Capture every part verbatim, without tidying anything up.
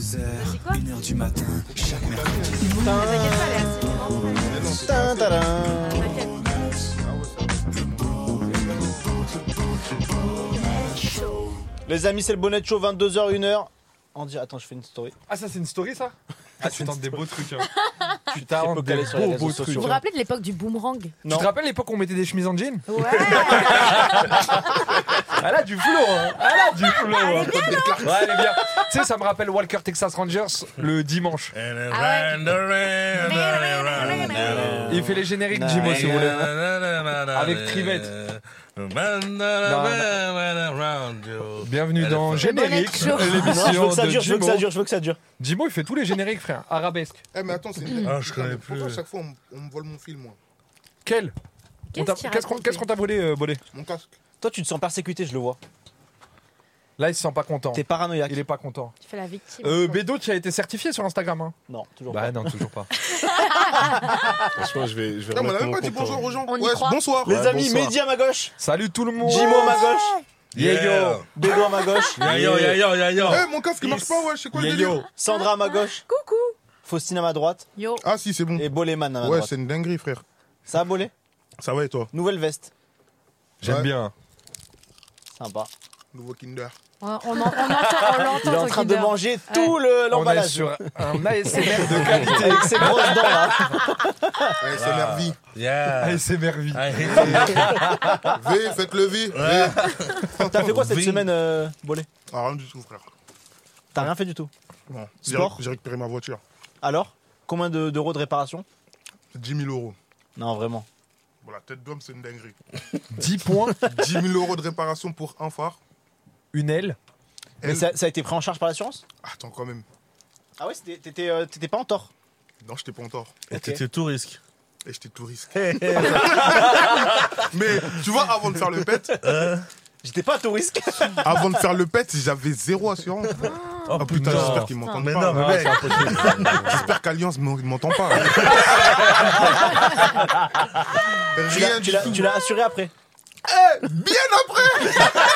douze heures, une heure du matin, chaque mercredi. Les amis, c'est le Bonnet Show, vingt-deux heures, une heure. On dit, attends, je fais une story. Ah, ça, c'est une story, ça? Ah, tu tentes des beaux trucs. Hein. Tu Très peu tentes calé des sur les beaux, réseaux beaux sociaux. trucs. Vous vous rappelez de l'époque du boomerang? Tu te rappelles l'époque où on mettait des chemises en jean? Ouais. Elle a du flow, hein. Elle a du flow. Elle est bien, non? Ouais, elle est bien. Tu sais, ça me rappelle Walker Texas Rangers le dimanche. Ah ouais. Il fait les génériques, Jimo, si vous voulez. Avec Trivette. Bienvenue dans Générique, Non, je veux l'émission que ça de dure, je veux que Jimo. ça dure, je veux que ça dure. Jimo, il fait tous les génériques, frère. Arabesque. Eh, mais attends, c'est une. Ah, je connais plus. Pourquoi à chaque fois on, on me vole mon fil, moi? Quel? Qu'est-ce On t'a- qu'il Qu'est-ce qu'on raconte, qu'est-ce qu'on t'a volé, euh, Bolé? Mon casque. Toi, tu te sens persécuté, je le vois. Là, il se sent pas content. T'es paranoïaque. Il est pas content. Tu fais la victime. Euh, Bédo, tu as été certifié sur Instagram, hein? Non, toujours Bah pas. non, toujours pas. Franchement, je vais, je vais Ah, on remettre a même mon pas dit compte, bonjour hein. aux gens. On y Ouais, croit. bonsoir. Les Ouais, amis, bonsoir. Mehdi à ma gauche, Salut tout le monde. Jimo à ma gauche, Yeah. Bédo à ma gauche, Yayo, yayo, yayo. Eh, mon casque il marche pas, ouais, je sais quoi le Yayo. délire. Sandra à ma gauche, Coucou. Faustine à ma droite Yo. Ah, si, c'est bon. et Boleman à ma Ouais, droite. c'est une dinguerie, frère. Ça a bolé? Ça va et toi? Nouvelle veste. J'aime Ouais. bien. Sympa. Nouveau Kinder. On, on, en- on entend, on l'entend. Il est en ton train de Kinder. manger tout le- On est l'emballage. sur un A S M R de qualité. Avec ses grosses dents là. Allez, c'est merveille. Yeah. A S M R vie. V, faites le V. V. T'as fait quoi cette Oui. semaine, euh, Bolé? Ah, rien du tout, frère. T'as rien fait du tout. Bon, j'ai Sport. j'ai récupéré ma voiture. Alors? Combien de- d'euros de réparation? dix mille euros. Non, vraiment. Bon, la tête d'homme, c'est une dinguerie. dix points, dix mille euros de réparation pour un phare. une aile. Mais Elle- ça, ça a été pris en charge par l'assurance? Attends, quand même. Ah ouais, c'était- t'étais euh, t'étais pas en tort. Non, j'étais pas en tort. Et Ok. t'étais tout risque. Et j'étais tout risque. Mais tu vois, avant de faire le pet, J'étais pas à tout risque. avant de faire le pet, j'avais zéro assurance. Oh Ah putain, j'espère qu'ils m'entendent Mais pas. non, mais mec. J'espère qu'Alliance ne m'entend pas. Tu Rien l'as- du tu l'as- tout. tu l'as assuré après. Bien après.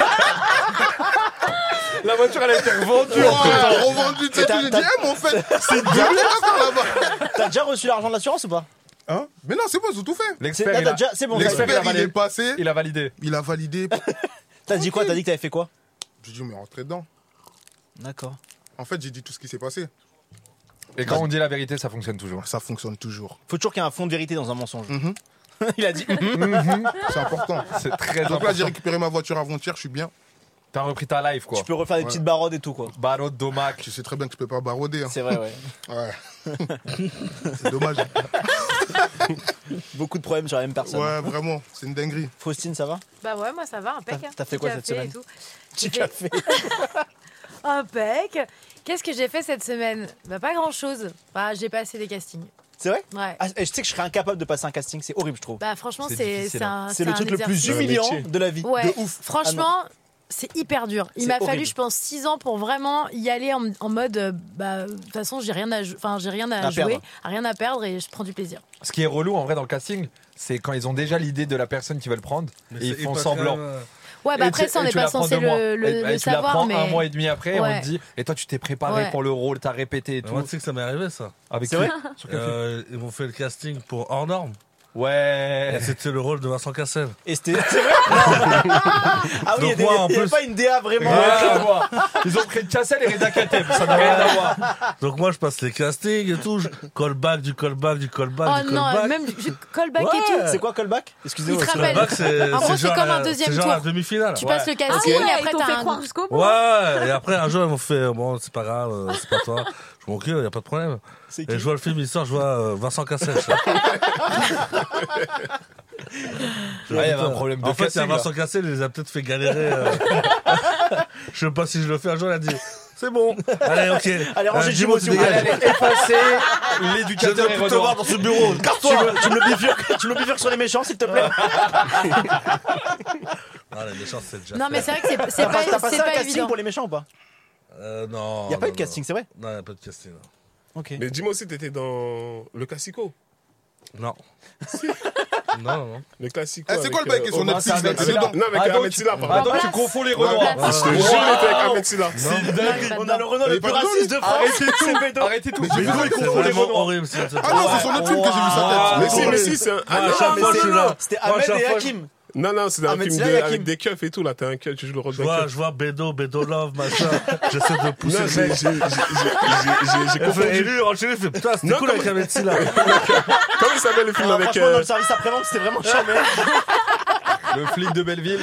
La voiture, elle a été revendue. Oh, revendu, tu sais, T'as- j'ai dit, t'as- eh, mais en fait, c'est bien à faire là-bas. T'as déjà reçu l'argent de l'assurance ou pas? Hein? Mais non, c'est bon, ils ont tout fait. C'est L'expert, là, il t'as a- déjà- c'est bon. ça y est. L'expert, il a L'expert, il validé. est passé, Il a validé. il a validé. T'as dit quoi? T'as dit que t'avais fait quoi? J'ai dit, mais rentrez dedans. D'accord. En fait, j'ai dit tout ce qui s'est passé. Et quand on dit la vérité, ça fonctionne toujours. Ça fonctionne toujours. Faut toujours qu'il y ait un fond de vérité dans un mensonge. Mhm. Il a dit. C'est important. C'est très Donc là, j'ai important. récupéré ma voiture avant-hier, je suis bien. T'as repris ta life, quoi. Tu peux refaire des petites barrodes et tout quoi. Barreau de Domac. Tu sais très bien que je peux pas barauder. Hein. C'est vrai, ouais. Ouais. C'est dommage. Beaucoup de problèmes sur la même personne. Ouais, vraiment, c'est une dinguerie. Faustine, ça va? Bah ouais, moi ça va, impec. T'as- hein. t'as fait Petit quoi café cette semaine et tout. Petit J'ai- café. Impec. Qu'est-ce que j'ai fait cette semaine? Bah pas grand chose. Bah, j'ai passé des castings. C'est vrai? Ouais. Ah, je sais que je serais incapable de passer un casting, c'est horrible, je trouve. Bah franchement, C'est c'est difficile, c'est hein. un C'est le un truc le plus exercice. humiliant métier. de la vie. Ouais. De ouf. Franchement, c'est hyper dur. Il C'est m'a fallu, horrible. je pense, six ans pour vraiment y aller en, en mode, euh, bah, de toute façon, j'ai rien à, jou- enfin, j'ai rien à, À jouer, perdre. rien à perdre et je prends du plaisir. Ce qui est relou en vrai dans le casting, c'est quand ils ont déjà l'idée de la personne qu'ils veulent prendre Mais et ils c'est font hyper semblant. quand même, euh, Ouais, bah Et après, tu- ça, on et n'est tu pas la prends censé deux mois. le, le, Et- le et tu la savoir, prends mais un mois et demi après, on Ouais. te dit, et toi tu t'es préparé Ouais. pour le rôle, t'as répété et tout. Moi, tu sais que ça m'est arrivé, ça. Avec C'est qui vrai Sur quel film Euh, ils m'ont fait le casting pour Hors Norme. Ouais. Et c'était le rôle de Vincent Cassel. Et c'était. C'est vrai? Ah oui, Donc il y a des- moi, en il y avait plus- pas une D A vraiment. Ouais, à voir. Ils ont pris Cassel et Reda Kateb, ça n'a rien à voir. Donc moi, je passe les castings et tout. Je... Callback, du callback, du callback, oh du non, callback. même du callback Ouais. et tout. C'est quoi callback? Excusez-moi. Il te c'est- rappelle. Callback, c'est En gros, c'est genre comme un la- deuxième c'est genre tour. la demi-finale. Tu Ouais. passes le Ah casting ouais, et après ils t'ont t'as fait un... croire jusqu'au bout. Ouais, et après un jour ils m'ont fait bon c'est pas grave, euh, c'est pas toi. Je m'en occupe, y a pas de problème. C'est Et qui? je vois le film, il sort, je vois euh, Vincent Cassel. ça. Je vois, Ouais, il y avait putain. un problème de En fait, il y a casting, là. Vincent Cassel, il les a peut-être fait galérer. euh. Je sais pas si je le fais un jour, il a dit c'est bon. Allez, ok. Allez, rangez Euh, le Jimo, Jimo, tu s'il vous plaît. dégages. Allez, effacer Je ne l'éducateur veux et plus te voir Renoir. dans ce bureau. Tu Casse-toi. me, tu me le bifurques, tu me le bifurques sur les méchants, s'il te plaît. Ah, les méchants, c'est déjà. Non, mais fait. c'est vrai que c'est- c'est T'as pas, pas- t'as passé c'est un pas casting évident. pour les méchants ou pas? Euh, non. Y a pas eu non, de casting, non. c'est vrai? Non, y a pas de casting. non. Ok. Mais dis-moi aussi, t'étais dans le Classico. Non. Non, non, non. Le classique. Eh, quoi, c'est quoi le avec, bail qui est euh, sur Omar, Netflix c'est là, Ahmed c'est Silla. dedans. Non, mais Ah, avec donc Ahmed tu- Silla, par Ah, contre. donc tu confonds les Renois. Ouais. Je te jure, il était avec Ahmed Silla. Non. On a le Renault le Il plus est pas raciste de France. Arrêtez tout. C'est Bédo. Arrêtez tout. Mais j'ai vu Bédo, ça, il c'est confond les Vraiment Renois. horrible. c'est- c'est- Ah non, c'est sur notre film que j'ai vu sa tête. Mais si, mais si, c'est un. Ah Moi, à non, chaque mais fois, c'est- je suis là. C'était Moi, à Ahmed chaque et fois, Hakim. Non, non, c'est un Ahmed film Silla de- et Hakim. avec des keufs et tout, là. T'es un keuf, tu joues le rôle Je d'un vois, keuf. je vois Bédo, Bédo Love, machin. J'essaie de pousser Non, le j'ai mec. j'ai- j'ai- j'ai- j'ai Et confondu. lui, enchaîné, il fait putain, c'était Non, cool comme- avec Ahmed Silla. Comment il s'appelle le film Ah, avec franchement, dans euh, le service après-vente, c'était vraiment charmé. Le flic de Belleville.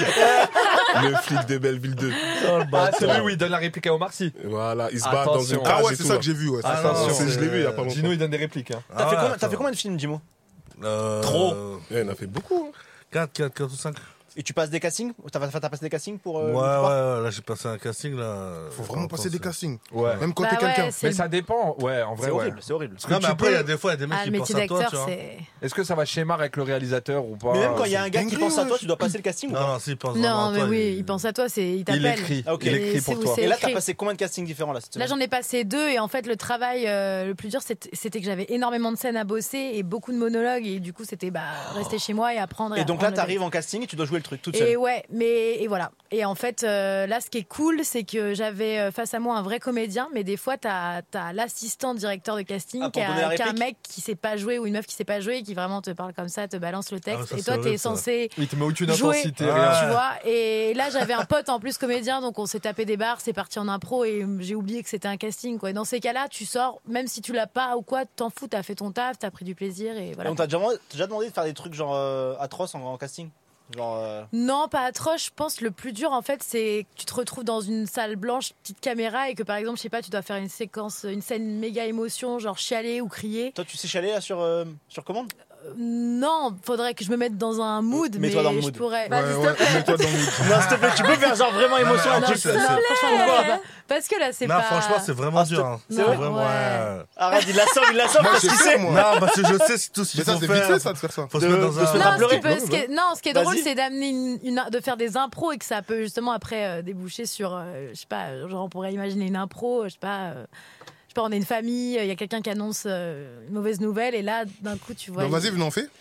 le flic de Belleville deux? Oh, le Ah, bâtard. celui où il donne la réplique à Omar Sy. Voilà, il se bat dans une Attention. cage Ah ouais, et c'est tout, ça là. que j'ai vu, ouais. c'est ça. Attention, c'est- je l'ai vu il y a pas longtemps. Gino, il donne des répliques. Hein. T'as Ah fait ouais, combien- t'as fait attends. combien de films, Jimo? Euh, Trop. Eh, il en a fait beaucoup. hein. quatre, quatre, quatre ou cinq. Et tu passes des castings? T'as t'as passé des castings pour. euh, Ouais, le ouais, sport ouais, là j'ai passé un casting là. Faut vraiment passer des castings. Ouais. Même quand Bah t'es quelqu'un. ouais, c'est Mais ça dépend. Ouais, en vrai, C'est ouais. horrible, c'est horrible. Non, mais tu après, peux- il y a des fois, il y a des mecs Ah, qui le pensent métier à toi, d'acteur, tu vois. c'est. Est-ce que ça va schémar avec le réalisateur ou pas Mais même quand il y a un gars qui dingue, pense à ouais. toi, tu dois passer le casting ou Non, pas? non, s'il pense vraiment Non, à mais toi, oui, il pense à toi, c'est il Il t'appelle. écrit. Ah, ok. Il écrit Et pour c'est- toi. c'est- Et là, t'as écrit. passé combien de castings différents là cette Là, semaine? j'en ai passé deux et en fait, le travail euh, le plus dur, c'était c'était que j'avais énormément de scènes à bosser et beaucoup de monologues et du coup, c'était bah, rester chez moi et apprendre. Et donc là, apprendre le t'arrives en casting et tu dois jouer le truc toute Et seule. ouais, mais et voilà. Et en fait, euh, là, ce qui est cool, c'est que j'avais euh, face à moi un vrai comédien, mais des fois, t'as as, l'assistant directeur de casting Ah, qui, pour donner la a, qui a un réplique. mec qui sait pas jouer ou une meuf qui sait pas jouer et qui vraiment te parle comme ça, te balance le texte. Ah, ça, et c'est toi, t'es horrible, ça. censé Il te met aucune jouer, intensité, Ouais. rien. tu vois. Et là, j'avais un pote en plus comédien, donc on s'est tapé des barres, c'est parti en impro et j'ai oublié que c'était un casting. Quoi. Et dans ces cas-là, tu sors, même si tu l'as pas ou quoi, t'en fous, t'as fait ton taf, t'as pris du plaisir et Et voilà. on t'a déjà, demandé- t'as déjà demandé de faire des trucs genre euh, atroces en, en casting? Genre. euh, Non, pas atroce. Je pense que le plus dur, en fait, c'est que tu te retrouves dans une salle blanche, petite caméra, et que par exemple, je sais pas, tu dois faire une séquence, une scène méga émotion, genre chialer ou crier. Toi, tu sais chialer là sur, euh, sur commande? Euh, non, faudrait que je me mette dans un mood, mais Mets-toi dans le je mood. pourrais. Ouais, ouais, mets-toi dans le mood. Non, s'il te plaît, tu peux faire genre vraiment émotion Non, un Non, truc. c'est- non, c'est- franchement, Pourquoi non, parce que là, c'est Non, pas. franchement, c'est vraiment Ah, dur. hein. c'est- C'est Non, vraiment. ouais. ouais. Arrête, il la sort, il la sort Moi, parce je qu'il sais, sait. moi. Non, parce que je sais c'est tout ce qu'il Mais ça, faut c'est vite faire. fait, ça, de faire ça. Faut se De- mettre dans de un. se Non, faire ce pleurer. qui, peut- ce qui est, non, ce qui est drôle, Vas-y. c'est d'amener une, une- de faire des impros et que ça peut justement après euh, déboucher sur, euh, je sais pas, genre on pourrait imaginer une impro, je sais pas, euh, je sais pas, on est une famille, il y a quelqu'un qui annonce euh, une mauvaise nouvelle et là, d'un coup, tu vois. Donc, il- vas-y, venez, on fait.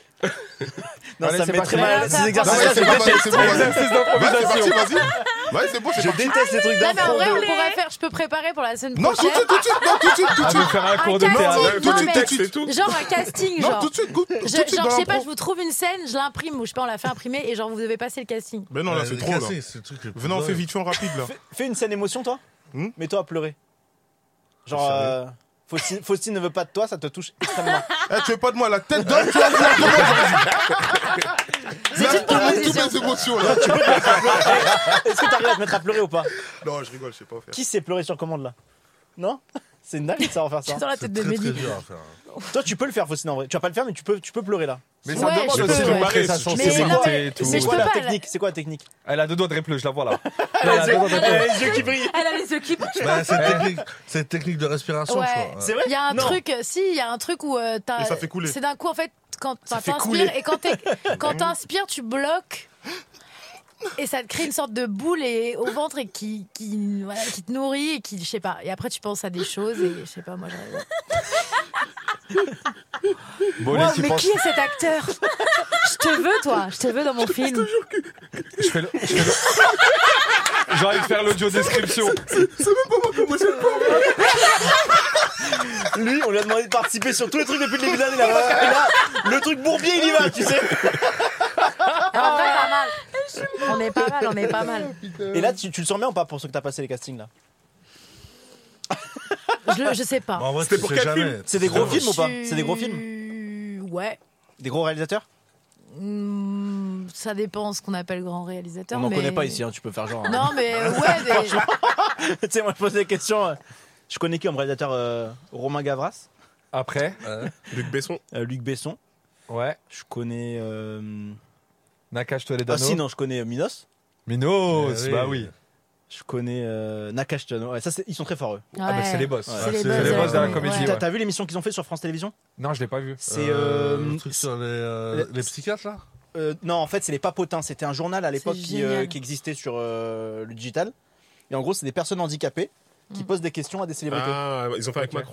Non, Allez, ça c'est me met très parti. mal. Non, Ces ça- Non, exercices ouais, là, c'est je bon, déteste. c'est bon. vas-y. Exercice Ouais, c'est d'improvisation. parti, vas-y. Ouais, c'est bon, c'est Je parti. déteste les trucs Non, mais en d'impro. vrai, on de- pourrait faire, je peux préparer pour la semaine Non, tout de prochaine. suite, tout de suite, non, tout de suite, tout de Ah, je suite. vais faire un cours de Un théâtre. casting, Ouais, tout de non, suite, mais- tout de suite. C'est tout. Genre un casting, Non, genre. tout de suite, tout tout de Je, suite genre, dans je sais pas, l'impro. je vous trouve une scène, je l'imprime ou je sais pas, on la fait imprimer et genre vous devez passer le casting. Mais non, là, c'est trop, là. C'est le truc le plus Venez, on fait horrible. vite fait en rapide, là. Fais- Fais une scène émotion, toi. Hmm Mets-toi à pleurer. Genre, Sérieux euh, Faustine, Faustine ne veut pas de toi, ça te touche extrêmement. Eh, tu veux pas de moi la tête d'homme, tu vas voir comment C'est Là, une tout le monde, proposition. toutes les émotions, là. Est-ce que t'arrives à te mettre à pleurer ou pas? Non, je rigole, je sais pas faire. Qui sait pleurer sur commande là? Non? C'est une dingue de savoir faire ça. C'est dans la C'est tête de très très Mehdi. dur à faire. Toi, tu peux le faire, Faustine, en vrai. Tu vas pas le faire, mais tu peux, tu peux pleurer là. Mais ça Ouais, demande je aussi peux, de ouais. montrer sa Mais sensibilité non, et tout. mais C'est je quoi peux la pas, technique? C'est quoi la technique? Elle a deux doigts de répleu, je la vois là. Elle Elle a a les deux doigts de yeux- elle a répleu. les yeux qui brillent. Elle a les yeux qui Bah, c'est une technique, c'est une technique de respiration, Ouais. je crois. C'est vrai? Il y a un Non. truc, euh, si, il y a un truc où euh, t'as. Et ça fait couler. C'est d'un coup, en fait, quand Ça enfin, fait t'inspires couler. et quand t'es- quand t'inspires, tu bloques. Et ça te crée une sorte de boule et, au ventre et qui, qui, voilà, qui te nourrit et qui, je sais pas. Et après, tu penses à des choses et je sais pas, moi, j'arrive. Bon, Wow, tu mais penses- qui est cet acteur? Je te veux, toi. Je te veux dans mon film. Je fais le. je fais le- J'ai envie de faire l'audio description. Lui, on lui a demandé de participer sur tous les trucs depuis le début de l'année. là. Et là, le truc bourbier, il y va, tu sais. Ah, en vrai, pas mal. On est pas mal, on est pas mal. Et là, tu, tu le sens bien ou pas pour ceux que t'as passé les castings là? Je, le- je sais pas. Bon, en vrai, C'était tu pour sais quel jamais. film C'est des gros jamais. films ou pas? Je C'est des gros films? suis- Ouais. Des gros réalisateurs? Hmm, ça dépend ce qu'on appelle grand réalisateur. On n'en mais- connaît pas ici, hein, tu peux faire genre. hein. Non, mais euh, ouais. des- Tu sais, moi je pose des questions. euh, Je connais qui comme réalisateur? euh, Romain Gavras, Après, Luc Besson. euh, Luc Besson. ouais. Je connais. euh, Nakash Ah Toledano. si, non, je connais euh, Minos. Minos, Eh oui. bah oui. Je connais euh, Nakash Tano. Ouais, ça, c'est- ils sont très forts eux. Ah, bah Ouais. c'est les boss. C'est Ouais, les c'est boss les de la boss de la comédie, comédie, ouais. T'as t'as vu l'émission qu'ils ont fait sur France Télévisions? Non, je l'ai pas vu. C'est. Euh, euh, le truc sur les, euh, les psychiatres, là euh, non, en fait, c'est les Papotins. C'était un journal à l'époque C'est qui, euh, génial. qui existait sur euh, le digital. Et en gros, c'est des personnes handicapées qui Mm. posent des questions à des célébrités. Ah, ils ont fait avec Ok. Macron.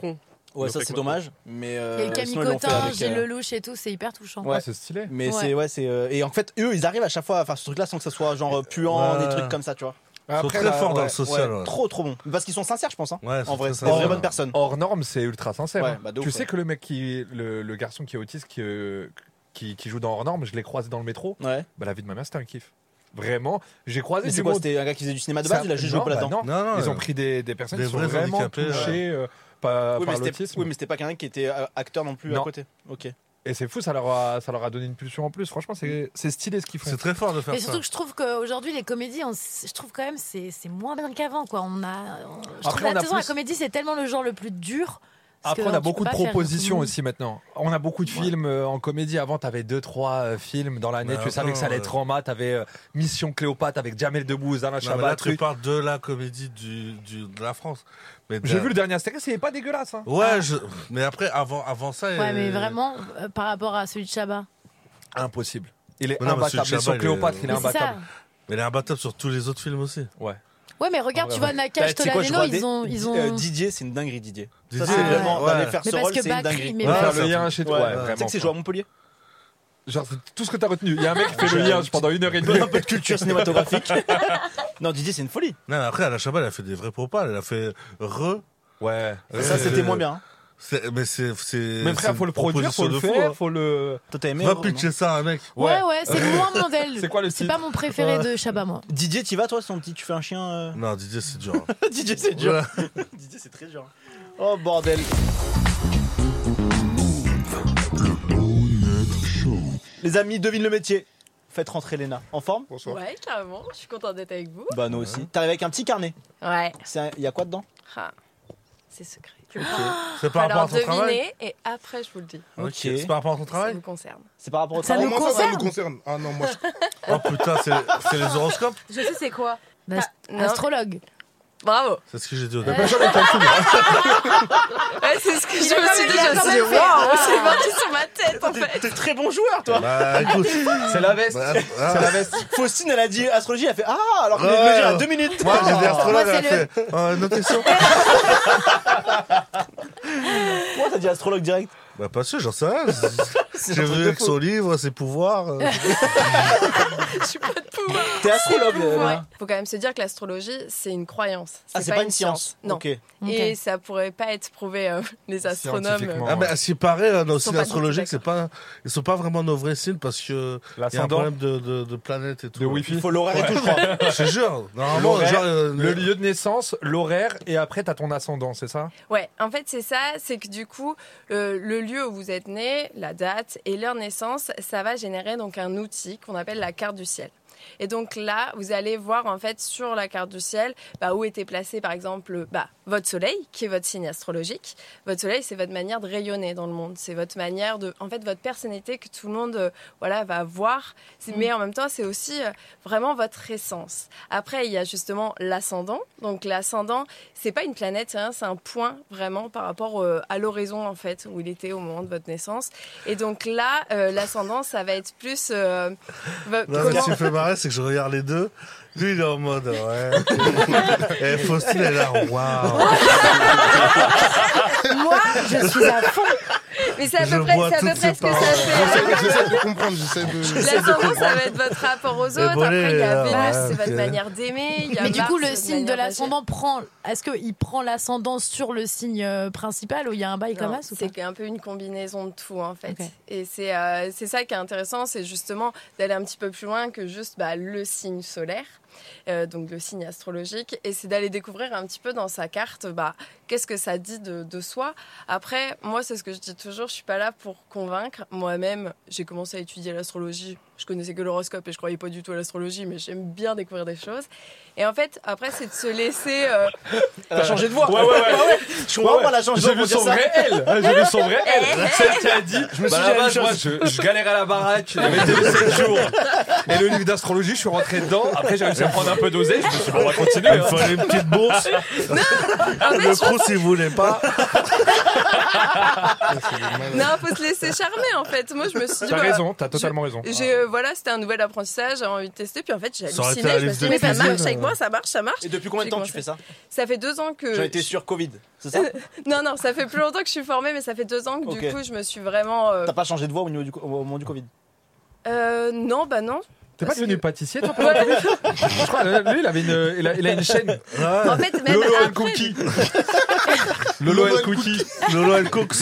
Ouais, Ils ça l'ont c'est fait dommage, mais euh, Il y a eu Camille sinon, ils l'ont fait Cotin, avec, Gilles euh, Lelouch et tout, c'est hyper touchant. Ouais. Ah, c'est stylé. Mais Ouais. c'est ouais, c'est euh, et en fait eux ils arrivent à chaque fois à faire ce truc-là sans que ça soit genre puant, Ouais. des trucs comme ça, tu vois. Ils sont Après, très là, forts dans ouais. le social. Ouais, ouais. Trop trop bon. Parce qu'ils sont sincères, je pense. Hein. Ouais, ils sont En vrai, très c'est des vraies sincères. bonnes personnes. Hors norme, c'est ultra sincère. Ouais, hein. bah, de tu ouf, sais ouais. que le mec qui, le, le garçon qui est autiste, qui, euh, qui, qui joue dans Hors norme, je l'ai croisé dans le métro. Ouais. Bah, la vie de ma mère, c'était un kiff. Vraiment, j'ai croisé Mais du c'est quoi, monde. c'était un gars qui faisait du cinéma de Ça- base, il a juste joué non, pas bah là-dedans. non. Non, non, Ils ont euh, pris des, des personnes des qui sont vrais vraiment handicapés, touchées euh, par, Oui, mais par c'était l'autisme. oui, mais c'était pas quelqu'un qui était euh, acteur non plus à Non. côté. OK. Et c'est fou, ça leur, a, ça leur a donné une pulsion en plus. Franchement, c'est c'est stylé ce qu'ils font. C'est très fort de faire Mais ça. surtout que je trouve qu'aujourd'hui, les comédies, on s- je trouve quand même c'est c'est moins bien qu'avant. Quoi. On a, on- je Après, trouve on a la saison, la plus- comédie, c'est tellement le genre le plus dur. parce Après, que, on a genre, tu beaucoup peux de pas faire propositions tout le monde. aussi maintenant. On a beaucoup de films euh, en comédie. Avant, t'avais deux, trois euh, films dans l'année. Mais tu savais que ça allait attends, être en maths. T'avais euh, Mission Cléopâtre avec Jamel Debbouze, Alain Non, mais Chabat, là, tu truc. parles de la comédie du, du, de la France. Mais J'ai de- vu le dernier Astérix, il est pas dégueulasse. Hein. Ouais, je... mais après, avant, avant ça. Ouais, euh, mais vraiment, euh, par rapport à celui de Chabat. Impossible. Il est Mais non, mais imbattable. celui de Et sur Chabat, il est- Cléopâtre, il est Mais c'est ça. imbattable. Mais il est imbattable sur tous les autres films aussi. Ouais. Ouais, mais regarde, Ouais, tu ouais. vois, Nakash, Tu sais quoi, je Toladeno, crois, ils des- ont. Ils ont... euh, Didier, c'est une dinguerie, Didier. Didier, Ça, c'est ouais. vraiment, Ouais. d'aller faire Mais ce parce rôle, que c'est une Bakri, dinguerie. mais On va Ouais, faire ça le fait- lien chez toi. Ouais. ouais, Tu sais vraiment. que c'est joué à Montpellier. Genre, c'est tout ce que t'as retenu. Il y a un mec qui fait le lien pendant une heure et demie. Un peu de culture cinématographique. Non, Didier, c'est une folie. Non, mais après, Alain Chabat, elle a fait des vrais propals. Elle a fait Re. Ouais. Ça, c'était moins bien. hein. C'est- Mais c'est. c'est- Mais frère, c'est faut le une produire, faut proposition le de fou, faire, hein. faut le. Toi, t'as aimé Va Re, non pitcher ça à un mec. Ouais, ouais, c'est moins modèle. C'est quoi le C'est titre pas mon préféré de Chabat, moi. Didier, t'y vas, toi, son petit, tu fais un chien. euh Non, Didier, c'est dur. hein. Didier, c'est dur. Voilà. Didier, c'est très dur. Oh, bordel. Les amis, devine le métier. Faites rentrer Léna. En forme? Bonsoir. Ouais, carrément. Je suis contente d'être avec vous. Bah, nous aussi. T'arrives avec un petit carnet. Ouais. Il y a quoi dedans? Ah, c'est secret. C'est par rapport Alors à ton travail. devinez et après je vous le dis. Ok. C'est par rapport à ton Ça travail. vous concerne. C'est par rapport au Ça travail. nous Comment ça, ça concerne. nous concerne? Ah non, moi je... Oh putain, c'est c'est les horoscopes. Je sais c'est quoi. Bah, non. Astrologue. Bravo. C'est ce que j'ai dit au début. Ouais, c'est ce que je me Il a quand suis même- dit. il a Je me quand suis dit même fait. waouh, Ah. c'est parti sur ma tête en fait. T'es très bon joueur, toi. Bah écoute. C'est la veste. Bah, C'est ah. la veste. Faustine, elle a dit astrologie, elle a fait Ah, alors que Ouais, le mec, il a ouais. deux minutes. Moi j'ai dit astrologue, Moi, elle a c'est fait. Euh, Une autre question. Pourquoi t'as dit astrologue direct? Bah pas sûr, j'en sais rien. C'est J'ai un truc vu de avec fou. son livre, ses pouvoirs. euh. Je suis pas de pouvoir. T'es astrologue, Ouais. Léna. Faut quand même se dire que l'astrologie c'est une croyance. Ah, c'est pas une science. Non. Ok. Et ça pourrait pas être prouvé. euh, les astronomes. Scientifiquement. euh, Ah mais à ce qui paraît, euh, dans le sont signe pas du tout astrologique, c'est pas, ils sont pas vraiment nos vrais signes parce que il y a un L'ascendant. problème de, de, de planète et tout. De Wi-Fi. Il faut l'horaire et tout, je crois. Je te jure. Normalement, L'horaire, genre, euh, Le lieu de naissance, l'horaire, et après t'as ton ascendant, c'est ça? Ouais, en fait c'est ça, c'est que du coup euh, le lieu où vous êtes né, la date et l'heure de naissance, ça va générer donc un outil qu'on appelle la carte du ciel. Et donc là, vous allez voir en fait sur la carte du ciel bah, où était placé par exemple bah, votre soleil, qui est votre signe astrologique. Votre soleil, c'est votre manière de rayonner dans le monde. C'est votre manière de, en fait, votre personnalité que tout le monde euh, voilà, va voir. C'est- Mais en même temps, c'est aussi euh, vraiment votre essence. Après, il y a justement l'ascendant. Donc l'ascendant, c'est pas une planète, hein, c'est un point vraiment par rapport euh, à l'horizon en fait, où il était au moment de votre naissance. Et donc là, euh, l'ascendant, ça va être plus... euh, va- non, comment- ce qui me fait marrer, c'est que je regarde les deux. Lui, il est en mode, ouais. Et Faustine, elle est là, waouh. Moi, je suis à fond. Mais c'est à Je peu près, vois c'est à peu toutes près ces ce que ça paroles. fait. J'essaie j'essaie de comprendre, j'essaie de... L'ascendant, ça va être votre rapport aux autres. Ébolé, Après, il y a là, Vénus, ouais, c'est ok. votre manière d'aimer. Il y a Mais du Mars, coup, le c'est votre signe de manière d'agir. l'ascendant prend. Est-ce qu'il prend l'ascendant sur le signe euh, principal ou il y a un bail comme Non, ça ou pas? c'est un peu une combinaison de tout en fait. Ok. Et c'est euh, c'est ça qui est intéressant, c'est justement d'aller un petit peu plus loin que juste bah, le signe solaire, euh, donc le signe astrologique, et c'est d'aller découvrir un petit peu dans sa carte bah, qu'est-ce que ça dit de, de soi. Après, moi c'est ce que je dis toujours, je suis pas là pour convaincre. Moi-même, j'ai commencé à étudier l'astrologie, je connaissais que l'horoscope et je croyais pas du tout à l'astrologie, mais j'aime bien découvrir des choses. Et en fait, après c'est de se laisser... euh, Elle a changé de voix. Ouais, ouais, ouais. Je comprends pas, elle a changé de J'ai voix vu pour son dire ça. vrai elle. Ah, J'ai vu son vrai elle. Celle qui a dit. Je me suis suis dit la même dit, moi, chose. je, je galérais à la baraque. Il mettait les sept jours. Et le livre d'astrologie, je suis rentré dedans. Après, j'ai réussi à prendre un peu d'oseille. Je me suis dit, bon, on va continuer. Il hein. fallait une petite bourse. Le crew, s'il voulait pas. Non, faut se laisser charmer en fait. Moi, je me suis dit... T'as bah, raison, t'as totalement raison. J'ai, euh, voilà, c'était un nouvel apprentissage, j'avais envie de tester. Puis en fait, j'ai Ça aurait été halluciné. la Je me liste suis dit, de mais ça cuisine, marche avec euh. moi, ça marche, ça marche. Et depuis combien de J'ai temps tu commencé. fais ça Ça fait deux ans que. J'ai été sur Covid, c'est ça? Non, non, ça fait plus longtemps que je suis formée, mais ça fait deux ans que Ok. du coup, je me suis vraiment. euh, T'as pas changé de voix au, niveau du, au moment du Covid? Euh, non, bah non. T'es pas Parce devenu que- pâtissier, toi, pendant le Covid? Je crois, lui, il, avait une, il, a, il a une chaîne. En fait, même Lolo and après. Cookie. Lolo and Cookie. Lolo and Cooks.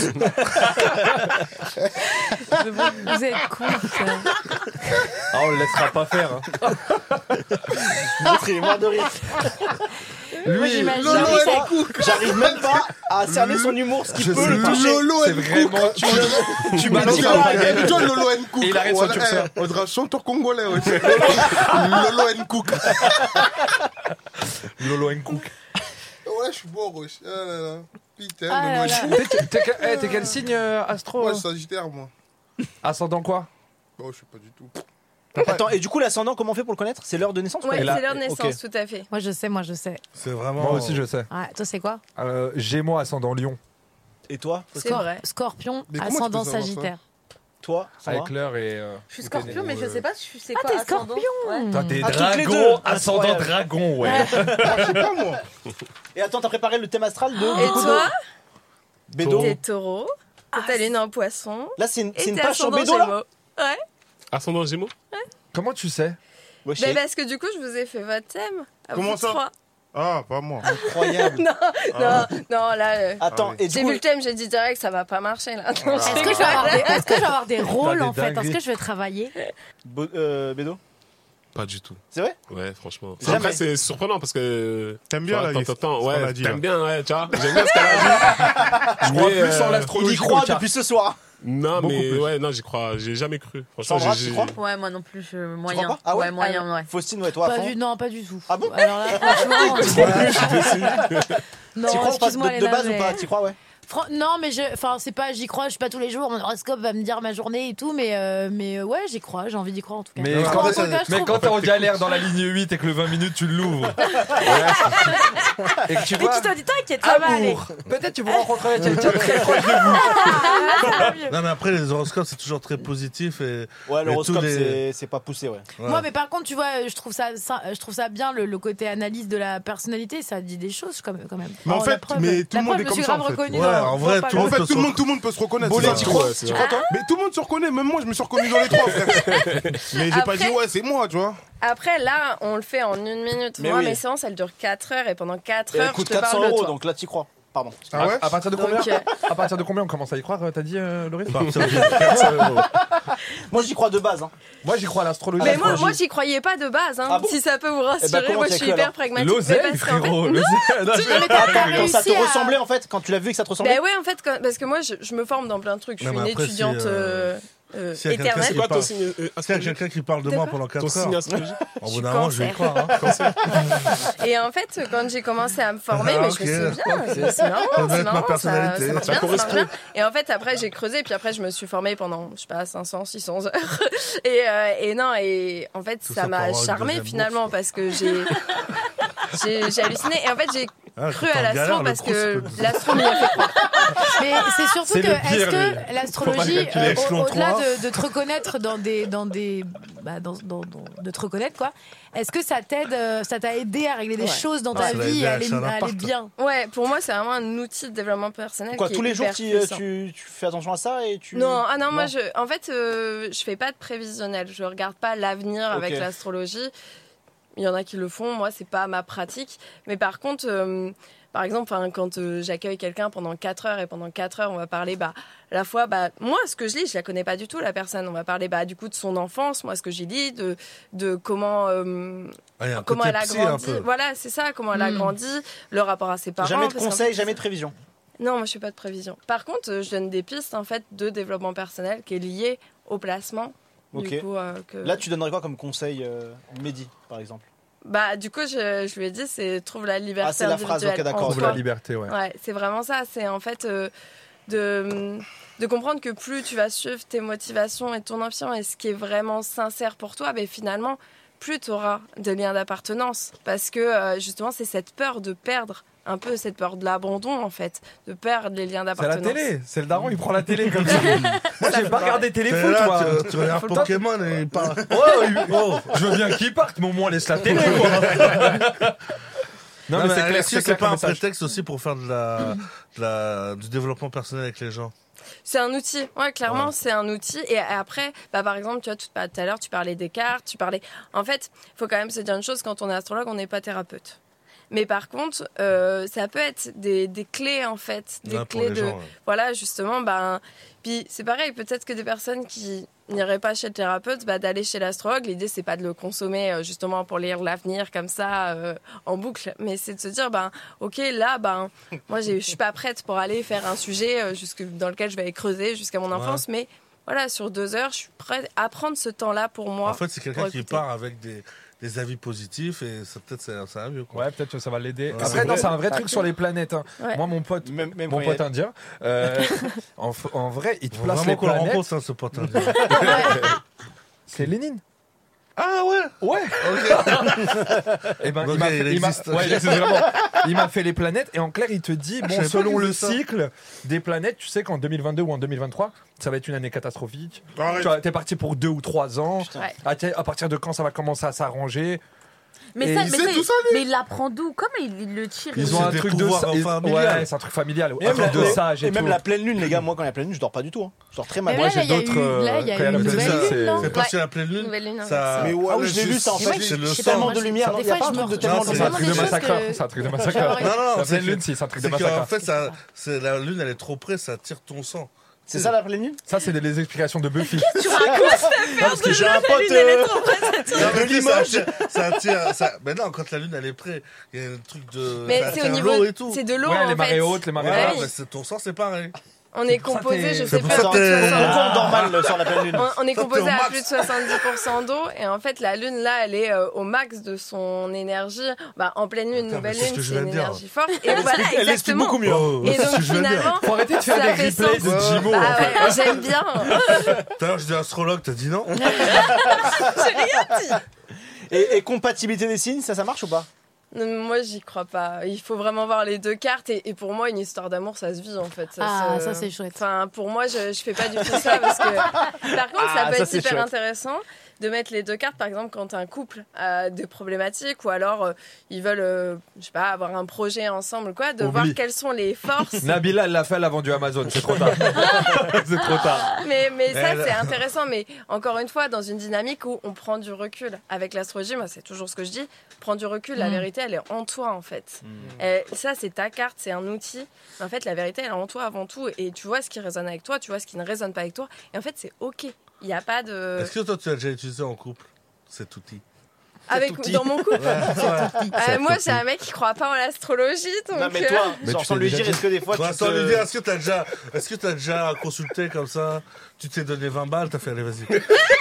Vous êtes con, putain. Ah, on le laissera pas faire. Hein. L'autre, il est mort de rire. Moi, Lui, j'imagine. J'arrive J'arrive pas- Cook. J'arrive même pas à cerner son humour, ce qui Je peut sais le pas. toucher. Lolo c'est and vraiment. Cook. Tu, tu Mais balances tu la vois, baguette. tu vois, Lolo and Cook. Et il arrête son Voilà, curseur. eh, On dirait un chanteur congolais. Ouais. Lolo and Cook. Lolo and Cook. Ouais, je suis beau, wesh. Ah là là. Putain, Ah là Lolo là. and Cook. T'es, t'es, quel- eh, t'es quel signe euh, astro? Moi, hein je suis sagittaire, moi. Ascendant quoi? Bon, je sais pas du tout. Attends, et du coup, l'ascendant, comment on fait pour le connaître? C'est l'heure de naissance? Ouais, Et là- c'est leur naissance, ok. tout à fait. Moi, je sais, moi, je sais. C'est vraiment. Moi aussi, je sais. Ouais, toi, c'est quoi? Euh, Gémeaux, ascendant Lion. Et toi? C'est vrai. Scorpion, Mais comment tu ascendant peux savoir ça? Sagittaire. Toi? Sandra Avec l'heure et. euh, Je suis ou scorpion, t'es né, mais je ou, sais euh, pas si c'est Ah, quoi t'es ascendant. scorpion. Ouais. Toi, t'es Ah, toutes les deux. dragon, ascendant Incroyable. dragon, ouais. Ah, je sais pas, moi. Et attends, t'as préparé le thème astral de. Et toi, Bédo? t'es taureau, t'as ta lune en poisson, Là, c'est une, et c'est une t'es page sur ascendant Bédo, là? Gémeaux. Ouais. Ascendant Gémeaux. Comment tu sais? Ouais, je Mais sais. parce que du coup, je vous ai fait votre thème. À Comment vous ça trois. Ah, pas moi. Incroyable. Non, Ah. non, non, là. euh, Attends, et du J'ai coup. vu le thème, j'ai dit direct, ça va pas marcher là. Non, Est-ce je que, je vais avoir des, est-ce que je vais avoir des rôles des en fait? Est-ce dingueries. que je vais travailler? Bo- euh, Bédo? Pas du tout. C'est vrai? Ouais, franchement. Jamais. Après, c'est surprenant parce que. T'aimes bien, là, Attends, Yves, attends, ce qu'on a ouais, dit, t'aimes là. bien, ouais, tu vois. J'aime bien ce qu'elle a dit. Je crois Mais, plus en euh, Il l'astrologie. y croit qu'au chat. depuis ce soir. Non, Beaucoup mais plus. ouais, non, j'y crois. J'ai jamais cru. Franchement, Sandra, j'ai- tu crois? Ouais, moi non plus, je... Tu moyen. crois pas? Ah ouais? Ouais, moyen, ouais. Faustine, ouais, toi, à Pas fond. du, non, pas du tout. Ah bon? Alors là, franchement. non, T'y crois ou pas excuse-moi, de, de Léna, base ou mais- pas? T'y crois, ouais. Fran- Non, mais je, enfin, c'est pas, j'y crois, je suis pas tous les jours. Mon horoscope va me dire ma journée et tout, mais, euh, mais euh, ouais, j'y crois, j'ai envie d'y croire en tout cas. Mais En quand, tout cas, je mais trouve- quand t'es en galère dans la ligne huit et que le vingt minutes tu l'ouvres et que tu Et vois tu te dis, t'inquiète, ça va aller. amour, peut-être tu vous rencontrer quelqu'un très proche de vous. Ah, ça va mieux. Non, mais après, les horoscopes, c'est toujours très positif. Et... Ouais, Et l'horoscope, tous les- c'est- c'est pas poussé, ouais. Ouais. Moi, mais par contre, tu vois, je trouve ça, ça- je trouve ça bien le, le côté analyse de la personnalité, ça dit des choses quand même. Quand même. Mais en Oh, fait, la preuve, mais tout la le monde preuve, est je me comme suis ça, grave en fait. reconnue Ouais, dans- en dans vrai, pas tout mal. En le fait, monde tout le peut monde, tout le monde peut se reconnaître. Bolé, c'est t'y ça. crois? Ouais, c'est Tu vrai. crois, toi? Mais tout le monde se reconnaît, même moi je me suis reconnu dans les trois, frère. Mais j'ai pas Après- dit ouais, c'est moi, tu vois. Après, là, on le fait en une minute. Mais Moi, oui. mes séances, elles durent quatre heures et pendant quatre Et elle heures, je coûte te quatre cents parle de euros, toi. donc là, t'y crois. Pardon. Ah ouais à, à partir de Donc, combien euh, À partir de combien on commence à y croire? T'as dit, euh, Laurie? Moi, j'y crois de base. Hein. Moi, j'y crois à l'astrologie. Mais moi, moi, j'y croyais pas de base. Hein. Ah bon? Si ça peut vous Eh ben, rassurer, comment moi, t'y je as suis cru, hyper alors? pragmatique. Mais L'oseille, parce qu'en fait, frérot. non, l'oseille. Non, Non, mais t'as- t'as Quand réussi ça te à- ressemblait, en fait, quand tu l'as vu que ça te ressemblait. Ben ouais, en fait, quand- parce que moi, je, je me forme dans plein de trucs. Je Non, suis mais une après, étudiante si, euh, euh, euh, s'il y a quelqu'un éternelle. C'est qui quoi ton parle- signe euh, S'il y a astrologique? quelqu'un qui parle de De moi quoi pendant Ton quatre signe heures, astrologique? au Je bout suis d'un moment, je vais y cancer. croire. Hein. Et en fait, quand j'ai commencé à me former, Ah, mais ok. je me suis dit, bien, c'est c'est marrant, Ça doit c'est être ma marrant, ça, personnalité. ça marche Ça bien, ça marche correspond. bien. Et en fait, après, j'ai creusé, puis après, je me suis formée pendant, je sais pas, cinq cents, six cents heures. Et, euh, et non, et en fait, Tout ça ça pour m'a avoir une charmée deuxième finalement, bourse. parce que j'ai j'ai j'ai halluciné. Et en fait, j'ai Ah, cru quand à t'es en galère, l'astro le parce Crous, que c'est- l'astro m'y a fait croire. Mais c'est surtout C'est que, le est-ce pire, que lui. l'astrologie, Faut pas calculer euh, échelon au- au-delà trois. de, de te reconnaître dans des, dans des, bah, dans, dans- dans- de te reconnaître quoi, est-ce que ça t'aide, euh, ça t'a aidé à régler des Ouais. choses dans Ouais, ta ça l'a vie, aidé à à aller, acheter un à aller appart. bien? Ouais, pour moi, c'est vraiment un outil de développement personnel. Quoi, qui tous est les jours, hyper tu, euh, puissant. tu, tu fais attention à ça et tu. Non, ah non, moi, Non. je, en fait, euh, je fais pas de prévisionnel. Je regarde pas l'avenir avec Ok. l'astrologie. Il y en a qui le font. Moi, c'est pas ma pratique. Mais par contre, euh, par exemple, enfin, quand euh, j'accueille quelqu'un pendant quatre heures et pendant quatre heures, on va parler, bah, à la fois, bah, moi, ce que je lis, je la connais pas du tout, la personne. On va parler, bah, du coup, de son enfance, moi, ce que j'ai lu, de, de comment, euh, Ah, il y a un comment côté elle a psy, un grandi. peu. Voilà, c'est ça, comment elle a Mm. grandi, le rapport à ses parents. Jamais de parce qu'en conseils, fait, jamais de prévision. non, moi je fais pas de prévision. Par contre, euh, je donne des pistes en fait de développement personnel qui est lié au placement. Ok. Du coup, euh, que... Là, tu donnerais quoi comme conseil, euh, Mehdi, par exemple? bah du coup, je, je lui ai dit, c'est trouve la liberté Ah, c'est la phrase, individuelle ok, d'accord. en Trouve toi. la liberté, ouais. Ouais, c'est vraiment ça. C'est en fait euh, de de comprendre que plus tu vas suivre tes motivations et ton intuition et ce qui est vraiment sincère pour toi, ben finalement plus tu auras de liens d'appartenance. Parce que euh, justement, c'est cette peur de perdre, un peu cette peur de l'abandon en fait, de perdre les liens C'est la d'appartenance. télé, c'est le daron, il prend la télé comme ça. Moi, j'ai pas regardé T'es téléfoot, là, moi. tu, tu regardes Pokémon et il parle. Ouais, ouais, oh, je veux bien qu'il parte, mais au moins laisse la télé, quoi. Non, mais, c'est clair, est-ce que c'est c'est clair pas comme un message. prétexte aussi pour faire de la, de la, du développement personnel avec les gens? C'est un outil, ouais, clairement, Ouais. c'est un outil. Et après, bah, par exemple, tu vois, tout, bah, tout à l'heure, tu parlais des cartes, tu parlais. En fait, il faut quand même se dire une chose, quand on est astrologue, on n'est pas thérapeute. Mais par contre, euh, ça peut être des, des clés, en fait. Des Ouais, pour clés les de. gens, ouais. Voilà, justement, ben. Puis c'est pareil, peut-être que des personnes qui n'iraient pas chez le thérapeute, bah, d'aller chez l'astrologue, l'idée, c'est pas de le consommer euh, justement pour lire l'avenir comme ça, euh, en boucle. Mais c'est de se dire, ben, ok, là, ben, moi, j'ai- je suis pas prête pour aller faire un sujet euh, jusque, dans lequel je vais aller creuser jusqu'à mon enfance, mais. Voilà, sur deux heures, je suis prête à prendre ce temps-là pour moi. En fait, c'est quelqu'un pour qui écouter. part avec des, des avis positifs et ça, peut-être c'est ça va mieux. Quoi. Ouais, peut-être que ça va l'aider. Ouais, Après, c'est non, vrai. c'est un vrai truc sur les planètes. hein. Ouais. Moi, mon pote, Même, même mon quand il y pote a- indien, euh, en, f- en vrai, il te Faut place vraiment les qu'on le planètes. rencontre, hein, ce pote indien. C'est Lénine. Ah ouais. Ouais. Et ben, Donc, il m'a il fait, il m'a- existe. ouais, il existe vraiment. Il m'a fait les planètes et en clair, il te dit, Je bon, savais pas selon qu'il le faisait ça. cycle des planètes, tu sais qu'en deux mille vingt-deux ou en deux mille vingt-trois, ça va être une année catastrophique. Arrête. Tu vois, t'es parti pour deux ou trois ans. Ouais. À, à partir de quand ça va commencer à s'arranger? Mais, Et ça, il mais, sait ça, tout ça, mais il l'apprend d'où? Comment il, il le tire Ils C'est ont un des truc de pouvoirs sa- ils- familial. Ouais, c'est un truc familial. Et Un même, truc la, de sage et, et même tout. la pleine lune, les gars, moi quand il y a la pleine lune, je dors pas du tout. Hein. Je dors très mal. Mais Moi, là, j'ai il y a d'autres, eu- euh, là, il y a quand il y a eu la une pleine nouvelle lune, lune, c'est- non C'est parce que la pleine lune, Nouvelle lune, ça. Mais ouais, Ah mais oui, j'ai lu ça en c'est- fait. c'est le C'est sang. tellement de lumière. Des Il y a fois, pas un je truc me de retiens tellement Non, de C'est un c'est truc des de choses massacre. que- C'est un truc de Non, massacre. non, non, La c'est pleine que- lune, si, c'est un truc de c'est qu'en massacre. fait, ça, c'est la lune, elle est trop près, ça tire ton sang. C'est ça la pleine lune? Ça, c'est des- les explications de Buffy. Parce que j'ai un pote euh, Non, mais de tu sais, ça Limoges. attire- Ça attire. Ça... Mais non, quand la lune elle est près, il y a un truc de. Mais ça c'est au attire niveau. l'eau et tout. C'est de l'eau Ouais, en les fait. marées hautes, les marées Voilà, Ah oui. mais c'est ton sang, c'est pareil. On est pour ça composé, t'es- je c'est sais pour pas. ça Attends, que t'es- pourquoi on dort mal sur la pleine lune? On, on est Ça, composé t'es au à max. plus de soixante-dix pour cent d'eau et en fait la lune là elle est euh, au max de son énergie. Bah, en pleine lune, Putain, nouvelle mais c'est ce lune, que je c'est viens une de dire. énergie forte. Et voilà, Elle l'explique exactement. beaucoup mieux. Oh, Et c'est ce donc que je viens de dire. finalement, Faut arrêter de faire ça des fait replays sens. de Jimo. Bah en fait. ouais, j'aime bien. Tout à l'heure, je dis astrologue, t'as dit non? Et, et compatibilité des signes, ça, ça marche ou pas? Non, moi, j'y crois pas. Il faut vraiment voir les deux cartes. Et, et pour moi, une histoire d'amour, ça se vit en fait. Ça Ah, se- ça, c'est chouette. Enfin, pour moi, je, je fais pas du tout ça parce que. Par contre, ça Ah, peut ça, être c'est hyper chouette. intéressant de mettre les deux cartes. Par exemple, quand un couple a des problématiques ou alors euh, ils veulent, euh, je sais pas, avoir un projet ensemble, ou quoi, de Oublie. voir quelles sont les forces. Nabila, elle l'a fait, elle a vendu Amazon. C'est trop tard. C'est trop tard. Mais, mais ça, Elle- c'est intéressant. Mais encore une fois, dans une dynamique où on prend du recul. Avec l'astrologie, moi, c'est toujours ce que je dis. Prends du recul. La Mm. vérité, elle est en toi, en fait. Et ça, c'est ta carte, c'est un outil. Mais en fait, la vérité, elle est en toi avant tout. Et tu vois ce qui résonne avec toi, tu vois ce qui ne résonne pas avec toi. Et en fait, c'est OK. Il n'y a pas de. Est-ce que toi, tu as déjà utilisé en couple cet outil? Avec, outil. dans mon couple. Ouais, ouais. Euh, moi, j'ai un mec qui croit pas en l'astrologie. Donc, Non, mais euh, toi, Mais genre tu sans t'es lui déjà dire, est-ce que des fois Toi, tu sans te- lui dire, est-ce que t'as déjà, est-ce que t'as déjà consulté comme ça? Tu t'es donné vingt balles, t'as fait, allez, vas-y.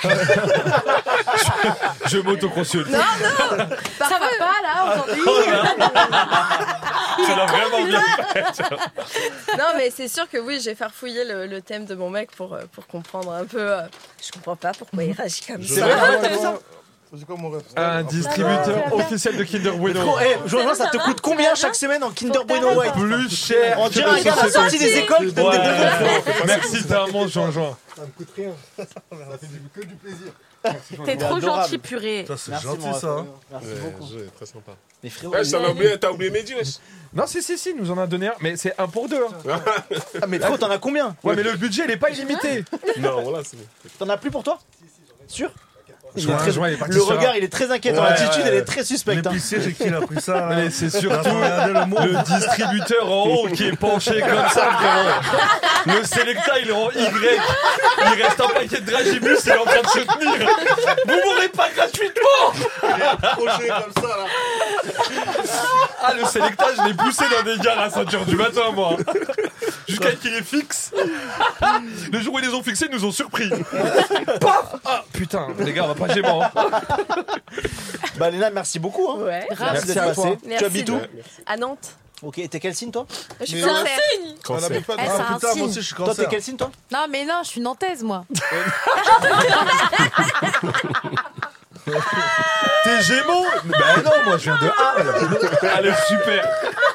Je m'autoconsulte. Non, non. Ça va pas là aujourd'hui? Tu l'as vraiment bien. Non, mais c'est sûr que oui, j'ai farfouillé le, le thème de mon mec pour, euh, pour comprendre un peu. euh, je comprends pas pourquoi il réagit comme C'est ça. vrai. C'est quoi mon rêve? Un distributeur officiel de Kinder Bueno. Trop- eh, Jojo, ça te coûte combien chaque semaine en Kinder Bueno White? Plus cher. On dirait un gars à la sortie des écoles qui donne des bonbons. Merci, t'es un monstre, Jean-Jean. Ça me coûte rien. Ça fait du- que du plaisir. T'es trop Adorable. gentil, purée. Ça, c'est Merci, gentil, mon ça. ref. hein. Merci Ouais, beaucoup. jeu est très sympa. Mais frérot, Ouais, je t'avais oublié, t'as oublié Mehdi, wesh. Non, si, si, si, nous en a donné un. Mais c'est un pour deux. hein. ah, mais trop, t'en as combien? Ouais, mais le budget, il est pas illimité. Non, voilà, c'est bon. T'en as plus pour toi? Sûr? Il est Joint, très- joint, il est parti Le sur un- regard, il est très inquiétant. Ouais, L'attitude, ouais. elle est très suspecte. hein. L'épicier, j'ai qui l'a pris ça, là? Mais c'est surtout Regardez le mot. le distributeur en haut qui est penché comme ça, frérot. Le Selecta, il est en Y. Il reste un paquet de Dragibus, il est en train de se tenir. Vous m'aurez pas gratuitement. Il est accroché comme ça, là. Ah, le Selecta, je l'ai poussé dans des gares à cinq heures du matin, moi. Jusqu'à qu'il est fixe. Le jour où ils les ont fixés, ils nous ont surpris. Paf. Ah, putain, les gars, on va pas gêner. Hein. Bah, Léna, merci beaucoup. Hein. Ouais. Merci Merci d'être à passé. toi. Tu Merci. habites où? À Nantes. Ok, et t'es quel signe toi? Je suis Mais cancer. On Cancer. n'habite pas Eh, dans- c'est Ah un putain, moi signe. aussi, je suis Toi, t'es cancer. quel signe toi? Non, mais non, je suis nantaise, moi. T'es Gémeaux? Ben non, moi je viens de Arles. Ah, le super.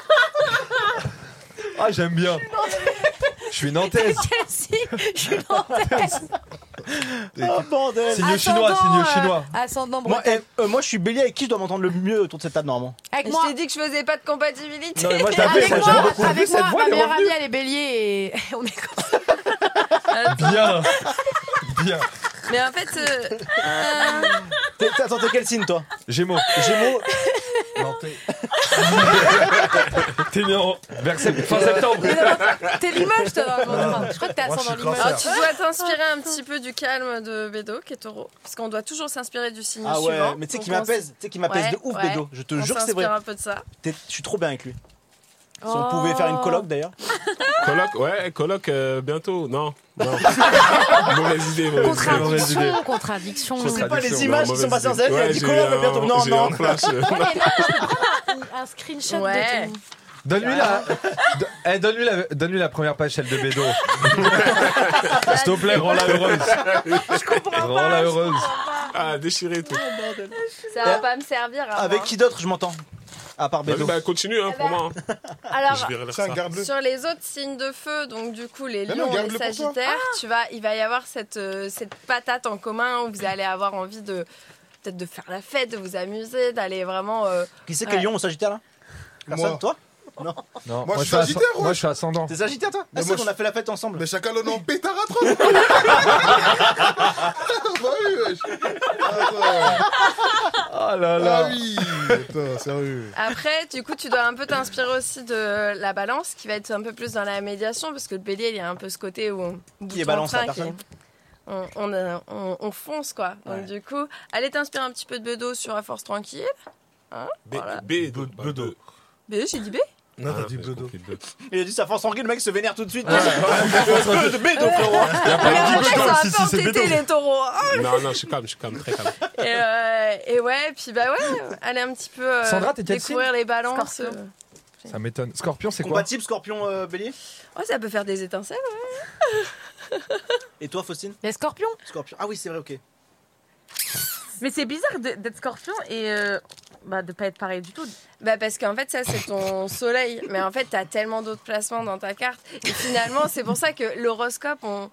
Ah, j'aime bien. Je suis nantaise. Quel signe? Je suis nantaise. Oh bordel. Signe chinois, signe euh, chinois. Ascendant Moi, breton. eh, euh, moi, je suis bélier. Avec qui je dois m'entendre le mieux autour de cette table normalement? Avec Je moi. t'ai dit que je faisais pas de compatibilité. Non, mais moi, je t'ai Avec appelé, moi, j'aime beaucoup. avec Cette moi, voix, ma elle est meilleure revenue. amie, elle est bélier et on est comme ça. Bien. Bien. Mais en fait, euh, euh, T'es- t'es- Attends, t'es quel signe toi? Gémeaux. Gémeaux. Nantais. T'es né en vers sept- fin septembre. Mais non, t'es Limoges, toi, normalement. Je crois que t'es Moi, je ascendant suis Limoges. cancer. alors tu dois t'inspirer un petit peu du calme de Bédo, qui est taureau. Parce qu'on doit toujours s'inspirer du signe Ah ouais, suivant. mais tu sais qui Donc on m'apaise, tu sais qui m'apaise Ouais, de ouf, ouais. Bédo. Je te On jure que c'est vrai. s'inspire un peu de ça. T'es- Je suis trop bien avec lui. Si on Oh. pouvait faire une coloc d'ailleurs. Coloc, ouais, coloc euh, bientôt. Non, non. Mauvaise idée, mauvaise idée. mauvaise idée. Contradiction, contradiction. Je sais pas Contradiction, les images Non, qui sont mauvaise passées en idée. scène. Il a Ouais, dit j'ai coloc eu un- bientôt. Non, j'ai eu non. un flash. Ouais, mais là, je peux prendre un screenshot Ouais. de ton. Donne-lui la, do- eh, donne-lui la, donne-lui la première page, celle de Bédo. S'il te plaît, rends-la heureuse. Je comprends Rends-la heureuse. Ah, déchiré tout. Ça va pas me servir. à Avec moi. qui d'autre je m'entends? À part Vas-y, Bédo. bah continue hein, pour moi. hein. Alors, Je vais relire Tiens, ça. garde-le. sur les autres signes de feu, donc du coup les Mais lions, non, les garde-le pour toi. sagittaires, tu vas, il va y avoir cette, euh, cette patate en commun où vous allez avoir envie de peut-être de faire la fête, de vous amuser, d'aller vraiment. euh, Qui c'est Ouais. quel lion au Sagittaire là? Personne? Moi. Toi? Non. Non, Moi, je suis suis asc- Sagittaire, ouais. Moi, je suis ascendant. T'es Sagittaire toi? Mais Ah, c'est moi, qu'on je- a fait la fête ensemble. Mais chacun le nom pétard atroce. Bah oui, wesh. Attends. Oh là Ah là. oui. Attends, sérieux. Après, du coup, tu dois un peu t'inspirer aussi de la balance, qui va être un peu plus dans la médiation, parce que le bélier, il y a un peu ce côté où on Qui est balance, la train, qui est- personne? on, on, euh, on- on fonce quoi. Donc Ouais. du coup, allez t'inspirer un petit peu de Bédo sur la force tranquille. Hein, B, voilà. B, Be- Bedo. B, j'ai dit B. Non, Ah, t'as dit j'ai Bedo. compris, deux. Il a dit sa force tranquille, le mec se vénère tout de suite. Ouais. De Bédo frérot. Il y a pas Mais de en Bédo, fait, ça si, va si, pas c'est entêter Bédo. les taureaux. hein. Non, non, je suis calme, je suis calme, très calme. Et, euh, et ouais, puis bah ouais, allez un petit peu euh, Sandra, t'es quel découvrir les balances. Scorpion. euh. Ça m'étonne. Scorpion, c'est quoi? Compatible Scorpion euh, Bélier. Oh, ça peut faire des étincelles. Ouais. Et toi Faustine? Les scorpions. Scorpion. Ah oui c'est vrai ok. Mais c'est bizarre de- d'être scorpion et euh, bah, de pas être pareil du tout. Bah parce qu'en fait ça c'est ton soleil, mais en fait t'as tellement d'autres placements dans ta carte. Et finalement c'est pour ça que l'horoscope, on...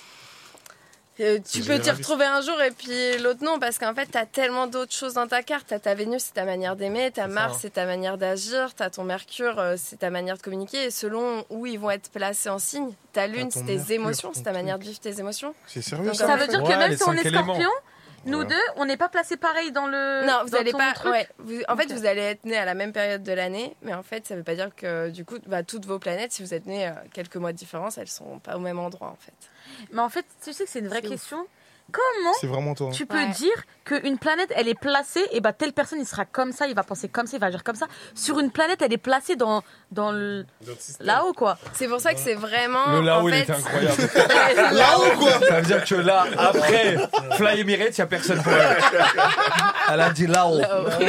euh, tu C'est peux t'y généraliste. retrouver un jour et puis l'autre non, parce qu'en fait t'as tellement d'autres choses dans ta carte. T'as ta Vénus, c'est ta manière d'aimer, ta C'est Mars, ça. c'est ta manière d'agir, t'as ton Mercure, euh, c'est ta manière de communiquer. Et selon où ils vont être placés en signe, ta Lune, ton c'est tes Mercure, émotions, ton c'est ta truc. manière de vivre tes émotions. C'est sérieux Donc, ça? Ça veut dire Ouais, que même les si on cinq est éléments. scorpion, nous Ouais. deux, on n'est pas placés pareil dans le. Non, vous dans allez ton pas. truc. Ouais, vous- en fait, Ok. vous allez être nés à la même période de l'année, mais en fait, ça veut pas dire que du coup, bah, toutes vos planètes, si vous êtes nés euh, quelques mois de différence, elles sont pas au même endroit en fait. Mais en fait, tu sais que c'est une vraie C'est ouf. question. Comment C'est vraiment toi. hein. tu peux Ouais. dire qu'une planète, elle est placée, et bah telle personne, il sera comme ça, il va penser comme ça, il va agir comme ça. Sur une planète, elle est placée dans, dans le... là-haut, quoi. C'est pour ça que c'est vraiment. Le là-haut, en il fait, était incroyable. Là-haut quoi. Ça veut dire que là, après Fly Emirates, il n'y a personne pour elle. Elle a dit là-haut.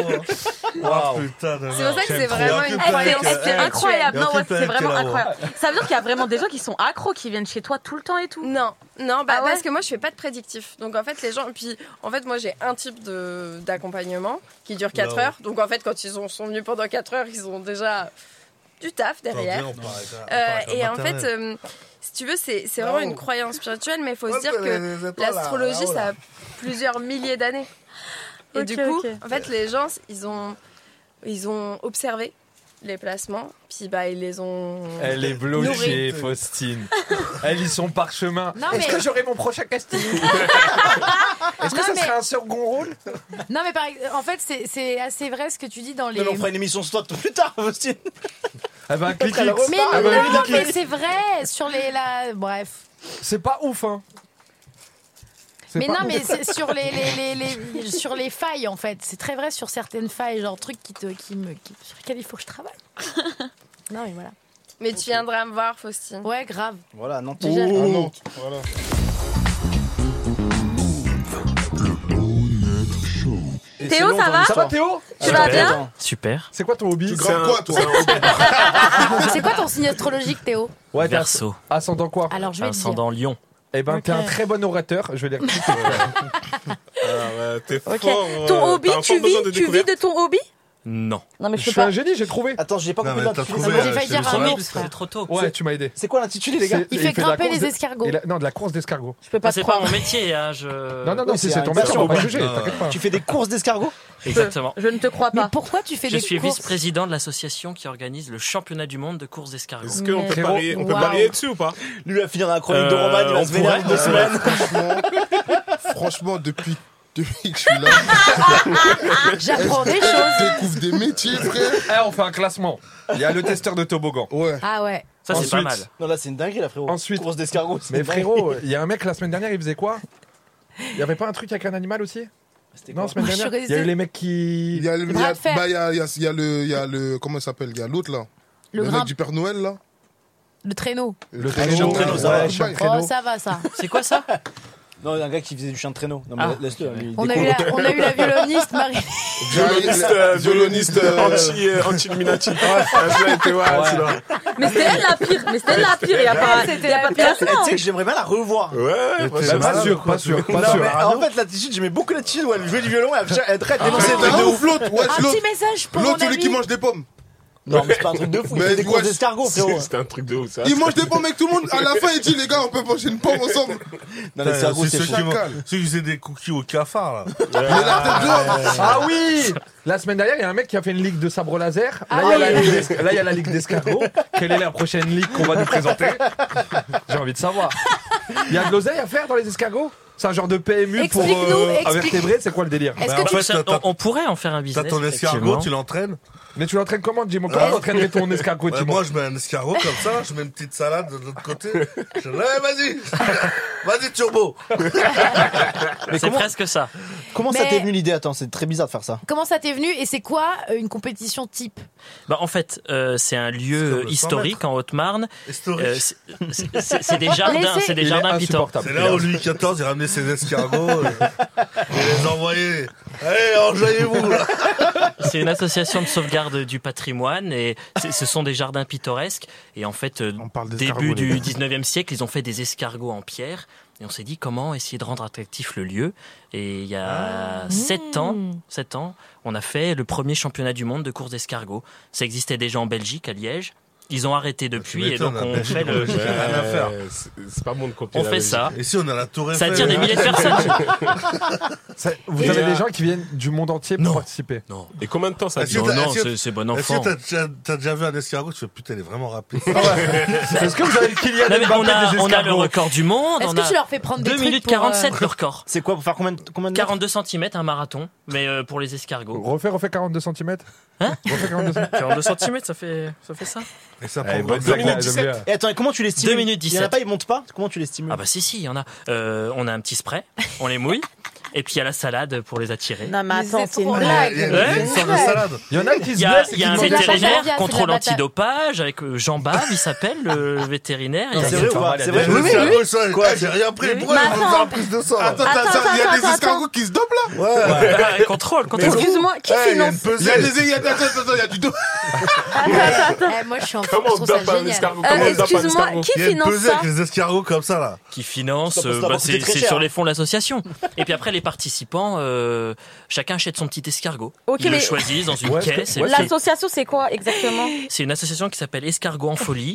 Oh putain de C'est pour ça que c'est J'aime trop. vraiment Il y a une que Eh, croyance c'est- c'est spirituelle. incroyable, Il y a non, aucune ouais, c'est planète qui est vraiment là-haut. incroyable. Ça veut dire qu'il y a vraiment des gens qui sont accros, qui viennent chez toi tout le temps et tout. Non, non, bah Ah ouais parce que moi je fais pas de prédictif. Donc en fait les gens, puis en fait moi j'ai un type de d'accompagnement qui dure quatre Là-haut. heures. Donc en fait quand ils ont, sont venus pendant quatre heures, ils ont déjà du taf derrière. On parle- on Euh, parle et en maternelle. fait, euh, si tu veux, c'est c'est vraiment Là-haut. une croyance spirituelle, mais il faut se Ouais, dire c'est que les- les étoiles, là, l'astrologie, là-haut, ça là. a plusieurs milliers d'années. Et Ok, du coup, ok. en fait, les gens, ils ont, ils ont observé les placements, puis bah, ils les ont. Elle est Nourrie. bloquée, Faustine. Elle, ils sont parchemin. Non, Est-ce mais- que j'aurai mon prochain casting? Est-ce que Non, ça mais- serait un second rôle? Non, mais par ex- en fait, c'est- c'est assez vrai ce que tu dis dans les. Mais on fera une émission sur toi plus tard Faustine. Eh ben, clic, Elle clic. repart. Mais Ah bah, non, clic, clic. mais c'est vrai sur les la bref. C'est pas ouf, hein. C'est Mais pas non, ouf. mais c'est sur les, les, les, les- sur les failles en fait. C'est très vrai sur certaines failles, genre trucs qui te qui me qui- sur lesquels il faut que je travaille. Non mais voilà. Mais tu viendras me voir, Faustine. Ouais, grave. Voilà non. Déjà- Ah non, voilà. Et Théo, c'est long, ça ton va Ça va, histoire. Théo? Tu vas bien Attends. Super. C'est quoi ton hobby? Tu C'est graves un- quoi toi? c'est un- C'est quoi ton signe astrologique, Théo? Ouais, t'es Verseau. Ascendant quoi? Alors je vais te dire. Ascendant Lion. Eh ben, t'es Ok. un très bon orateur. Je vais les rectifier. Ah ouais, t'es Ok. fort. Ton euh, hobby, t'as un tu fort besoin vis, de tu vis découverte. de ton hobby? Non. Non, mais je Je peux suis un pas. génie, j'ai trouvé. Attends, j'ai pas Non, compris mais t'as l'intitulé. trouvé, J'ai euh, failli chez dire le un salade. ours, frère. C'est trop tôt. Ouais, tu m'as aidé. C'est quoi l'intitulé, les gars C'est- Il fait de la grimper course les de- escargots. il a- Non, de la course d'escargots. Je peux pas C'est te pas croire. mon métier, hein, je. Non, non, non, Ouais, c'est c'est c'est un ton métier, on va pas métier. juger, Non. t'inquiète pas. Tu fais des courses d'escargots? Exactement. Je ne te crois Mais pas. pourquoi tu fais Je des suis courses vice-président de l'association qui organise le championnat du monde de courses d'escargots. Est-ce qu'on peut Frérot, parier, on peut waouh. parier dessus ou pas? Lui, il va finir dans la chronique de Euh, Roman, il va on se vénérer pourrait. deux semaines. Franchement, franchement, depuis, depuis que je suis là, J'apprends des je choses. découvre des métiers, frère. Eh, on fait un classement. Il y a le testeur de toboggan. Ouais. Ah ouais. Ça, c'est pas Ensuite, mal. Non, là, c'est une dinguerie, là, frérot. Ensuite- Course d'escargots. c'est Mais une dinguerie. frérot, il y a un mec la semaine dernière, il faisait quoi? Il y avait pas un truc avec un animal aussi? C'était Non, quoi la semaine Moi, je suis dernière. Il y a eu restée- les mecs qui. Il y a le, Le il y a, bras de fer. bah, il y a, il y a, il y a le, il y a le, comment il s'appelle? Il y a l'autre, là. Le Le mec grimpe, du Père Noël, là. le traîneau. Le traîneau, traîneau, traîneau, ouais, ça ouais, va, ouais, chien ouais. de traîneau. Oh, ça va, ça. C'est quoi ça? Non, il y a un gars qui faisait du chien de traîneau. Non, mais Ah. laisse-le. lui, il On a, découvre. eu la, on a eu la violoniste Marie. Violoniste, euh, violoniste euh, anti, euh, anti-illuminati. Ah, ça a été, ouais, celui-là. Mais c'était elle la pire. Mais c'était elle la pire. Il n'y a pas, C'était y a la pas pire. pire à Eh, ça. Tu sais que j'aimerais bien la revoir. Ouais, t'es franchement. Bah, pas malade, sûr, quoi. pas sûr, pas Non, sûr. mais en fait, l'attitude, j'aimais beaucoup l'attitude où elle jouait du violon et elle elle traite Ah, dénoncer c'est de un ouf. ouf, l'autre. Ouais, Un l'autre. petit message pour mon L'autre, celui qui ami. mange des pommes. Non, mais c'est pas un truc de fou. Il Mais fait des courses ouais, d'escargots, frérot. C'était un truc de ouf, ça. Il mange des pommes avec tout le monde. À la fin, il dit, les gars, on peut manger une pomme ensemble. Non, l'escargot, C'est c'est ceux fou. qui vont- chacal. ceux qui faisaient des cookies au cafard, là. Il est la tête dehors. Ah oui! La semaine dernière, il y a un mec qui a fait une ligue de sabre laser. Là, Ah il y a la oui. ligue d'es- là, il y a la ligue d'escargots. Quelle est la prochaine ligue qu'on va nous présenter? J'ai envie de savoir. Il y a de l'oseille à faire dans les escargots? C'est un genre de P M U pour Explique-nous, euh, explique. invertébrés, c'est quoi le délire? Est-ce Bah, que en tu... fait, Ça, t'as- on, on pourrait en faire un T'as business. ton escargot, effectivement. tu l'entraînes. Mais tu l'entraînes comment, Jimo? Comment t'entraînerais ton escargot, Ouais, Jimo? moi, je mets un escargot comme ça, je mets une petite salade de l'autre côté. Je dis, ouais, vas-y, vas-y, turbo. Mais C'est comment, presque ça. comment ça Mais- t'est venu l'idée? Attends, c'est très bizarre de faire ça. Comment ça t'est venu et c'est quoi euh, une compétition type? Bah, en fait, euh, c'est un C'est lieu comme le cent historique en Haute-Marne. Historique. Euh, c'est- c'est c'est- c'est des jardins, Laissez- c'est des Il est jardins pittoresques. insupportable. C'est là où Louis quatorze, il ramenait ses escargots et il les envoyait. Allez, enjaillez-vous, là. C'est une association de sauvegarde du patrimoine et c'est- ce sont des jardins pittoresques. Et en fait, euh, On parle d'escargots, début les du gars. dix-neuvième siècle, ils ont fait des escargots en pierre. Et on s'est dit comment essayer de rendre attractif le lieu. Et il y a sept ans, sept ans, on a fait le premier championnat du monde de course d'escargots. Ça existait déjà en Belgique, à Liège. Ils ont arrêté depuis et donc m'étonnes, on la fait le. Belgique, rien à faire. Ouais, c'est- C'est pas bon de copier On la fait Belgique. ça. Ici, on a la tour Ça Eiffel. attire des milliers de personnes. Ça- Vous Et avez euh, des gens qui viennent du monde entier pour Non. participer. Non. Et combien de temps ça Est-ce dure? que Non, t'as- non, est-ce que- c'est c'est bon Est-ce enfant. que t'as déjà- t'as déjà vu un escargot? Tu fais putain, il est vraiment rapide. Est-ce que vous avez le Kylian Non, mais on, Mbappé a, des on a le escargots? record du monde. Est-ce on que a tu leur fais prendre des deux trucs minutes pour, euh, quarante-sept le record. C'est quoi pour faire combien de, combien de mètres? quarante-deux centimètres, un marathon, mais euh, pour les escargots. Refais, refais quarante-deux centimètres. Hein Refais quarante-deux centimètres. quarante-deux centimètres, ça fait, ça fait ça. Et ça Eh, prend bonne deux blague, minutes j'aime dix-sept. bien. Et attends, et comment tu les stimules? deux minutes Il y en a dix-sept. pas, ils montent pas? Comment tu les stimules? Ah bah si, si, il y en a. Euh, on a un petit spray, on les mouille, et puis il y a la salade pour les attirer. Non, mais Mais attends, c'est c'est une trop blague. Il y a Ouais. une sorte de salade. Il y en a qui Il se y a, blessent et il qui y a un nous C'est de la vétérinaire patate, contrôle c'est de la patate. antidopage avec euh, Jean Bave, il s'appelle le vétérinaire. Il y a- C'est vrai ou pas? Il y a C'est des- vrai? Les oui, escargots, oui. ça, Quoi, eh, j'ai rien pris. oui. Pourquoi Mais ils vont attends. faire plus de sang? Attends, Attends, t'as- t'as- il y a attends, des attends, escargots qui se dopent, là. Ouais, contrôle, contrôle. Excuse-moi, qui Eh, il y a une finance Il y a pesée. des, il y a, attends, attends, attends, il y a du dos. Attends, attends, attends. Eh, moi, je suis en Comment je on trouve ça dope un génial. escargot? Euh, Comment on dope un Excuse-moi, escargot? qui Il y a une finance pesée ça? avec les escargots comme ça, là. Qui finance, Ça peut- ça euh, va bah, coûter c'est très c'est cher. sur les fonds de l'association. Et puis après, les participants, euh, chacun achète son petit escargot. Ok, Ils le mais- choisissent dans une Ouais, est-ce que- caisse. et ouais, puis- L'association, c'est quoi exactement? C'est une association qui s'appelle Escargot en folie.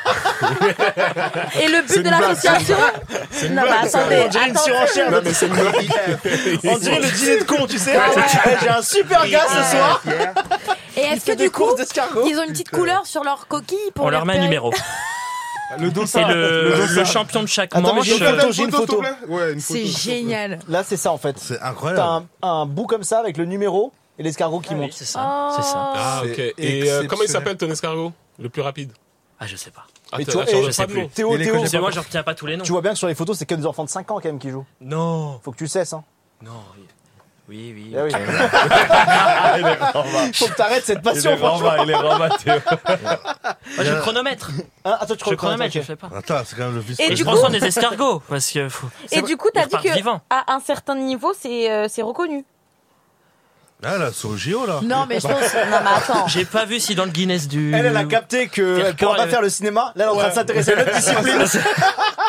Et le but de l'association? Non, mais attendez, On dirait une attendez. surenchère. Non, mais c'est une blague. On dirait le dîner de con, tu sais. Eh, J'ai un super gars ce soir. Et Il est-ce fait que des du coup, courses d'escargots. ils ont une petite couleur sur leur coquille pour On les leur met un repérer? numéro. Le Et dossard. le, dossard. le champion de chaque Attends, mais manche. j'ai une euh, photo, j'ai une s'il te photo. plaît. Ouais, une photo. C'est génial. Là, c'est ça en fait. C'est T'as incroyable. un, un bout comme ça avec le numéro et l'escargot qui oui, monte. c'est ça, c'est ça. Ah, ok. C'est Et euh, comment il exceptionnel. s'appelle ton escargot? Le plus rapide? Ah, je sais pas. Ah, Mais t'as- tu vois, ah, change eh, pas je sais de plus. nom. Théo, Il est Théo, connu. Parce que moi, je retiens pas tous les noms. tu vois bien que sur les photos, c'est que des enfants de cinq ans quand même qui jouent. Non. Faut que tu le cesses. Hein. Non. Oui, oui. Ah oui. ok. Faut que t'arrêtes cette Il passion, est franchement. ramba, il est ramba, Théo. Moi, je chronomètre. Hein, attends, tu Je chronomètre, je ok. fais pas. Attends, c'est quand même le vice. Et Et du je coup- prends soin des escargots parce que faut... Et du coup, ils t'as dit repartent que vivants. à un certain niveau, c'est euh, c'est reconnu. Ah, là, sur le J O, là. Non, mais je pense. Non, mais attends. J'ai pas vu si dans le Guinness du. Elle, elle a capté qu'elle Faire pourra peur, pas elle- faire le cinéma. Là, elle est en train de s'intéresser à notre discipline.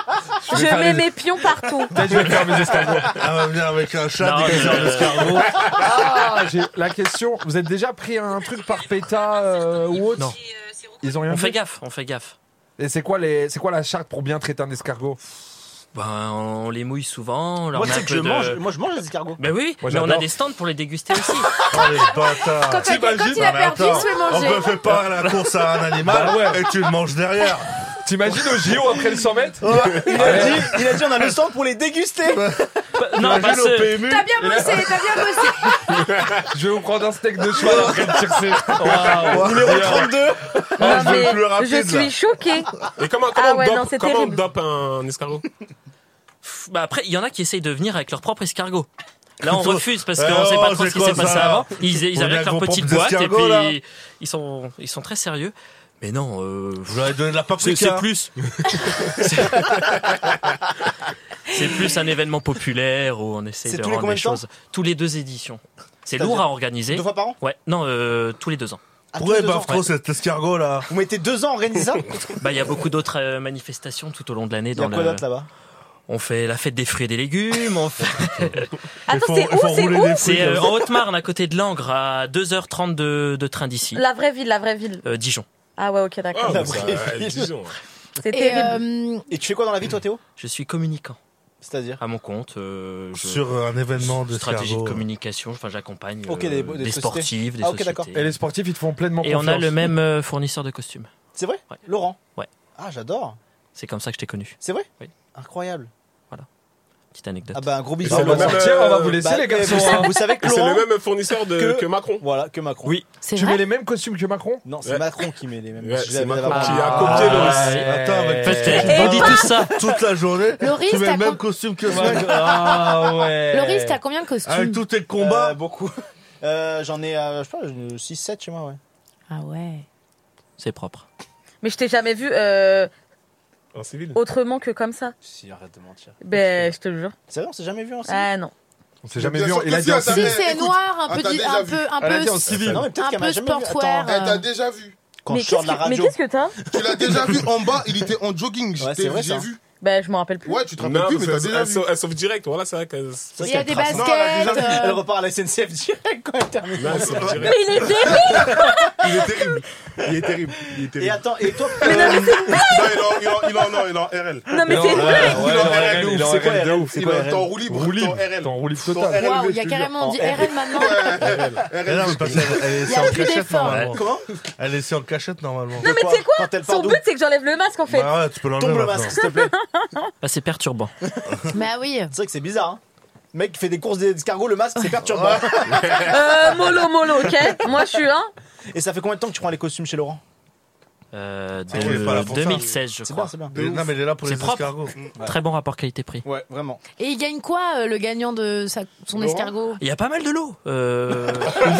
Je Je vais faire mets les- mes pions partout. Peut-être je vais faire mes escargots. Elle va venir avec un chat Non, déguisé en euh, escargot. Ah, j'ai la question. Vous êtes déjà pris un truc par péta euh, ou autre? Non. Ils ont rien On dit fait gaffe, on fait gaffe. Et c'est quoi, les... c'est quoi la charte pour bien traiter un escargot? Ben, on les mouille souvent. On leur Moi, met tu un sais que peu je de... mange, moi, je mange les escargots. Ben oui, Moi, mais on a j'adore. des stands pour les déguster aussi. Oh les bâtards. Quand, t'as- quand il a Ah, mais perdu, attends, il se fait on manger. peut faire pas la course à un animal Bah ouais. et tu le manges derrière. T'imagines au J O après le cent mètres? Il a dit, il a dit, on a le stand pour les déguster. Non, Imagine parce au que- P M U. T'as bien bossé, t'as bien bossé. Je vais vous prendre un steak de cheval après le tircer. Waouh. Numéro trente-deux. Non, je veux mais plus rapide, je là. suis choquée. Et comment, comment, Ah on, ouais, dope, non, c'est comment on terrible. dope un escargot? Bah après, il y en a qui essayent de venir avec leur propre escargot. Là, on Toi- refuse parce Eh qu'on sait oh, pas trop c'est ce qui quoi s'est passé ça avant. Ils, ils On arrivent est avec leur avec vos petite propres boîte et escargots, là. puis ils sont, ils sont très sérieux. Mais non, euh, Vous leur avez donné de la c'est paprika. c'est plus. c'est- C'est plus un événement populaire où on essaie C'est de tous les rendre combien les de temps choses. Tous les deux éditions. C'est C'est-à-dire lourd à organiser. Deux fois par an. Ouais, non, euh, tous les deux ans. Ah, tous Ouais, les deux bave ans. trop cet escargot là. Vous mettez deux ans à organiser ça? Bah, il y a beaucoup d'autres euh, manifestations tout au long de l'année. Il y a Dans quoi le... d'autre là-bas? On fait la fête des fruits et des légumes. On fait... Attends, faut- c'est il faut où, c'est rouler où des fruits C'est comme euh, ça. en Haute-Marne, à côté de Langres, à deux heures trente de, de train d'ici. La vraie ville, la vraie ville. Euh, Dijon. Ah ouais, ok, d'accord. Ah, La bah, ça, vraie euh, ville. disons. C'est Et, terrible. euh, Et tu fais quoi dans la vie, toi, Théo? Je suis communicant C'est-à-dire? à mon compte. euh, je... Sur un événement de stratégie de communication. Enfin, j'accompagne Ok, euh, des- des des, sociétés. sportifs, des Ah, ok, sociétés. d'accord. Et les sportifs, ils te font pleinement Et confiance. on a le même euh, fournisseur de costumes. C'est vrai? Ouais. Laurent? Ouais. Ah, j'adore. C'est comme ça que je t'ai connu. C'est vrai? Oui. Incroyable. Petite anecdote. Ah bah un gros bisou. On C'est va le même, sortir, on va vous euh, laisser Bah, les garçons. vous, hein. vous savez que Et c'est Laurent, le même fournisseur de, que- que Macron. voilà, que Macron. Oui. c'est Tu vrai. mets les mêmes costumes que Macron? Non, c'est Ouais. Macron qui met les mêmes. Ouais, Je c'est l'avais Macron d'abord. qui a Ah, copié Loris. ouais. Attends, avec Peut-être. On dit tout ça. toute la journée. Loris, Tu mets t'as le même com- costume que ce mec. Ah ouais. Loris, t'as combien de costumes? Avec tous tes Euh, combats. beaucoup. Euh, J'en ai, euh, je sais pas, six sept chez moi, ouais. Ah ouais. C'est propre. Mais je t'ai jamais vu euh, En civil. autrement que comme ça. Si, arrête de mentir. Ben, je te le jure. C'est vrai, on s'est jamais vu ensemble. Ah non. On s'est jamais Bien vu. sûr Il a que dit si, en attends, Si civil. c'est écoute, noir, un ah, peu, t'as di- déjà un vu. peu, un Elle a dit en peu, civil. Non, mais peut-être un qu'elle m'a peu jamais vu. sportwear. Attends, Elle t'a euh, déjà vu. quand mais je sors de qu'est-ce la que, mais radio. qu'est-ce que t'as Tu l'as déjà vu en bas, il était en jogging. Je Ouais, t'ai- c'est vrai, J'ai ça. vu. Ben, je m'en rappelle plus. Ouais, tu te rappelles Non, plus, mais parce t'as que déjà elle, vu. sauve, elle sauve direct. Voilà, c'est vrai qu'elle. C'est Il y a des trace. Non, elle a baskets. déjà vu. euh, Elle repart à la S N C F direct quand elle termine. Non, elle sauve direct. Mais il est terrible. Il est terrible. Il est terrible. Il est Et terrible. attends, et toi, Non, il est en- il est en- il est en- non, il est en R L. Non, mais Non, c'est ouais, vrai. ouais, Il est en ouais, R L ouais, de il est ouf. en C'est quoi R L de R L? ouf. C'est Il quoi est R en L? temps roue libre. Roue libre. Ton R L. Ton roue libre Ton total. R L. Waouh, il y a je te carrément jure. du R L maintenant. R Mais non, mais L. parce qu'elle elle est Il y laissée a en plus cachette d'efforts. normalement. Comment? Elle est laissée en cachette normalement. Non, mais Quoi tu sais quoi Quand elle Son part d'où? but, c'est que j'enlève le masque en fait. Bah ouais, tu peux l'enlever Tombe le maintenant. masque, s'il te plaît. Ah, c'est perturbant. Mais ah oui. C'est vrai que c'est bizarre, hein. Le mec qui fait des courses d'escargots, le masque, c'est perturbant. Euh, mollo, mollo, ok. Moi, je suis un. Et ça fait combien de temps que tu prends les costumes chez Laurent? Euh, C'est qu'il est pas là de pour ça. deux mille seize, je C'est crois. bien, c'est bien. Mais non, mais il est là pour C'est les propre. escargots. Très bon rapport qualité-prix. Ouais, vraiment. Et il gagne quoi, euh, le gagnant de sa- son Laurent escargot? Il y a pas mal de l'eau. Euh...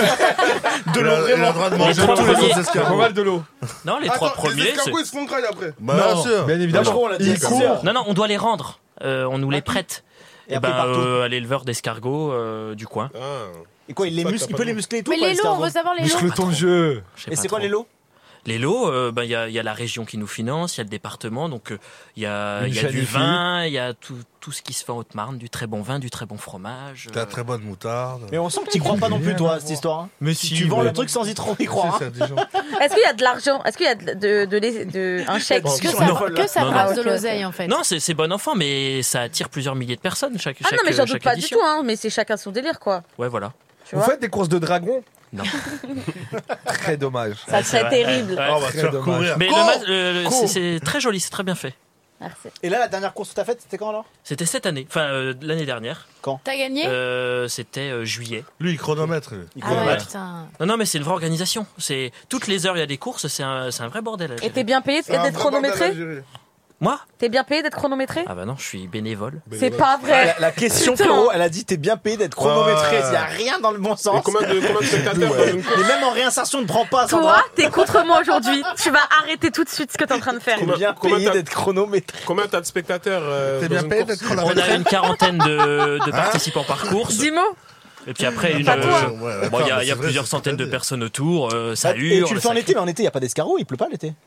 De l'eau, vraiment. Il a le droit de manger trois tous les premiers. autres Pas escargots. mal de l'eau. Non, les Attends, trois les premiers. c'est- escargots, ils se font graille après. Bah, bien sûr. Bien évidemment. on l'a dit, Il c'est court. sûr. Non, non, on doit les rendre. Euh, on nous les prête. Et Et après, ben, partout. euh, à l'éleveur d'escargots euh, du coin. Ah. Et quoi, il les Ça, muscle, t'as il pas peut de- les muscler et tout? Mais quoi, les lots, on l'escargot veut savoir les lots. Muscle ton jeu. Je sais Et pas c'est quoi trop. les lots? Les lots, euh, ben, il y, a, il y a la région qui nous finance, il y a le département, donc euh, il y a, Une il y a du chanifie. vin, il y a tout, tout ce qui se fait en Haute-Marne, du très bon vin, du très bon fromage. T'as euh, très bonne moutarde. Mais on sent que tu crois pas non plus, toi, à cette histoire. hein. Mais Si si, tu vends ouais. le truc sans y trop y Si, croire. c'est hein. à Dijon. Est-ce qu'il y a de l'argent Est-ce qu'il y a de, de, de, de- de- un chèque Bon, Que Non. ça, Non. que ça Non, brasse non. de l'oseille, en fait. Non, c'est c'est bon enfant, mais ça attire plusieurs milliers de personnes chaque, Ah chaque, non, mais j'en doute chaque pas édition. du tout, hein. Mais c'est chacun son délire, quoi. Ouais, voilà. Tu Vous vois faites des courses de dragons? Non. Très dommage. Ça serait Ouais, terrible. ouais, ouais. Oh, on va te Très faire dommage. courir. Mais le Cours ma- le- le- Cours. c'est- c'est très joli, c'est très bien fait. Merci. Et là, la dernière course que t'as faite, c'était quand alors? C'était cette année, enfin euh, l'année dernière. T'as gagné? Euh, C'était euh, juillet. Lui, il chronomètre. lui. Il Ah ouais, chronomètre. putain. Non, non, mais c'est une vraie organisation. C'est toutes les heures il y a des courses, c'est un, c'est un vrai bordel. à Et gérer. t'es bien payé C'est un d'être vrai bordel à chronométré gérer. Moi T'es bien payé d'être chronométré Ah bah non, je suis bénévole. C'est pas vrai. La, la question, Putain. frérot, elle a dit t'es bien payé d'être chronométré. Ouais. Il y a rien dans le bon Et sens. combien de, combien de spectateurs dans une course? Mais même en réinsertion, ne prends pas, Sandra. Toi, t'es contre moi aujourd'hui. Tu vas arrêter tout de suite ce que t'es en train de faire. T'es Combien- bien combien payé t'as- d'être chronométré. Combien t'as de spectateurs euh, T'es dans bien une payé course? d'être On a chronométré. une quarantaine de, de participants par course. Dis mots. Et puis après, une. Pas toi. euh, Ouais, bon, il y a, attends, il y a mais c'est plusieurs vrai, c'est centaines de ce que t'as dit. personnes autour. euh, ça Et hurle. tu le fais en ça été, mais en été, il n'y a pas d'escargot, il pleut pas l'été.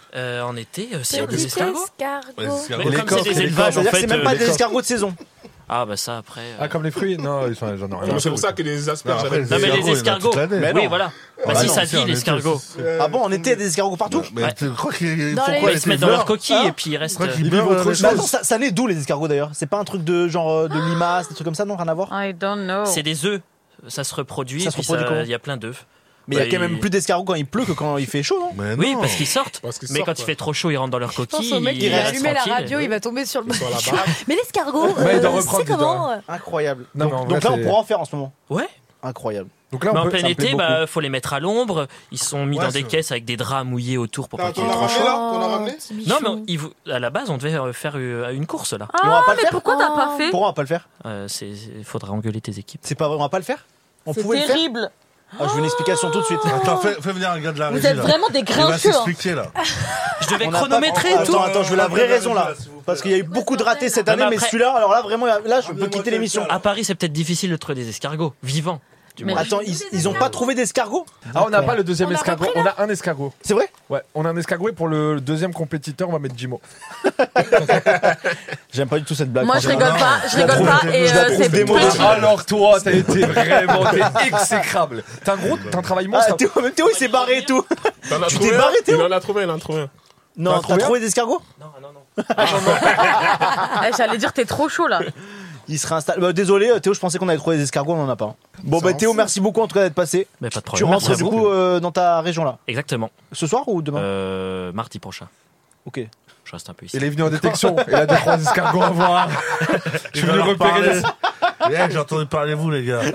Euh, en été, euh, s'il y a Petit des escargots. escargot. Ouais, c'est Mais les comme coffres, c'est des les élevages, en C'est-à-dire que fait. c'est même euh, pas les des coffres- escargots de saison. Ah, bah ça, après. euh, Ah, comme les fruits Non, ils sont- j'en ai rien à C'est foutre. pour ça que les Non, asperges, après, avec Non, mais escargots, il y en les a escargots. toute l'année. Mais Oui, non. voilà. Bah, Ah si non, ça si, dit, en été, l'escargot. c'est- Ah bon, en été, il y a des escargots partout? Mais Ouais. tu crois qu'ils Dans font les- quoi Bah, ils se mettent dans leur coquille Hein et puis ils restent. crois qu'ils euh, beurrent autre Mais chose. attends, ça, ça naît d'où les escargots d'ailleurs? C'est pas un truc de genre euh, de limaces, des trucs comme ça, non? Rien à voir? I don't know. C'est des œufs. Ça se reproduit. Ça et se puis reproduit comment il y a plein d'œufs. Mais il y a Bah, quand même il- plus d'escargots quand il pleut que quand il fait chaud, non? Mais Oui, non. parce qu'ils sortent. Parce qu'ils Mais sortent, quand il ouais. fait trop chaud, ils rentrent dans leur Je pense coquille. au mec ils qui va restent allumer la tranquilles. radio, il va tomber sur le Sur la mec. baraque. Mais l'escargot, Bah, il doit euh, reprendre c'est déjà. comment euh Incroyable. Non, mais en donc vrai, donc là, on c'est- pourra en faire en ce moment. Ouais. Incroyable. Donc là, Mais on en peut. plein ça me plaît été, beaucoup. bah, faut les mettre à l'ombre. Ils sont mis Ouais, dans des c'est- caisses avec des draps mouillés autour pour T'as- pas qu'ils t'en aient as trop ramené chaud. là T'en as ramené petit Non, bichon. mais il vous- à la base, on devait euh, faire euh, une course là. Mais on va Ah, pas le mais faire. pourquoi t'as pas fait Pourquoi on va pas le faire? Euh, c'est, il faudra engueuler tes équipes. C'est pas vrai, on va pas le faire? On C'est pouvait le faire? terrible. Ah, je veux une explication tout de suite. Attends, fais, fais venir un gars de la Vous régie. êtes là. vraiment des Il va grincheux. hein. s'expliquer là. Je devais On a pas- chronométrer et tout. Attends, attends, je veux la vraie raison là. S'il vous plaît. Parce qu'il y a eu beaucoup de ratés cette Non, année, mais mais après- celui-là, alors là, vraiment, là, je peux quitter l'émission. À Paris, c'est peut-être difficile de trouver des escargots vivants. Du Mais- moins. Attends, ils, ils ont pas trouvé d'escargots? Ah, on n'a pas le deuxième On a escargot. repris, On a un escargot. C'est vrai? Ouais, on a un escargot et pour le deuxième compétiteur, on va mettre Jimo. J'aime pas du tout cette blague. Moi, je franchement. rigole pas. Je Je la rigole trouve- pas. Et je la euh, trouve c'est démodée. petit. Alors toi, t'as été vraiment t'es exécrable. T'as un gros, t'as un travail Ah, monstre. Théo, même Théo, il s'est barré et tout. T'en as Tu trouvé t'es un barré, Théo? Il en a trouvé, il en a trouvé un. Non, T'as t'as trouvé trouvé des escargots? Non, non, non. Eh, J'allais dire, t'es trop chaud là. Il serait installé. Bah, désolé, Théo, je pensais qu'on avait trouvé des escargots, on en a pas. Bon, bah, Théo, merci beaucoup en tout cas d'être passé. Mais pas de Tu problème. rentres Merci du à vous. coup euh, dans ta région là. Exactement. Ce soir ou demain? Euh, mardi prochain. Ok. Je reste un peu ici. Il est venu en détection. Il a deux trois escargots à voir. Je suis venu repérer les. Eh, j'ai entendu parler de vous, les gars.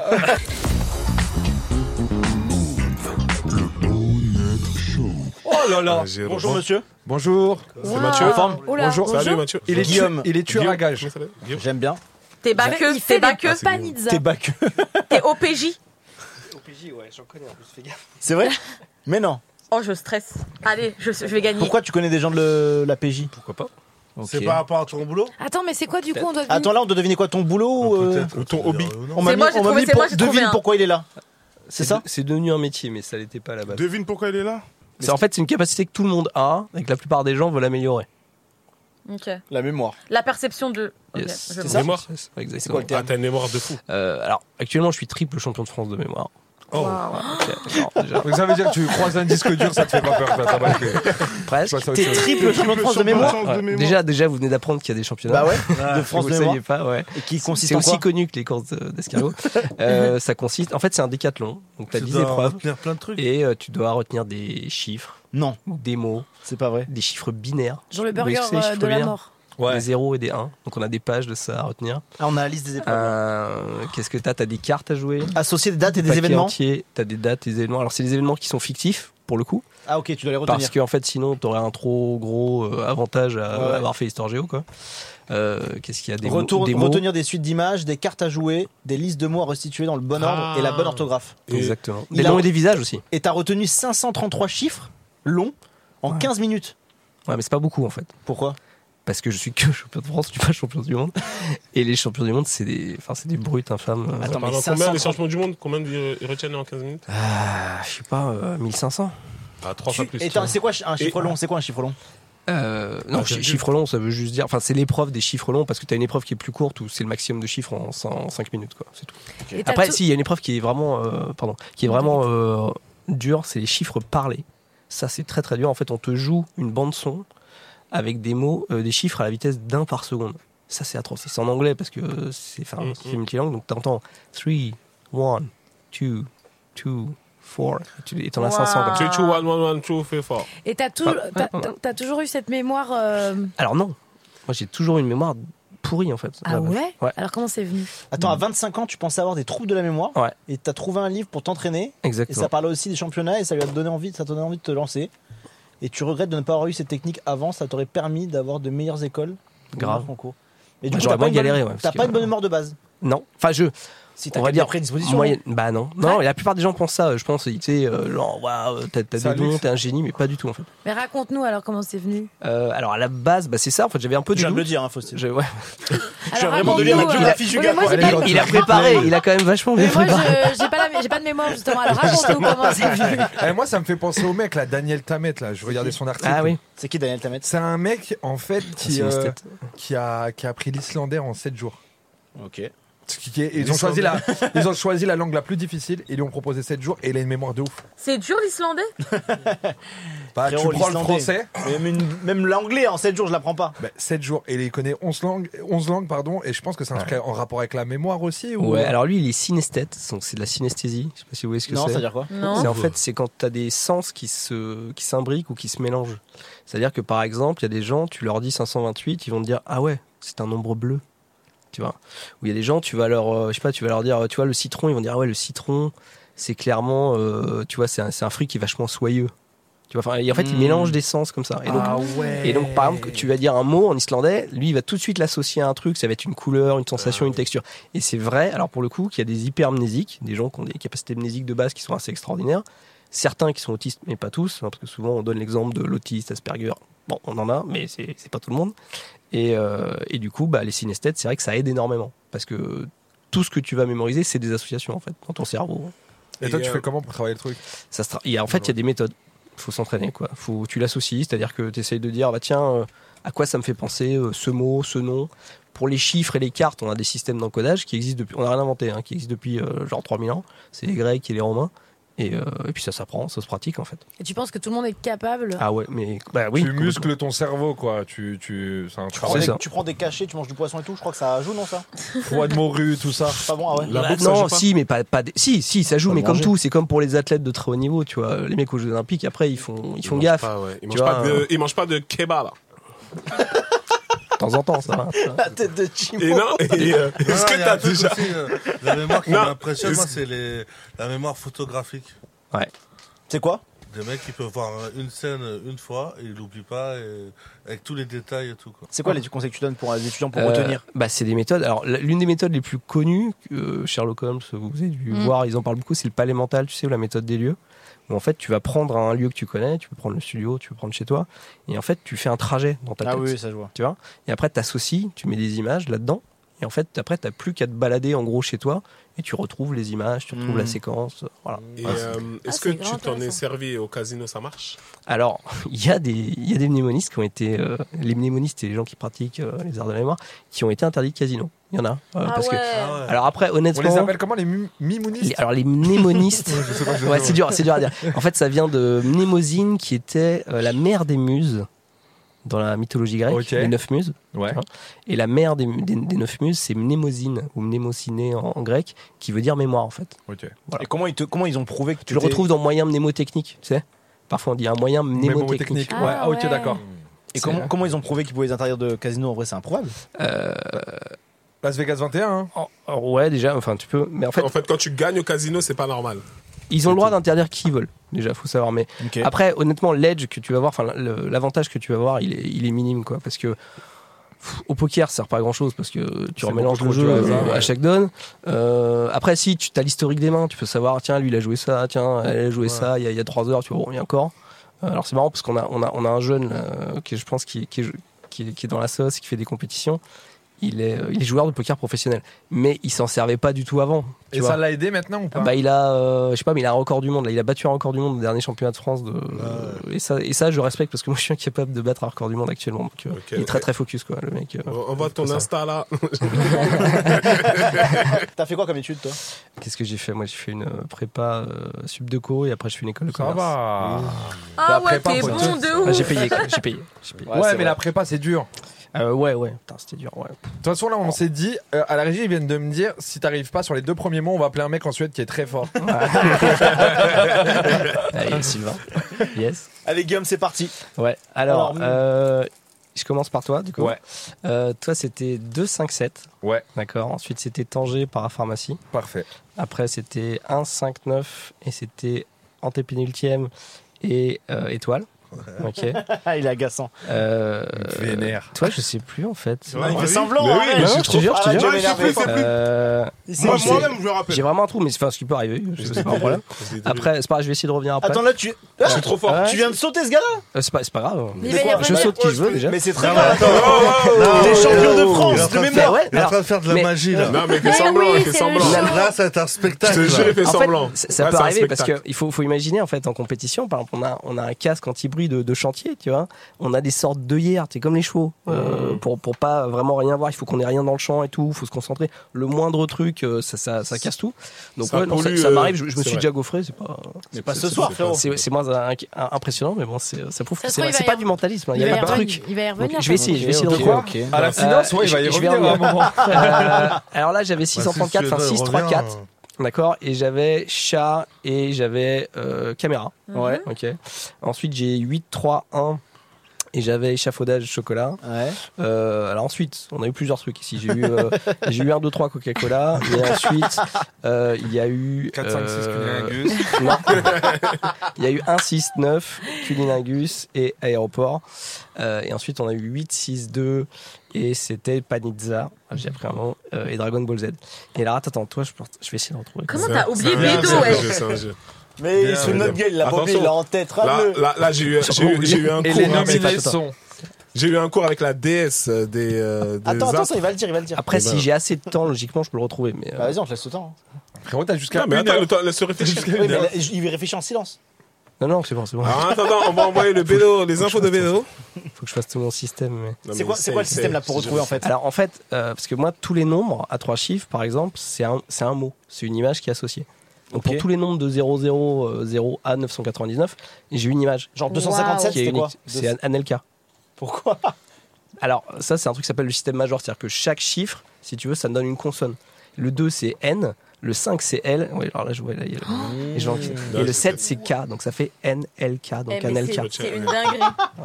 Oh là là. Ah, j'ai- Bonjour monsieur. Bonjour. C'est Mathieu. Forme. Oula, Bonjour. Salut bonjour. Mathieu. Il est Guillaume. tu- Il est tueur à gage. Comment ça s'appelle Guillaume. J'aime bien. T'es Il baqueux. fait- il fait T'es des baqueux. panizza. T'es bac. T'es O P J. C'est vrai? Mais non. Oh, je stresse. Allez, je, je vais gagner. Pourquoi tu connais des gens de le- la P J? Pourquoi pas? Ok. C'est par rapport à ton boulot? Attends, mais c'est quoi du coup on doit deviner Attends, là, on doit deviner quoi? Ton boulot ou, euh, Peut-être. Ou ton hobby. On m'a C'est mis, moi, j'ai on m'a trouvé, mis c'est pour- moi, j'ai trouvé devine un. pourquoi il est là. C'est ça? C'est devenu un métier, mais ça l'était pas à la base. Devine pourquoi il est là. C'est en fait c'est une capacité que tout le monde a et que la plupart des gens veulent améliorer. Ok. La mémoire. La perception de. Ok, Yes. je C'est vois. ça Mémoire. Yes, C'est exactement. quoi le Ah, terme? t'as une mémoire de fou. Euh, alors actuellement je suis triple champion de France de mémoire. Oh. Wow. Ok, alors, déjà, Donc ça veut dire que tu croises un disque dur, ça te fait pas peur. Ça, t'as pas fait. presque. Je vois ça T'es autre chose. triple champion de France de mémoire? Ouais. Déjà déjà vous venez d'apprendre qu'il y a des championnats. Bah ouais, de France vous de le mémoire. saviez pas, ouais. Et qui consiste C'est en aussi quoi? connu que les courses de- d'escargot. euh, ça consiste, en fait, c'est un décathlon. Donc, tu as Tu dix dois épreuves retenir plein de trucs. et euh, tu dois retenir des chiffres, Non, ou des mots, c'est pas vrai. des chiffres binaires, Genre le Oui, burger c'est les euh, chiffres de la binaires. mort. des zéros et des un. Donc, on a des pages de ça à retenir. Ah, on a la liste des épreuves. Euh, Qu'est-ce que tu as Tu as des cartes à jouer, Associer des dates et des paquets événements. entiers, tu as des dates et des événements. Alors, c'est des événements qui sont fictifs, pour le coup, Ah, ok, tu dois les retenir. parce qu'en fait, sinon, tu aurais un trop gros euh, avantage à Ouais, ouais. avoir fait Histoire Géo, quoi. Euh, Qu'est-ce qu'il y a des, Retour- mots, des mots. retenir des suites d'images, des cartes à jouer, des listes de mots à restituer dans le bon ordre Ah. et la bonne orthographe. Et- Exactement. il Des a- noms et des visages aussi. Et t'as retenu cinq cent trente-trois chiffres longs en Ouais. quinze minutes. Ouais, mais c'est pas beaucoup, en fait. Pourquoi? Parce que je suis que champion de France, je suis pas champion du monde. Et les champions du monde, c'est des, enfin, c'est des brutes infâmes. Euh, Attends, mais Pendant cinq cent combien les trente changements du monde Combien de- ils retiennent en quinze minutes Ah, je sais pas, euh, mille cinq cents. Ah, trois fois Tu- plus. Et attends, c'est quoi un chiffre Et- long? C'est quoi un chiffre long? Euh, non, Ah, chi- virgule. chiffre long, ça veut juste dire. Enfin, c'est l'épreuve des chiffres longs parce que t'as une épreuve qui est plus courte où c'est le maximum de chiffres en cinq minutes, quoi. C'est tout. Et t'as Après, tout- si, il y a une épreuve qui est vraiment, euh, pardon, qui est vraiment euh, dure, c'est les chiffres parlés. Ça, c'est très très dur. En fait, on te joue une bande son avec des mots, euh, des chiffres à la vitesse d'un par seconde. Ça, c'est atroce. C'est en anglais parce que euh, c'est, enfin, Mm, c'est mm. multilangue, donc t'entends three, one, two, two, four. Et tu- Et t'en as Wow. cinq cents comme ça. Two, two, one, one, one, two, three, four. Et t'as tout- Ah, t'as- ouais, ouais. t'as- t'as toujours eu cette mémoire. euh, Alors non, moi j'ai toujours une mémoire pourrie en fait. Ah ouais, Ouais. Alors comment c'est venu? Attends, à vingt-cinq ans, tu pensais avoir des troubles de la mémoire. Ouais. Et t'as trouvé un livre pour t'entraîner. Et Exactement. ça parlait aussi des championnats et ça lui a donné envie, ça t'a donné envie de te lancer. Et tu regrettes de ne pas avoir eu cette technique avant, ça t'aurait permis d'avoir de meilleures écoles. de Grave. meilleurs concours. Et Bah, du coup, j'aurais t'as pas, moins une bonne- galéré, ouais, parce t'as que- pas une bonne mémoire de base. Non. Enfin, je. Si t'as on va qu'à dire des prédispositions. moyenne. Bah non. Non, et la plupart des gens pensent ça. Je pense, tu sais, euh, genre, waouh, t'as, t'as des dons, t'es un génie, mais pas du tout en fait. Mais raconte-nous alors comment c'est venu. Euh, alors à la base, bah c'est ça. En fait, j'avais un peu de. Je viens de doute. le dire, hein, Faustine. Je, ouais. Je viens vraiment de lire la biographie du gars. Il a préparé. Il a quand même vachement bien Mais moi, préparé. je, j'ai, pas la, j'ai pas de mémoire justement. Alors raconte-nous comment c'est venu. Eh, moi, ça me fait penser au mec, là, Daniel Tammet, là. Je regardais son article. Ah oui. C'est qui Daniel Tammet? C'est un mec, en fait, qui, C'est une euh, esthète. qui, a, qui a appris l'islandais en sept jours. Ok. Ce qui est- ils, ont choisi la, ils ont choisi la langue la plus difficile, ils lui ont proposé sept jours et il a une mémoire de ouf. C'est dur l'islandais? Bah, tu Frérot, prends le l'islandais. français, Mais même, même l'anglais en sept jours, je l'apprends pas. bah, sept jours, et il connaît onze langues, onze langues pardon, et je pense que c'est un truc en rapport avec la mémoire aussi. Ou... Ouais, alors lui, il est synesthète, donc c'est de la synesthésie. Je sais pas si vous voyez ce que Non, c'est. ça veut dire quoi? Non. C'est en fait, c'est quand tu as des sens qui se, qui s'imbriquent ou qui se mélangent. C'est-à-dire que par exemple, il y a des gens, tu leur dis cinq cent vingt-huit, ils vont te dire ah ouais, c'est un nombre bleu. Tu vois. Ou il y a des gens, tu vas leur, euh, je sais pas, tu vas leur dire, tu vois, le citron, ils vont dire ah ouais, le citron, c'est clairement, euh, tu vois, c'est un, c'est un fruit qui est vachement soyeux. Tu vois, enfin, et en fait, Mmh. ils mélangent des sens comme ça. Et donc, Ah ouais. et donc, par exemple, tu vas dire un mot en islandais, lui, il va tout de suite l'associer à un truc, ça va être une couleur, une sensation, une texture. Et c'est vrai, alors pour le coup, qu'il y a des hypermnésiques, des gens qui ont des capacités mnésiques de base qui sont assez extraordinaires. Certains qui sont autistes, mais pas tous, hein, parce que souvent on donne l'exemple de l'autiste, Asperger. Bon, on en a, mais c'est, c'est pas tout le monde. Et, euh, et du coup, bah, les synesthètes, c'est vrai que ça aide énormément. Parce que tout ce que tu vas mémoriser, c'est des associations, en fait, dans ton cerveau. Et toi, Et, tu euh, fais comment pour travailler le truc? Ça se tra- il y a, en fait, il y a des méthodes. Il faut s'entraîner, quoi. Faut, tu l'associes, c'est-à-dire que tu essayes de dire, bah, tiens, euh, à quoi ça me fait penser euh, ce mot, ce nom. Pour les chiffres et les cartes, on a des systèmes d'encodage qui existent depuis, on n'a rien inventé, hein, qui existent depuis euh, genre trois mille ans. C'est les Grecs et les Romains. Et, euh, et puis ça s'apprend, ça se pratique en fait. Et tu penses que tout le monde est capable? Ah ouais, mais bah oui. Tu muscles ton cerveau, quoi. Tu, tu, c'est un Tu prends, travail. des, ça. tu prends des cachets, tu manges du poisson et tout, je crois que ça joue, non, ça? Foie de morue, tout ça. C'est pas bon, ah ouais. La Bah, bouffe, ça non, joue pas si, mais pas, pas des- si, si, ça joue, Faut mais le comme manger. tout, c'est comme pour les athlètes de très haut niveau, tu vois. Les mecs aux Jeux Olympiques, après, ils font, ils font mangent gaffe. pas, ouais. Ils Tu mangent pas vois, de- euh, ils mangent pas de kebab, là. De temps en temps, ça va. La tête de Chimo. Et non, et, euh, est-ce Non, que il y a t'as un truc déjà. aussi, euh, la mémoire qui Non. m'impressionne, moi, Est-ce- c'est les, la mémoire photographique. C'est quoi? Des mecs qui peuvent voir une scène une fois et ils l'oublient pas, et, avec tous les détails et tout. Quoi. C'est quoi les conseils que tu donnes pour les étudiants pour Euh, retenir? Bah, c'est des méthodes. Alors, la- l'une des méthodes les plus connues, euh, Sherlock Holmes, vous avez dû Mm. voir, ils en parlent beaucoup, c'est le palais mental, tu sais, ou la méthode des lieux. Où en fait, tu vas prendre un lieu que tu connais, tu peux prendre le studio, tu peux prendre chez toi, et en fait, tu fais un trajet dans ta Ah tête. oui, ça je vois. Tu vois. Et après, tu associes, tu mets des images là-dedans. Et en fait, après, tu n'as plus qu'à te balader en gros chez toi et tu retrouves les images, tu retrouves Mm. la séquence. Voilà. Et, Ouais. euh, est-ce Ah, que c'est tu grave t'en es intéressant. servi au casino, ça marche? Alors, il y, a des- il y a des mnémonistes qui ont été. euh, les mnémonistes, c'est les gens qui pratiquent euh, les arts de la mémoire, qui ont été interdits de casino. Il y en a. euh, Ah parce que, ouais. Ah ouais. alors après, On honnêtement. les appelle comment, les mi- mimonistes? les- alors les mnémonistes, Je sais pas, je- ouais, c'est dur, c'est dur à dire. En fait, ça vient de Mnémosine, qui était euh, la mère des muses dans la mythologie grecque, Ok. les neuf muses. Ouais. Tu vois. Et la mère des, des, des neuf muses, c'est Mnémosine ou Mnémosiné en, en grec, qui veut dire mémoire en fait. Ok. Et comment ils, te, comment ils ont prouvé que Tu le retrouves dans moyen mnémotechnique, tu sais. Parfois on dit un moyen mnémotechnique. Mémotechnique. Ah, Ouais, ah, ok, ouais. d'accord. Et C'est comment, vrai. comment ils ont prouvé qu'ils pouvaient les interdire de casino? En vrai, c'est improbable. Euh, Las Vegas vingt et un, hein. oh, oh, ouais, déjà, enfin tu peux. Mais en fait, En fait, quand tu gagnes au casino, c'est pas normal. ils ont le droit d'interdire qui ils veulent. Déjà, faut savoir. Mais Ok. après, honnêtement, l'edge que tu vas voir, enfin le- l'avantage que tu vas voir, il est, il est minime, quoi, parce que pff, au poker, ça sert pas à grand chose parce que tu C'est remélanges beaucoup le trop jeu du hasard, euh, à ouais. chaque donne. Euh, après, si tu as l'historique des mains, tu peux savoir, tiens, lui il a joué ça, tiens, elle a joué Ouais. ça, il y a- il y a trois heures, tu vois, bon, et encore. Euh, alors c'est marrant parce qu'on a, on a, on a un jeune là, qui, je pense, qui, qui, est, qui, est, qui est dans la sauce, qui fait des compétitions. Il est, euh, il est joueur de poker professionnel, mais il s'en servait pas du tout avant. Tu Et vois. ça l'a aidé maintenant ou pas? Bah, il a, euh, je sais pas, mais il a un record du monde. Là, il a battu un record du monde au dernier championnat de France. De, et ça, et ça, je respecte parce que moi, je suis incapable de battre un record du monde actuellement. Donc, euh, Ok, il est très ok. très focus, quoi, le mec. euh. On on voit ton ça. Insta là. T'as fait quoi comme étude, toi? Qu'est-ce que j'ai fait? Moi, j'ai fait une euh, prépa euh, sub de co et après, je fais une école de Ça commerce. va. Ah La ouais, prépa, t'es faut bon te- de Ah, ouf. j'ai payé, quoi, j'ai payé. j'ai payé. Ouais, c'est mais vrai. la prépa, c'est dur. Euh, ouais, ouais. Putain, c'était dur. Ouais. De toute façon, là, on s'est dit, euh, à la régie, ils viennent de me dire, si t'arrives pas sur les deux premiers mots, on va appeler un mec en Suède qui est très fort. Allez, Sylvain. Yes. Allez, Guillaume, c'est parti. Ouais. Alors, Alors, euh, je commence par toi, du coup. Ouais. Euh, toi, c'était deux cinq sept. Ouais. D'accord. Ensuite, c'était Tanger parapharmacie. Parfait. Après, c'était un cinq neuf et c'était antépénultième et euh, étoile. Ok. Il est agaçant. Euh, Vénère. Toi, je sais plus en fait. Ouais, il fait semblant. Mais oui, arrête. mais Non, je te jure, je te Arrête jure. de m'énerver. sais plus. Euh, Il Moi, sait- moi-même, je me rappelle. J'ai vraiment un trou, mais c'est enfin, ce qui peut arriver. C'est pas un problème. Après, c'est pas grave, je vais essayer de revenir après. Attends, là, tu. Je suis trop fort. Ouais. Tu viens de sauter ce gars-là Euh, c'est pas, c'est pas grave. Il va y avoir Je une- saute qui je veux déjà. Mais c'est très Non, grave. mais attends. Attends. Non, T'es champion de il est en France train de de mémoire. faire- Ouais, Il est en alors- train de faire de la mais- magie là. Non, mais il fait Mais semblant, oui, il fait c'est semblant. le Là, show. là, ça va être un Je spectacle. te jure, là. il fait En fait, semblant. ça ça Ouais, peut c'est un arriver parce spectacle. qu'il faut, faut imaginer en fait en compétition, par exemple, on a, on a un casque anti-bruit de, de chantier, tu vois. On a des sortes d'œillères, c'est comme les chevaux, euh, pour, pour pas vraiment rien voir. Il faut qu'on ait rien dans le champ et tout, il faut se concentrer. Le moindre truc, euh, ça, ça, ça casse tout. Donc Ça ouais, non, ça, pollue, ça euh, m'arrive, je, je me c'est suis vrai. déjà gaufré, c'est pas. Mais pas c'est- ce c'est- soir, c'est- frérot. C'est c'est moins un- un- impressionnant, mais bon, c'est- ça prouve Ça que se c'est trouve, il va c'est y pas avoir- du mentalisme, hein, il Il y va a y des avoir une- trucs. il va y revenir. Donc, je vais essayer, je vais essayer de Ok, retrouver. ok. À la finance, Euh, ouais, il va y je- je vais revenir à un moment. Euh, alors là, j'avais six Bah, cent si trente-quatre, tu enfin veux, six cent trente-quatre. reviens. D'accord, et j'avais chat et j'avais euh, caméra. Ouais. Ok. Ensuite, j'ai huit trois un et j'avais échafaudage chocolat. Ouais. Euh, alors ensuite, on a eu plusieurs trucs ici. J'ai eu, euh, j'ai eu un deux trois Coca-Cola, mais ensuite, euh, il y a eu. quatre, cinq, six, euh, cunilingus. non. Il y a eu un six neuf, cunilingus et aéroport. Euh, et ensuite, on a eu huit six deux et c'était Panizza. Ah, j'ai appris un nom. euh, et Dragon Ball Z. Et là, attends, attends, toi, je, porte- je vais essayer de retrouver. Comment C'est t'as un- oublié c'est un- Bédo, c'est un ouais. jeu, c'est un jeu. Mais il Bien, se fout de notre bien. gueule, il a pas oublié, Attention. il l'a en tête. Là, rame-le. là, là, j'ai eu, j'ai eu, j'ai eu un Et cours. les avec- nominés attends, attends. sont. J'ai eu un cours avec la déesse des. euh, des Attends, attends, astres. il va le dire, il va le dire. Après, Eh si ben. j'ai assez de temps, logiquement, je peux le retrouver. Mais, euh, Bah vas-y, on te laisse le temps. Frérot, t'as jusqu'à Non, mais une attends, heure. le temps, laisse réfléchir. Oui, mais là, il réfléchit en silence. Non, non, c'est bon, c'est bon. Alors, en attendant, on va envoyer le bédo, les infos de bédo. Faut que je fasse tout mon système. Mais... Non, C'est mais quoi, c'est quoi le système là pour retrouver en fait? Alors, en fait, euh, parce que moi, tous les nombres à trois chiffres, par exemple, c'est un, c'est un mot. C'est une image qui est associée. Donc, Ok. pour tous les nombres de zéro zéro zéro à neuf cent quatre-vingt-dix-neuf, j'ai une image. Genre deux cent cinquante-sept, qui est c'était quoi? unique. C'est An- Anelka. Pourquoi? Alors, ça, c'est un truc qui s'appelle le système majeur. C'est-à-dire que chaque chiffre, si tu veux, ça me donne une consonne. Le deux, c'est N. Le cinq, c'est L. Oui, alors là, je vois. Là, il y a le- et, genre- et le sept, c'est K. Donc, ça fait N L K. Donc, Eh, mais Anelka. c'est- C'est une dinguerie.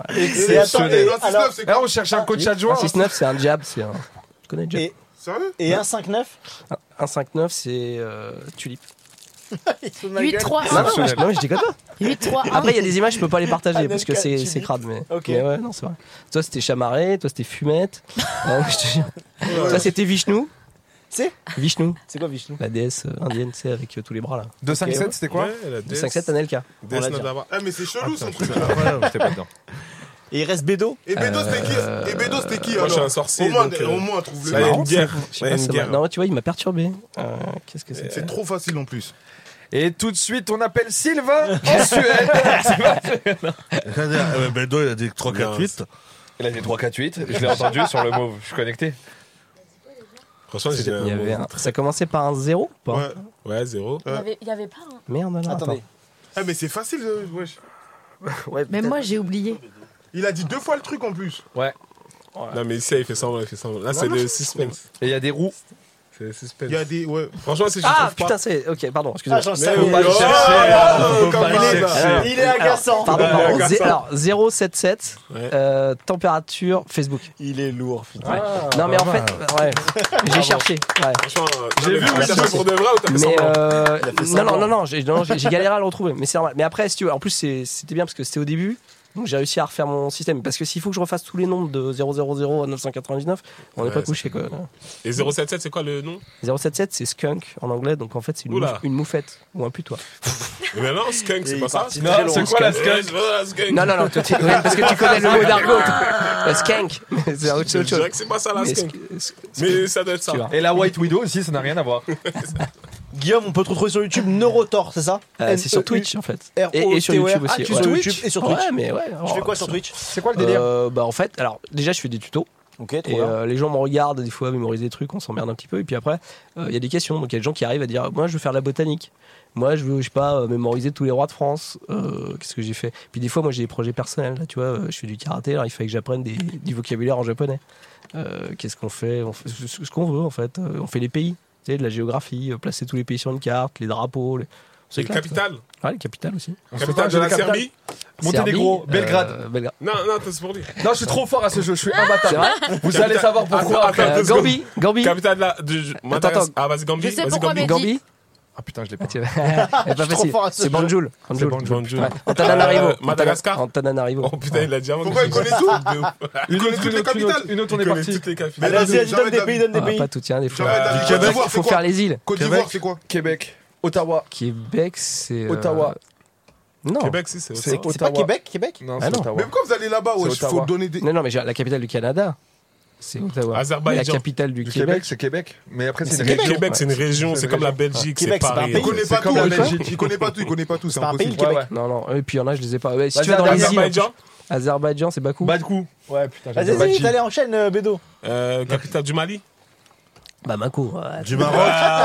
Et attends, et alors, Là, on cherche un coach adjoint. un six neuf, c'est un jab. C'est un... Tu connais le jab Et- Sérieux? et un cinq neuf? Un cinq neuf, c'est euh, tulipe. huit trois Non, non, je, non, mais je déconne pas. huit trois un. Après, il y a des images, je peux pas les partager Anelka, parce que c'est tulipe. c'est crade. Mais, Ok. mais ouais, non, c'est vrai. Toi, c'était chamarré. Toi, c'était fumette. Euh, je te jure. Toi, c'était Vishnu. C'est Vishnu, C'est quoi Vishnu? la déesse euh, indienne, c'est avec euh, tous les bras là. deux cinq sept, c'était quoi? Ouais, la Le déesse. cinq sept Anelka. Déesse On l'a dit. Nadava. Ah, mais c'est chelou son truc. Incroyable, j'étais pas dedans. Et il reste Bédo? Et Bédo, c'était qui? Et Bédo, c'était qui Moi, je suis alors? un sorcier. Au moins, donc, euh, au moins, trouve le là, il y a nom. une guerre. Je sais Là, il y a pas, une ça m'a- guerre. non, tu vois, il m'a perturbé. Euh, Qu'est-ce que c'est C'est trop facile en plus. Et tout de suite, on appelle Sylvain en Suède. Euh, Bédo, il a dit trois quatre huit. Il a dit trois quatre huit. Je l'ai entendu sur le mot. Je suis connecté. Franchement, j'ai Il y avait un. un- Ça commençait par un zéro ou pas Ouais. Ouais, zéro. Il y avait- il y avait pas un. Merde, alors. Attendez. Ah, mais c'est facile, euh, wesh. Même moi, j'ai oublié. Il a dit deux fois le truc en plus. Ouais. Non, mais ici, il fait semblant, il fait semblant. Là, c'est non, le c'est- suspense. Et il y a des roues. C'est le suspense. Il y a des. Ouais. Franchement, si je Ah trouve putain, pas. c'est. Ok, pardon, Ah, excusez-moi. j'en Mais sais oui, pas. oh, Oh, comme pas il est. chercher. Alors, Il est agaçant. Pardon, Ouais, pardon. agaçant. Zé- Alors, zéro sept sept, Ouais. euh, température Facebook. Il est lourd, putain. Ouais. Ah, non, mais pas en fait, mal. ouais. J'ai cherché. Ouais. Franchement, euh, J'ai non, mais vu, t'as oui, fait merci. pour de vrai ou t'as fait Mais semblant euh, Il a fait non, semblant. non, non, non, j'ai non, j'ai- j'ai galéré à le retrouver. Mais c'est normal. Mais après, si tu veux, en plus, c'est- c'était bien parce que c'était au début. Donc j'ai réussi à refaire mon système. Parce que s'il faut que je refasse tous les nombres de zéro zéro zéro à neuf cent quatre-vingt-dix-neuf, on n'est Ouais, pas ça couché quoi. Et zéro sept sept, c'est quoi le nom? zéro sept sept, c'est skunk en anglais. Donc en fait, c'est une, Oula. mouf- une moufette ou un putois. Mais maintenant, skunk, Et c'est il pas est ça? parti Non, très loin. c'est quoi la Ouais, skunk? c'est pas la skunk. Non, non, non, toi, tu- ouais, parce que tu connais le mot d'argot. Le skank. C'est autre Je chose. dirais que c'est pas ça la Mais skunk. sk- Mais ça doit être ça. Tu vois. Et la White Widow aussi, ça n'a rien à voir. Guillaume, on peut te retrouver sur YouTube Neurotor, c'est ça? Euh, c'est sur Twitch en fait. R O T O R. Et, et sur YouTube Ah, aussi. tu es ouais. sur YouTube et sur Twitch. Ouais, mais ouais. Tu fais quoi sur Twitch? C'est quoi le délire? Euh, Bah en fait, alors déjà je fais des tutos. Ok, Et trop bien. euh, les gens me regardent des fois mémoriser des trucs, on s'emmerde un petit peu. Et puis après, euh, il y a des questions. Donc il y a des gens qui arrivent à dire moi je veux faire de la botanique. Moi je veux, je sais pas, euh, mémoriser tous les rois de France. Euh, Qu'est-ce que j'ai fait? Puis des fois, moi j'ai des projets personnels. Là, tu vois, euh, je fais du karaté. Alors il fallait que j'apprenne des, du vocabulaire en japonais. Euh, Qu'est-ce qu'on fait? On fait ce ce qu'on veut en fait. Euh, on fait les pays. Tu sais, de la géographie, euh, placer tous les pays sur une carte, les drapeaux. Les... on C'est s'éclate, capitale. Ouais, les capitales aussi. Capitale de la Serbie. Monténégro, Serbie, Belgrade. euh, Belgrade. Non, non, c'est pour lui. Non, je suis trop fort à ce jeu, je suis C'est imbattable. vrai? Vous allez savoir pourquoi Attends, après. attends, Euh, deux secondes. Gambie, Gambie. Capitale de la. du- Attends, attends. Ah, vas-y, Gambie. Je sais Vas-y, pourquoi, Gambie. mais- Gambie. Ah putain, je l'ai pas. C'est pas facile. C'est Banjul. C'est Banjul. Antananarivo. Madagascar. Antananarivo. Oh putain, il a dit avant. Pourquoi il connaît tout Une connaît autre, toutes les capitales. une autre, on est Il connaît parti. toutes les capitales. Vas-y, vas-y, donne des pays, donne des Ah, pays. pas tout, tiens, des fois. Jamais Il dit Côte d'Ivoire, faut c'est faire quoi les îles. Côte d'Ivoire, c'est quoi Québec. Ottawa. Québec, c'est. euh, Ottawa. Non. Québec, si, c'est C'est Ottawa. C'est pas Québec, Québec Non, Ah c'est non. Ottawa. Mais pourquoi vous allez là-bas C'est ouais, il faut Ottawa. donner des. Non, non, mais j'ai- la capitale du Canada, c'est Ottawa. Azerbaïdjan. La capitale du Du Québec. Québec, c'est Québec. Mais après, c'est c'est une Québec. région. Québec, c'est une région, C'est c'est une comme la région. Belgique, Québec, c'est c'est pas un pareil. pays. Il connaît C'est pas comme tout, la il Belgique. il connaît pas tout, il connaît pas tout, c'est C'est pas un pays, le impossible. Québec. Non, non, et puis il y en a, je les ai pas. Ouais, si Vas-y, tu vas dans les îles. Azerbaïdjan. Azerbaïdjan, c'est Bakou. Bakou. Ouais, putain, Vas-y, j'avais vas-y, Baki. allez, enchaîne, euh, Bédo. Euh, Capitale du Mali. Bamako. ouais. Du Maroc.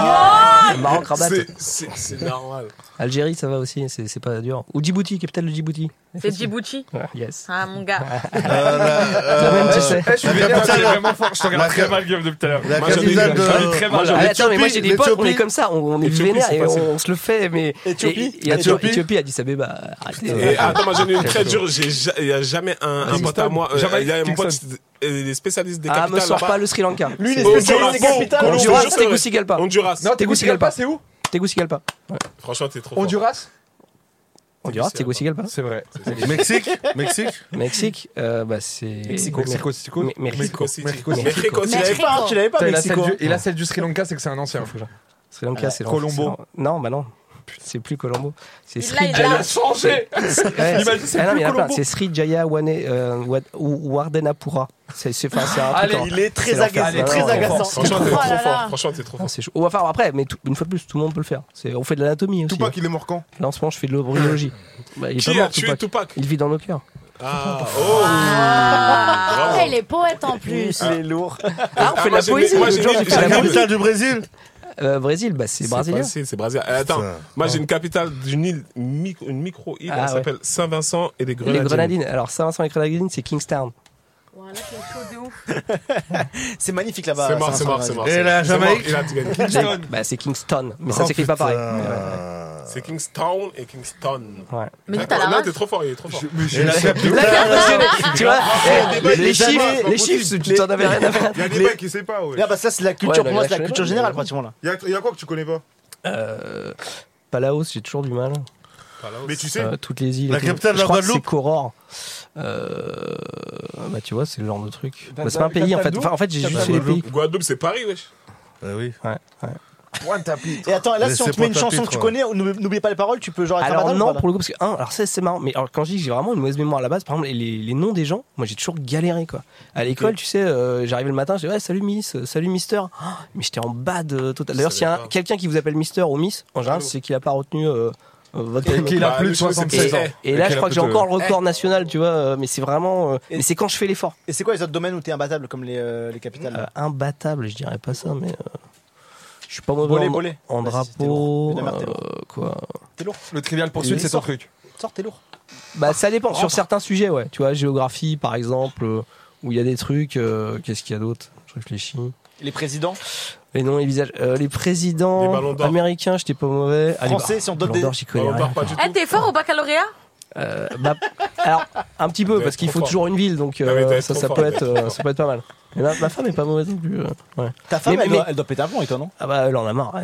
Maroc, Rabat. C'est- C'est c'est normal. Algérie, ça va aussi, c'est c'est pas dur. Ou Djibouti, capitale de Djibouti. C'est Djibouti. Ouais, yes. Ah, mon gars. Euh, la- La même, tu euh, sais. Eh, je suis La vénère, capitale- c'est vraiment fort. Je te La regarde très cap- mal, Guillaume, depuis tout à l'heure. La Moi, j'en ai capitale eu, de. j'en ai très mal. Ah, attends, mais moi j'ai des potes, on est l'Éthiopie. comme ça, on, on est Éthiopie, vénère c'est et facile. on, on se le fait, mais. Éthiopie. Et, et Éthiopie. Éthiopie, Addis Abeba, arrêtez. Et attends, moi j'en ai une très dure. J'ai ja- Il n'y a jamais un, un Kingston. pote à moi. euh, Jamaïque, Il y a un pote, Kingston. euh, des spécialistes des Ah, me capitales. sors là-bas. pas le Sri Lanka. Lui, il est Honduras. spécialiste des capitales. Honduras. Honduras, Honduras. Tegucigalpa. Honduras. Non, Tegucigalpa, c'est où Tegucigalpa. Franchement, t'es trop fort. Honduras. Honduras, Tegucigalpa. C'est vrai. Mexique. Mexique. Mexique, euh, bah c'est. Mexico. Mexico, Mexico. Me- Mexico. Mexico City. Mexico. Mexico Mais City. tu l'avais pas, tu l'avais pas, Putain, et la Mexico. celle du- Et la celle du Sri Lanka, c'est que c'est un ancien. Sri Lanka, Euh, c'est Colombo. c'est- Non, bah non. C'est plus Colombo. C'est Il Sri l'a, il Jaya. l'a. changé. Ouais, Il m'a dit, c'est ah non, plus mais il y en a plein. Colombo. C'est Sri Jaya Wane, euh, Wad- ou Wardenapura. C'est c'est- enfin, c'est un truc Allez, en- Il est très c'est l'enfer. agaçant. C'est Très l'enfer. agaçant. Franchement, t'es Oh trop là fort. là. Franchement, t'es trop Non, fort. c'est chaud. Ou enfin, après, mais tout- une fois de plus, tout le monde peut le faire. C'est- On fait de l'anatomie aussi. Tupac, il est mort quand Là, en ce moment, je fais de l'embryologie. Bah, il est Qui pas a mort, tué Tupac. Tupac? Il vit dans nos cœurs. Ah, oh. Ah, Bravo. il est poète en plus. Il est lourd. Ah, on Ah, fait de moi, la j'ai poésie. mis- moi, le j'ai jour, mis- j'ai fait j'ai la La mis- poésie. capitale du Brésil. Euh, Brésil, bah c'est brésilien. facile, c'est brésilien. Euh, Attends, Putain. moi j'ai une capitale d'une île, micro- une micro-île, Ah, elle ouais. s'appelle Saint-Vincent et les Les Grenadines. Grenadines. Alors, Saint-Vincent et Grenadines, c'est Kingstown. Voilà, c'est chaud de ouf. C'est magnifique là-bas. C'est mort, ça, c'est ça, mort, ça, c'est ça. mort. Et c'est la mort. C'est mort, Jamaïque il a gagné. Bah, c'est Kingston. Mais ça Oh, s'écrit pas pareil. putain. Mais ouais. C'est Kingstown et Kingston. Ouais. Mais Attends, t'as la là, rage. t'es trop fort, il est trop fort. Et la capitale. Tu vois, eh, les les années, chiffres, les chiffres, tu t'en avais rien à faire. Il y a des Les- mecs qui savent pas, ouais. Ah bah ça c'est la Ouais, culture, non, pour moi mais c'est là, la je culture connais pas, générale mais- pratiquement là. Il y a- il y a quoi que tu connais pas Euh, Palaos, j'ai toujours du mal. Mais tu sais, Euh, toutes les îles. La et tout. capitale de Je la crois que c'est Guadeloupe. Koror. Euh, bah tu vois, c'est le genre de truc. Bah, Bah, c'est pas un bah, pays en fait. Capitale Enfin, en fait, j'ai juste fait les pays. Guadeloupe, c'est Paris, wesh. Euh, oui. Ouais, ouais. Et attends, là Mais si on c'est te met pas une ta chanson pitre, que tu ouais. connais, n'oublie n'oublie pas les paroles, tu peux genre être Alors imbattable ou non pas, là pour le coup parce que un, alors ça c'est marrant mais alors quand je dis que j'ai vraiment une mauvaise mémoire à la base par exemple les, les noms des gens moi j'ai toujours galéré quoi à l'école tu sais euh, j'arrivais le matin je dis ouais salut Miss euh, salut Mister oh, mais j'étais en bad euh, total d'ailleurs Je s'il y a un- savais pas. quelqu'un qui vous appelle Mister ou Miss en général c'est qu'il a pas retenu euh, euh, votre Et prénom. qu'il a Bah, plus de lui, je sais, soixante-seize c'est- ans. Et là je qu'elle a crois que j'ai plus de- encore le record national tu vois euh, mais c'est vraiment euh, Et- mais c'est quand je fais l'effort Et c'est quoi les autres domaines où t'es imbattable comme les, euh, les capitales Euh, là imbattable je dirais pas ça mais euh, je suis pas mauvais Bolé, en, bolé. en Vas-y, t'es drapeau lourd. Une merde, t'es euh, quoi T'es lourd. Le trivial poursuite, c'est ton Sors. truc. Sors, t'es lourd. Bah ça dépend sur Rentre. certains sujets ouais tu vois géographie par exemple euh, où il y a des trucs euh, qu'est-ce qu'il y a d'autre je réfléchis Les présidents les noms et les visages euh, les Les présidents ballons d'or. américains j'étais pas mauvais Ah, les Français, ba- si on te donne ballons des- d'or, j'y connais Ballon d'or, rien. pas du Eh, tout. t'es fort au baccalauréat Euh, bah, alors un petit peu Vous parce êtes qu'il trop faut fort. toujours une ville donc Non, mais euh, t'es ça trop ça fort, peut vous être êtes euh, ça peut être pas mal et ma, ma femme est pas mauvaise non plus euh, ouais. Ta femme, Mais- elle, mais- doit, elle doit péter un plomb et toi non Ah bah elle en a marre.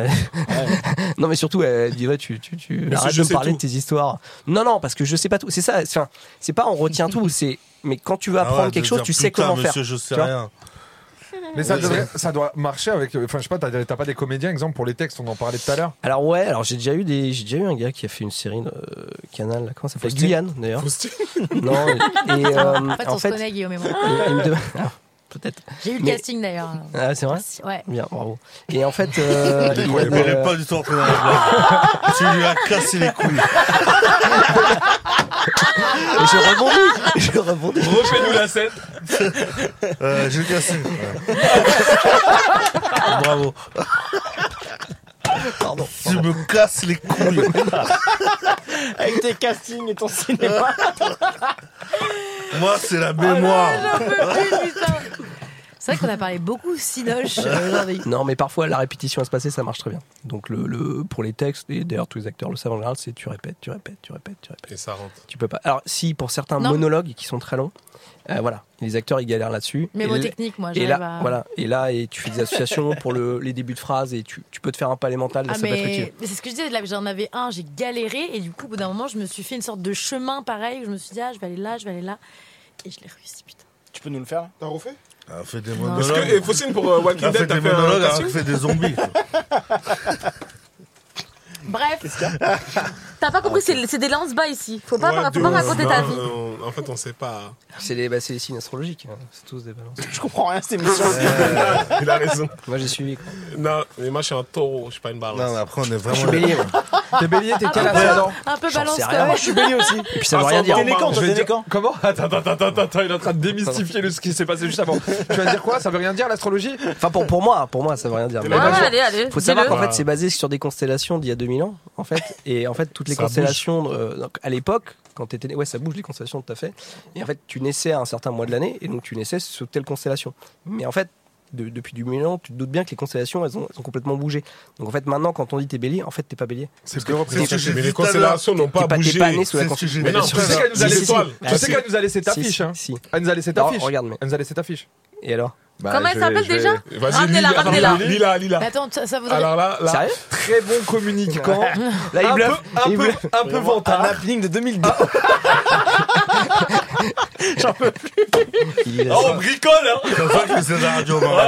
non mais surtout elle dit ouais tu tu tu Mais arrête je de me sais parler tout. de tes histoires. Non non parce que je sais pas tout. C'est ça. Enfin c'est pas on retient tout. C'est mais quand tu veux Ah apprendre ouais, quelque de chose dire, tu sais putain, comment faire. monsieur, je sais Tu vois rien. Mais ça, devrait- ça doit marcher avec. Enfin, je sais pas, t'as t'as pas des comédiens, exemple, pour les textes, on en parlait tout à l'heure. Alors ouais alors j'ai déjà eu des j'ai déjà eu un gars qui a fait une série euh, Canal là, comment ça s'appelle Faustine. Guyane d'ailleurs. Faustine. Non et, et, euh, En fait, on se connaît, Guillaume et moi. il- il me demande- ah, peut-être. J'ai eu le Mais- casting d'ailleurs. Ah c'est vrai. Ouais. Bien bravo. Et en fait euh, il, Il mérite euh, pas du tout entrer dans la blague. Tu lui as cassé les couilles. je rebondis je rebondis. Refais-nous la scène. Euh, J'ai cassé. Ouais. Bravo. Pardon. Tu me casses les couilles. Avec tes castings et ton cinéma. Moi, c'est la mémoire. J'en peux plus, putain. C'est vrai qu'on a parlé beaucoup cinoche euh, aujourd'hui. Non, mais parfois la répétition espacée, ça marche très bien. Donc le, le pour les textes, et d'ailleurs tous les acteurs le savent en général, c'est tu répètes, tu répètes, tu répètes, tu répètes. Et ça rentre. Tu peux pas. Alors si pour certains Non. monologues qui sont très longs, euh, voilà, les acteurs ils galèrent là-dessus. Mais Et mot l- technique, moi, Et j'arrive là, à... voilà, et là, et tu fais des associations pour le, les débuts de phrases et tu, tu peux te faire un palais mental. Là, Ah ça peut être mais, utile. mais c'est ce que je disais, là j'en avais un, j'ai galéré et du coup au bout d'un moment je me suis fait une sorte de chemin pareil où je me suis dit ah je vais aller là, je vais aller là et je l'ai réussi putain. Tu peux nous le faire là? T'as refait? Elle fait des Non. monologues. Est-ce que, et Faucine, pour euh, Walking Elle fait Dead, des t'as fait un monologues, casting elle fait des zombies. Bref, T'as pas compris, c'est c'est des lance-bas ici. Faut pas, Ouais, faut de pas ouf. raconter ta Non, vie. euh, En fait, on sait pas. C'est les, bah, c'est les signes astrologiques, hein. C'est tous des balances. Je comprends rien à cette émission. Il a raison. Moi j'ai suivi quoi. Non, mais moi, je suis un taureau, je suis pas une balance. Non, mais après, on est Je vraiment. suis bélier. moi. T'es bélier, t'es un quel peu, ascendant? un peu J'en balance sais quand rien. même. Moi je suis bélier aussi. Et puis ça veut rien dire. T'es né quand? Je Toi vais t'es né dire- quand? Comment? Attends, attends, attends, attends, attends, il est en train de démystifier le, ce qui s'est passé juste avant. Tu vas dire quoi? Ça veut rien dire l'astrologie? Enfin pour, pour moi, pour moi ça veut rien dire. Eh Mais ben, Ouais, bah, ouais, allez, allez. faut savoir dis-le. qu'en fait c'est basé sur des constellations d'il y a deux mille ans en fait et en fait toutes les Ça constellations euh, donc, à l'époque quand t'étais né, ouais ça bouge les constellations tout à fait et en fait tu naissais à un certain mois de l'année et donc tu naissais sous telle constellation mais en fait de- depuis du mille ans tu te doutes bien que les constellations elles ont, elles ont complètement bougé donc en fait maintenant quand on dit t'es bélier en fait t'es pas bélier C'est que repris. c'est ce que j'ai Mais dit les tout à l'heure. constellations n'ont pas t'es pas, t'es bougé. pas né sous la C'est ce que j'ai constellation Mais non, dit tu tout à sais l'heure. qu'elle nous a Si, si, l'étoile. si. Je sais qu'elle nous a laissé ta Si, fiche. Hein. si. Elle nous a laissé ta Alors, fiche. regarde mais Elle nous a laissé ta fiche. et alors Bah, Comment elle je vais- s'appelle je vais- déjà Vas-y, Ramenez-la, Lila, ramenez-la. Lila, Lila. Mais attends, ça, ça voudrait... Alors là, là. sérieux Très bon communicant. là il un peu, bluffe un il peu, bluffe. un peu Un vantard. happening de deux mille deux. Il est- Oh, on bricole, hein. C'est ça que c'est la radio. Maman.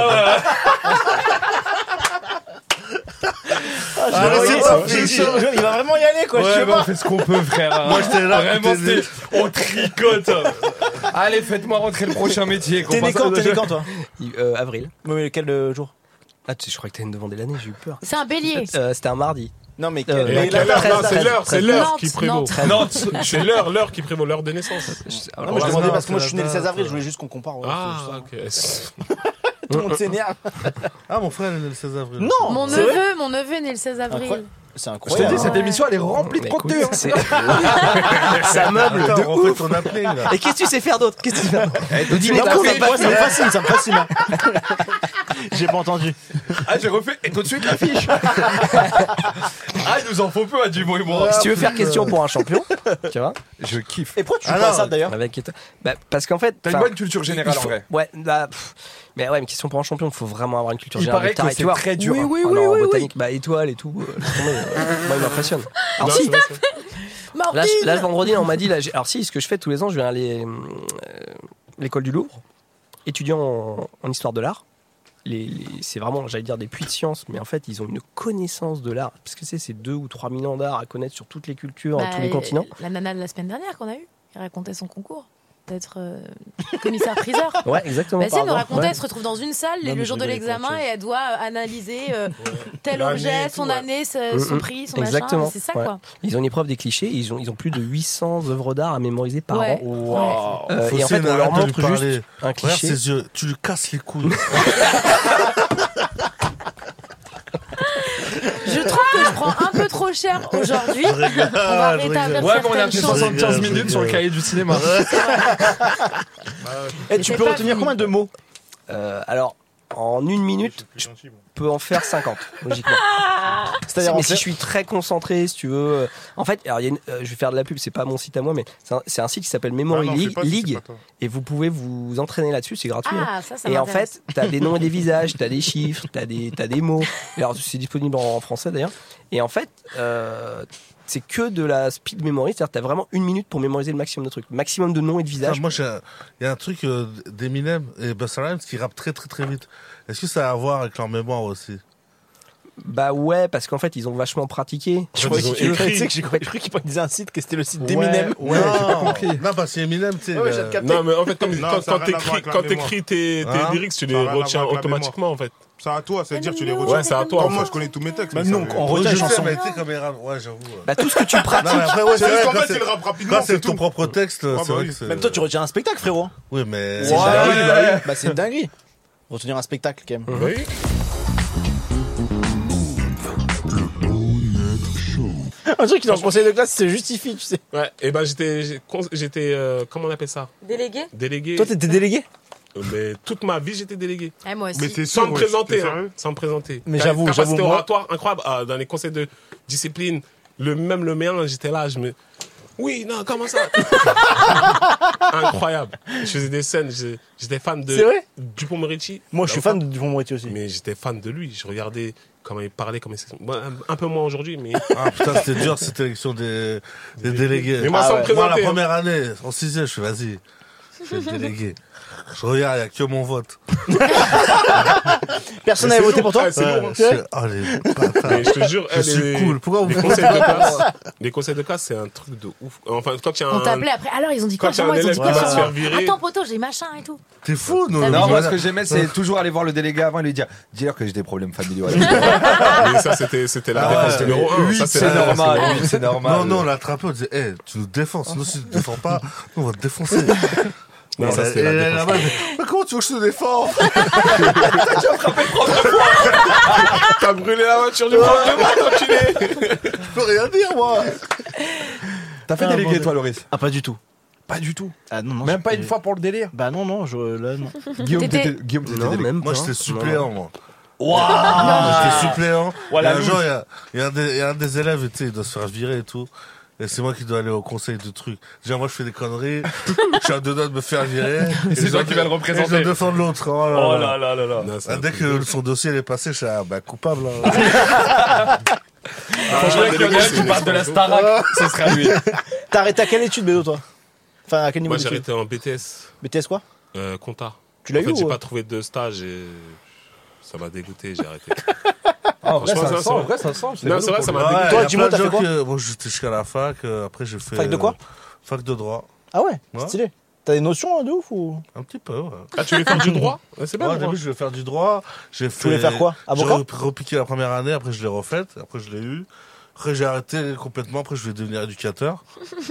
Ah, je Ah, le ouais, sais, ouais, ça, ouais, j'ai- ouais. j'ai- il va vraiment y aller quoi, je sais Ouais, bah, pas. on fait ce qu'on peut, frère. Moi, j'étais là. Vraiment, j'étais- c'était. On tricote. Allez, faites-moi rentrer le prochain métier. qu'on T'es né passe à quand? autre T'es né chose. quand toi? il- euh, avril Oui, mais quel euh, jour? ah tu sais je crois que t'as une demandé l'année j'ai eu peur C'est un bélier. Euh, c'était un mardi. Non mais Euh, quel- Et mais à la quelle heure? date, Non, la c'est date. l'heure, c'est l'heure Nantes, qui prévaut. Nantes. Nantes, c'est l'heure, l'heure qui prévaut, l'heure de naissance. Alors, Non, mais je voilà. demandais parce c'est que moi la je suis né le date, seize avril, ouais. je voulais juste qu'on compare. ouais, Ah, c'est juste ok. ça. Tout le monde s'énerve. Ah, mon frère, il est né le seize avril. Non, Mon c'est vrai. neveu, mon neveu est né le seize avril. Incroyable. C'est Je te incroyable. dis, cette émission, elle est remplie de Mais contenu. écoute, hein. c'est- ça meuble de Attends, on ouf. fait ton appelé, là. Et qu'est-ce que tu sais faire d'autre Qu'est-ce que tu sais faire d'autre Le dîner Non, de mais con, ça t'as pas moi, ça me fait. fascine, ça me fascine. hein. J'ai pas entendu. Ah, j'ai refait. Et tout de suite, l'affiche. Ah, il nous en faut peu à Dumont et moi. Si tu veux faire question pour un champion, tu vois Je kiffe. Et pourquoi tu Ah joues pas à non. ça d'ailleurs? avec bah, parce qu'en fait T'as une enfin, bonne culture générale il en faut- vrai. Ouais, bah, pff, mais ouais, mais question pour un champion, il faut vraiment avoir une culture Il générale. paraît de taré, que tu c'est vois. très dur. Oui, hein. oui, Ah oui, non, en oui, botanique. Bah étoile et tout. euh, laisse tomber, euh, moi il m'impressionne. Alors Non, si, c'est vrai, c'est vrai. là, Martine je- là, ce vendredi, là, on m'a dit là, j'ai- alors si, ce que je fais tous les ans, je viens aller euh, l'école du Louvre, étudiant en, en histoire de l'art. Les, les- c'est vraiment, j'allais dire, des puits de science, mais en fait, ils ont une connaissance de l'art. Parce que c'est ces deux ou trois mille ans d'art à connaître sur toutes les cultures, Bah, tous les continents. La nana de la semaine dernière qu'on a eue, elle racontait son concours d'être euh, commissaire-priseur. Ouais, exactement. Bah, si, elle nous pardon. racontait, Ouais. elle se retrouve dans une salle Non, le mais jour je de rigolais pour l'examen autre et elle doit euh, analyser euh, tel L'année objet, et son tout, ouais. année, ce- son Mhm. prix, son Exactement. machin. C'est ça Ouais. quoi. Ils ont une épreuve des clichés, ils ont, ils ont plus de huit cents œuvres d'art à mémoriser par Ouais. an. Wow. Euh, Faut et en fait, aussi on leur arrête de lui montre parler. juste un Regarde cliché. ses yeux, tu lui casses les couilles. Je trouve que je prends un peu trop cher aujourd'hui. On va je rétablir rigole. Ouais, mais on a certaines fait choses. soixante-quinze Je minutes sur le rigole. cahier du cinéma. Et Mais tu c'est peux pas retenir fini. combien de mots? Euh, alors, en une minute, je peux en faire cinquante, logiquement. C'est-à-dire mais en si fait- je suis très concentré, si tu veux. euh, En fait, alors, il y a une- euh, je vais faire de la pub, c'est pas mon site à moi, mais c'est un, c'est un site qui s'appelle Memory Ah non, fais League, pas si c'est League, pas toi. et vous pouvez vous entraîner là-dessus, c'est gratuit. hein. Ah, ça, ça Et en m'intéresse. fait, t'as des noms et des visages, t'as des chiffres, t'as des, t'as des mots. Alors, c'est disponible en français d'ailleurs. Et en fait, euh, c'est que de la speed memory, c'est-à-dire que t'as vraiment une minute pour mémoriser le maximum de trucs, maximum de noms et de Putain, visages. moi, j'ai un- il y a un truc euh, d'Eminem et Busta Rhymes qui rappe très très très vite. Est-ce que ça a à voir avec leur mémoire aussi? Bah ouais, parce qu'en fait, ils ont vachement pratiqué. Je croyais ils ont que tu écrit. tu sais que j'ai cru qu'il disait un site que c'était le site Ouais, d'Eminem. ouais, j'ai pas compris. Non, parce qu'Eminem, tu sais. Ouais, il j'ai a- capté. Non, mais en fait, comme, Non, quand, ça a quand rien à voir t'écris, avec la quand mémoire. t'écris tes, tes Hein lyrics, tu Ça les a rien à voir retiens avec la automatiquement, en fait. C'est à toi, c'est à dire tu les Ouais, retiens. Ouais, c'est à toi. Comme en moi, fait. je connais tous mes textes. Bah, mais nous, ça, on mais- retient Oui, la je sais, chanson. mais tu sais, comme il rappe, ouais, j'avoue. ouais. Bah tout ce que tu pratiques. Non, mais après, ouais, C'est c'est juste vrai, qu'en quand fait, c'est- il rappe rapidement, quand c'est c'est ton tout. propre texte, bah c'est vrai oui. que c'est. Même toi, tu retiens un spectacle, frérot. Oui, mais. C'est Ouais, une dinguerie. bah oui. Bah, c'est une dinguerie. Retenir un spectacle, quand même. Oui. Un truc qui dans le conseil de classe se justifie, tu sais. Ouais, et ben j'étais, j'ai- j'étais, euh, comment on appelle ça? Délégué Délégué. Toi, t'étais délégué? Mais toute ma vie, j'étais délégué. Eh, moi aussi. Mais c'est sans me présenter, hein, sans me présenter. Mais j'avoue, j'avoue, Capacité moi- oratoire incroyable. Ah, dans les conseils de discipline, le même le mien, j'étais là, je me. Oui, non, comment ça? Incroyable. Je faisais des scènes, je- j'étais fan de C'est vrai Dupond-Moretti. Moi, je suis fan de Dupond-Moretti aussi. Mais j'étais fan de lui. Je regardais comment il parlait, comment il s'exprimait. Bon, un, un peu moins aujourd'hui, mais. Ah putain, c'était dur cette élection des, des délégués. Mais moi, sans me Moi, la présenter, première année, en sixième, je fais vas-y, je vais être délégué. Je regarde, il n'y a que mon vote. Personne Mais n'avait c'est voté lourd, pour toi ouais, c'est Ouais, lourd, hein. je fais, oh les bâtards. Mais je te jure, Je eh, suis les- cool. Pourquoi vous les me conseils de faites classe, ça? les conseils de classe, c'est un truc de ouf. Enfin, quand il y a On un. t'appelait après. Alors, ils ont dit Quand quoi il y a sur moi? un Ils ont dit élève quoi qui va sur se moi? faire virer. Attends, poto, j'ai machin et tout. T'es fou, non? T'as Non, vu, moi, je- ce que j'aimais, c'est toujours aller voir le délégué avant et lui dire dis-leur que j'ai des problèmes familiaux. Mais ça, c'était, c'était la Ah défense ouais. numéro un. Oui, Ça, c'est la défense normal. numéro un. Oui, c'est normal. Non, non, on l'a attrapé, on disait, hé, tu nous défends, sinon si tu ne défends pas, nous, on va te défoncer. Non, ça, c'était la Et défense. là-bas, mais comment tu veux que je te défends? T'as brûlé la voiture du prof de maths, enculé. Je peux rien dire, moi. T'as fait Ah, déléguer, bon, toi, Loris? Ah, pas du tout. Pas du tout. Ah non, non. Même j'ai- pas une fois pour le délire. Bah non, non, je, là, non. Guillaume, T'étais- t'étais Guillaume, t'étais Non, délégué. même Moi, pas. j'étais suppléant, moi. Waouh J'étais suppléant. Voilà, et un loose. jour, il y a, il y a un des, il y a un des élèves, tu sais, il doit se faire virer et tout. Et c'est moi qui dois aller au conseil de trucs. Déjà, moi, je fais des conneries. Je suis à deux doigts de me faire virer. Et c'est je toi dois- qui vas le et représenter. Je dois défendre l'autre. Oh là Oh là. là là là là. Non, c'est Ah, un dès truc que de- son dossier est passé, je suis ah, bah, coupable. Hein. Franchement, qu'il y en a un qui parle de la Starac, ce serait à lui. T'as arrêté à quelle étude, Bédo, toi? Enfin, à quel niveau Moi, j'ai d'études? arrêté en B T S, B T S quoi? euh, compta. Tu l'as En eu fait, j'ai ou- pas trouvé de stage et ça m'a dégoûté, j'ai arrêté. Ah, en vrai, Franchement, ça ça, sent. ça En va. vrai, ça sent. Non, c'est vrai, ça m'a Ouais, dégoûté. il Toi, y a dis-moi, plein de t'as fait gens quoi que- Moi, j'étais jusqu'à la fac. euh, Après, j'ai fait. Fac de quoi euh, Fac de droit. Ah ouais, Ouais. stylé. T'as des notions hein, de ouf ou? Un petit peu, ouais. Ah, tu voulais faire du droit? Ouais, c'est bien, Ouais, le au droit. début, je voulais faire du droit. J'ai fait. voulais faire quoi? Avocat? J'ai re- repiqué la première année, après je l'ai refaite, après je l'ai eu. Après j'ai arrêté complètement, après je voulais devenir éducateur.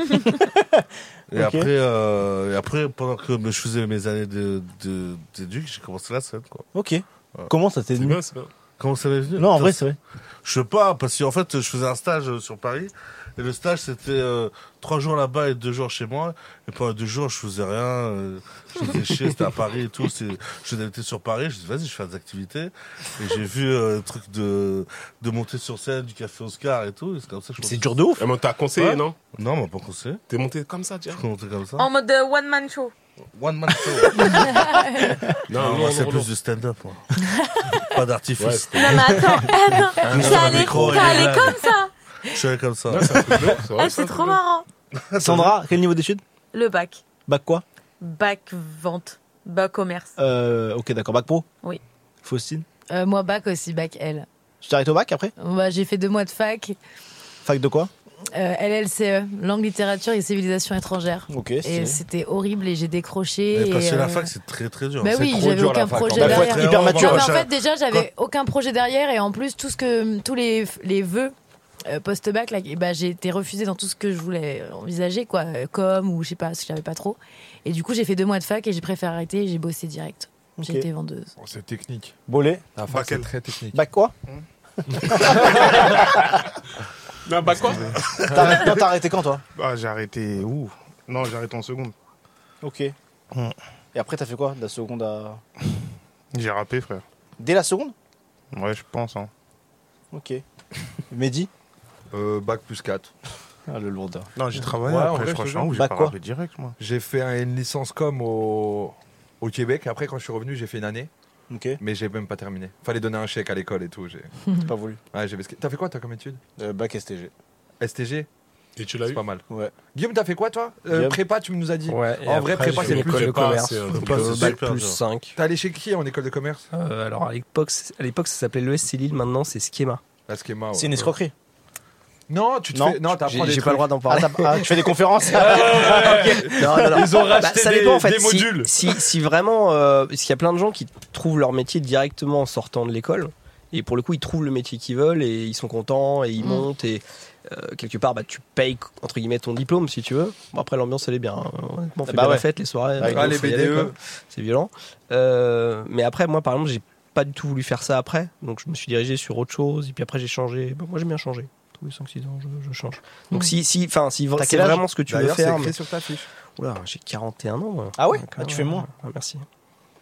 et Ok. après, euh, et après, pendant que je faisais mes années de, de, d'éduc, j'ai commencé la scène, quoi. Ok. Comment ça t'est C'est venu? bien, c'est bien. Comment ça m'est venu? Non, en Putain, vrai, c'est vrai. Je sais pas, parce qu'en fait, je faisais un stage euh, sur Paris. Et le stage, c'était euh, trois jours là-bas et deux jours chez moi. Et pendant deux jours, je faisais rien. Euh, je faisais chier, c'était à Paris et tout. C'est- Je faisais sur Paris. Je dis, vas-y, je fais des activités. Et j'ai vu euh, le truc de, de monter sur scène, du café Oscar et tout. Et c'est comme ça que je C'est dur de ouf. Ah, mais on t'a conseillé, Ouais. non? Non, on m'a pas conseillé. T'es monté comme ça, Je tiens. suis monté comme ça. En mode euh, one man show. One man show. Non, Non, non, moi, non, c'est non. plus du stand-up. moi. Pas d'artifice. Ouais, c'était- Non, mais attends, attends. sur T'es le allé, micro, t'es il est allé là. comme ça. Je suis allé comme ça. Ouais, c'est un truc de ouf, c'est vrai, Ah, c'est un c'est truc trop de ouf. marrant. Sandra, quel niveau d'études? Le bac. Bac quoi? Bac vente. Bac commerce. Euh, ok, d'accord. Bac pro? Oui. Faustine? Euh, moi, bac aussi, bac L. Tu t'arrêtes au bac après? Bah, j'ai fait deux mois de fac. Fac de quoi? Euh, L L C E, langue, littérature et civilisation étrangère. Ok, Et stylé. c'était horrible et j'ai décroché. Mais parce et, que la euh, fac, c'est très très dur. Bah C'est oui, trop j'avais dur, aucun la fac, projet en fait. Bah, faut être derrière. hyper Non, mature. mais en Ça- fait, déjà, j'avais aucun projet derrière et en plus, tout ce que, tous les, les vœux euh, post-bac, là, et bah, j'ai été refusée dans tout ce que je voulais envisager, quoi, euh, com ou je sais pas, parce que j'avais pas trop. Et du coup, j'ai fait deux mois de fac et j'ai préféré arrêter et j'ai bossé direct. J'ai Ok. été vendeuse. Oh, c'est technique. Bolé? La fac, c'est très technique. Bac quoi? Non, bah quoi? T'as arrêté, non, t'as arrêté quand toi? Ah, j'ai arrêté. Ouh. Non, j'ai arrêté en seconde. Ok. Et après, t'as fait quoi? De la seconde à. J'ai rappé, frère. Dès la seconde? Ouais, je pense. Hein. Ok. Mehdi? Euh, bac plus quatre. Ah, le lourdeur. Non, j'ai travaillé Ouais, en après, vrai, je crois. je te J'ai jure. pas Bac quoi rappé direct, moi. J'ai fait un- une licence com au, au Québec. Après, quand je suis revenu, j'ai fait une année. Ok. Mais j'ai même pas terminé. Fallait donner un chèque à l'école et tout. J'ai... T'as pas voulu. Ouais, j'ai basqué. T'as fait quoi, toi, comme étude? Euh, bac S T G. S T G? Et tu l'as C'est eu? pas mal. Ouais. Guillaume, t'as fait quoi, toi? Euh, Guillaume. Prépa, tu nous as dit. Ouais, et En vrai, après, prépa, j'ai c'est fait plus. l'école de prépa, commerce. c'est un Donc, truc de euh, ouf. bac Super plus dur. cinq. T'es allé chez qui en école de commerce? Euh, alors à l'époque, c'est- à l'époque, ça s'appelait l'E S C Lille, maintenant c'est Schema. La Schema. ouais. C'est une escroquerie. Non, tu te Non, fais. Non, t'apprends J'ai des j'ai trucs. pas le droit d'en Ah, parler. t'as- ah, tu fais des conférences? Non, non, non. Ils ont Bah, racheté ça des, dépend en fait. des Si, modules. si, si vraiment, euh, parce qu'il y a plein de gens qui trouvent leur métier directement en sortant de l'école, et pour le coup ils trouvent le métier qu'ils veulent et ils sont contents et ils Mm. montent et euh, quelque part bah, tu payes entre guillemets ton diplôme si tu veux. Bon, après l'ambiance elle est bien. Hein. Honnêtement, on fait Bah bien ouais. la fête, les soirées, Ah, euh, les faut y aller, B D E. quoi. C'est violent. Euh, mais après moi par exemple j'ai pas du tout voulu faire ça après, donc je me suis dirigé sur autre chose et puis après j'ai changé. Bah, moi j'aime bien changer. Tous les cinq six ans je, je change. Donc Mm. si si enfin si T'as c'est quel âge vraiment ce que tu veux D'ailleurs, c'est faire. écrit mais- sur ta fiche. Oula, j'ai quarante et un ans. moi. Ah ouais? Donc, Ah, tu euh, fais moins. ah, merci.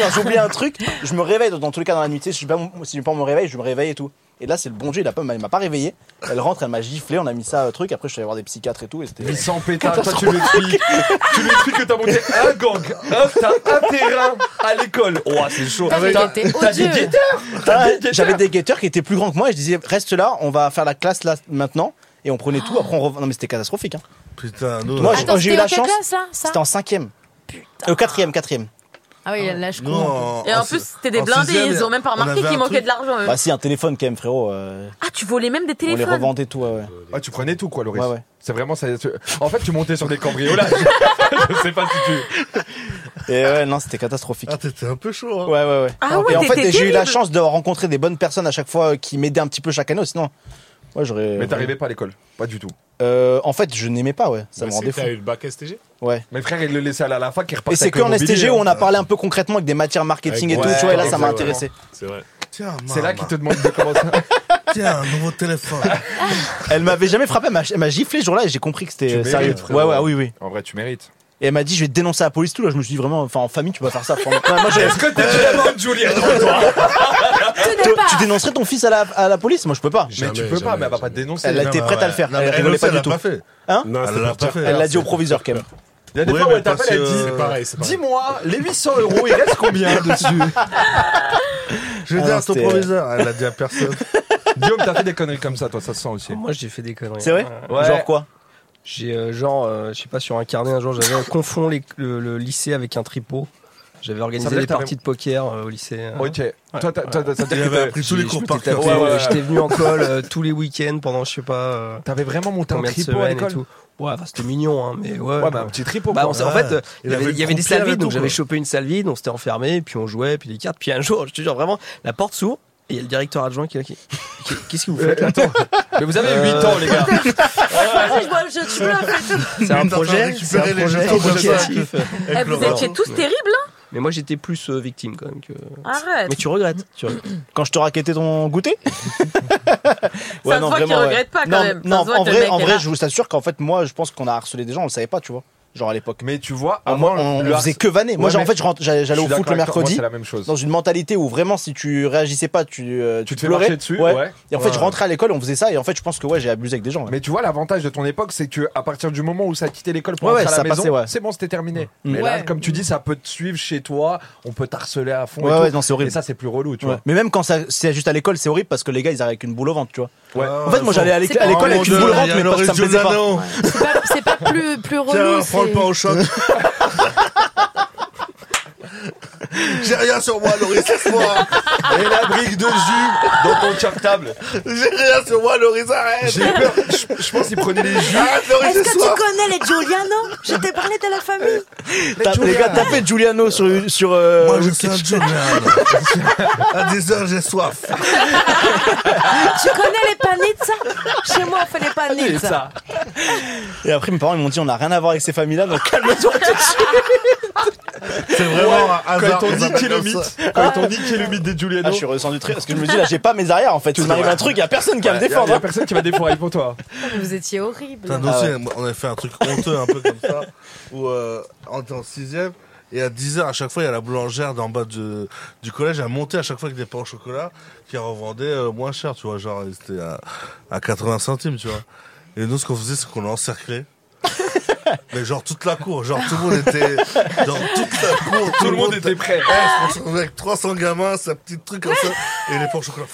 dormir, j'oublie un truc, je me réveille dans tous les cas dans la nuit. Tu sais, si je pas, si je pas me réveille, je me réveille et tout. Et là, c'est le bon Dieu, il a pas, il m'a pas réveillé. Elle rentre, elle m'a giflé, on a mis ça, euh, truc. Après, je suis allé voir des psychiatres et tout. Et c'était. Mais sans pétard, toi, tu lui expliques. Tu lui expliques que t'as monté un gang, un, t'as un terrain à l'école. Oh, c'est chaud. T'as des T'as guetteurs. t'as des guetteurs. Ah, j'avais des guetteurs qui étaient plus grands que moi et je disais, reste là, on va faire la classe là maintenant. et on prenait tout. Après, on rev... non mais c'était catastrophique. Hein. Putain, nous. Moi, Attends, j'ai eu c'était en la quelle chance. classe, ça, ça C'était en cinquième. Putain. Euh, quatrième, quatrième. Ah oui, là je Non, comprends. Et en plus, c'était des blindés, ils ont même pas remarqué qu'il manquait de l'argent. eux. Bah si, un téléphone quand même, frérot. euh, Ah, tu volais même des On les téléphones. revendait tout, ouais. ouais. Ah, tu prenais tout, quoi, Loris. Ouais, ouais. C'est vraiment ça. tu- En fait, tu montais sur des cambriolages. Je sais pas si tu. Et ouais, non, c'était catastrophique. Ah, t'étais un peu chaud, hein. Ouais, ouais, ouais. Ah ouais, et en fait, t'étais j'ai eu la terrible. chance de rencontrer des bonnes personnes à chaque fois qui m'aidaient un petit peu chaque année, sinon. Ouais, j'aurais. Mais t'arrivais pas à l'école. Pas du tout. Euh, en fait, je n'aimais pas, ouais. Ça Bah me si, rendait fou. T'as eu le bac S T G? Ouais. Mes frères, ils le laissaient aller à la fac, ils repartaient. Et c'est avec que le en S T G mobilier, où on a hein. parlé un peu concrètement avec des matières marketing et Ouais, tout, tu vois, et là, ça m'a exactement. intéressé. C'est vrai. Tiens, C'est là qu'ils te demandent de commencer. Tiens, un nouveau téléphone. Elle m'avait jamais frappé, elle m'a- elle m'a giflé ce jour-là et j'ai compris que Tu c'était sérieux. mérites, frérot. Ouais, ouais, ah oui, oui. En vrai, tu mérites. Et elle m'a dit, je vais te dénoncer à la police, tout là. Je me suis dit vraiment, enfin, en famille, tu peux pas faire ça. Enfin, ouais, moi, j'ai- Est-ce que t'es vraiment Julien toi Toi, tu dénoncerais ton fils à la, à la police? Moi, je peux pas. Mais Jamais, tu peux pas, jamais, mais elle va pas te jamais. dénoncer. Elle a été Non, prête ouais. à le faire. Non, mais Elle elle rigolait aussi, pas elle du l'a tout. pas fait. Hein? Non, Elle c'était l'a pour pas dire. fait. Elle l'a dit au proviseur quand même. Il y a des Oui, fois où mais elle t'appelle, parce elle que- dit C'est pareil, c'est pareil. dis-moi, les huit cents euros, il reste combien dessus? Je vais Ah dire non, à ton c'était- proviseur. Elle l'a dit à personne. Guillaume, t'as fait des conneries comme ça, toi, ça se sent aussi. Moi, j'ai fait des conneries. C'est vrai? Ouais. Genre quoi? J'ai euh, genre, euh, je sais pas, sur un carnet un jour, j'avais confond les- le, le lycée avec un tripot. J'avais Ça organisé veut dire des que t'avais- parties de poker euh, au lycée. euh. Ok. Toi, t'as- toi, ça veut Il dire avait que appris tous les Je cours m'étais par cœur. tapé, Ouais, ouais, euh, ouais. J'étais venu en col euh, tous les week-ends pendant, je sais pas, euh, t'avais vraiment monté un combien de tripot à semaines et l'école. tout. Ouais, enfin, c'était mignon, hein, mais ouais. Ouais, quoi. bah un petit tripot. Bah, quoi. on s'est- en Ouais. fait, euh, il Il y avait, avait il y avait des croupier salles avec vides, donc tout, j'avais quoi. chopé une salle vide, on s'était enfermé, puis on jouait, puis des cartes. Puis un jour, je te jure vraiment, la porte s'ouvre et il y a le directeur adjoint qui est là. qui- qui- Qu'est-ce que vous faites là? Mais vous avez huit ans, les gars. Vas-y, je vois- je- tu peux la faire. C'est un T'es en train de projet, c'est un récupérer les projet jetons comme ça. éducatif. Eh, vous étiez tous terribles, hein. Mais moi, j'étais plus euh, victime quand même que. Arrête. Mais tu regrettes. Tu regrettes. Quand je te raquettais ton goûter? Ça se voit qu'il regrette pas, quand non, même. Ça Non, se voit en que le vrai, mec en est vrai, là. je vous assure qu'en fait, moi, je pense qu'on a harcelé des gens, on le savait pas, tu vois. Genre à l'époque. Mais tu vois, Ah, moi, on, le on faisait harc- que vanner. Moi, Ouais, genre, en mais fait, je rentre- j'allais je j'allais suis au foot d'accord le avec toi, moi, mercredi. c'est la même chose. Dans une mentalité où vraiment, si tu réagissais pas, tu, euh, Tu te fais pleurais. marcher dessus, Ouais. ouais. Et en fait, Ouais. je rentrais à l'école, on faisait ça. Et en fait, je pense que ouais, j'ai abusé avec des gens. ouais. Mais tu vois, l'avantage de ton époque, c'est que à partir du moment où ça a quitté l'école pour Ouais, rentrer ouais, à la ça maison, passait, ouais. c'est bon, c'était terminé. Mm. Mais là, Ouais. comme tu dis, ça peut te suivre chez toi, on peut t'harceler à fond. Ouais, et ouais, tout. non, c'est horrible. Et ça, c'est plus relou, tu Ouais. vois. Mais même quand ça- c'est juste à l'école, c'est horrible parce que les gars, ils arrivent avec une boule au ventre, tu vois. Ouais. En fait, moi, j'allais à l'éc- C'est à pas- l'école avec une boule au ventre, mais parce que ça me plaisait pas. C'est pas, c'est pas plus, plus relou. Tiens, prends le c'est- pain au choc. J'ai rien sur moi, Loris, c'est moi. Et la brique de jus dans ton cartable. J'ai rien sur moi, Loris, arrête. J'ai peur. Je, je pense qu'il prenait les jus. Arrête, Loris, Est-ce c'est que tu soif. connais les Giuliano? Je t'ai parlé de la famille. T'as- Les gars, tapez Giuliano sur. sur euh, Moi, je Wiki- suis un Julian. À dix heures, j'ai soif. Tu connais les panitzas? Chez moi, on fait les panitzas. Et après, mes parents, ils m'ont dit, on n'a rien à voir avec ces familles-là, donc calme-toi tout de suite. C'est vraiment un Quand hasard. ils t'ont qu'on dit s'appelle qui est le comme mythe, ça. quand ils t'ont dit qui est le mythe des Giuliano, Ah, je suis redescendu très. Parce que je me dis, là, j'ai pas mes arrières en fait. S'il m'arrive un truc, y a personne qui va me il y a- défendre. il y a hein. personne qui va défendre pour toi. Vous étiez horrible. Putain, nous Ah aussi, ouais. on avait fait un truc honteux un peu comme ça, où euh, on était en sixième, et à dix heures, à chaque fois, il y a la boulangère d'en bas de, du collège, elle montait à chaque fois avec des pains au chocolat, qui revendait euh, moins cher, tu vois, genre, c'était à, à quatre-vingts centimes, tu vois. Et nous, ce qu'on faisait, c'est qu'on l'encerclait. Mais genre toute la cour, genre tout le monde était, genre toute la cour, Tout le monde était prêt. Ouais, on se retrouvait avec trois cents gamins, sa petite truc comme ça, et les pains au chocolat.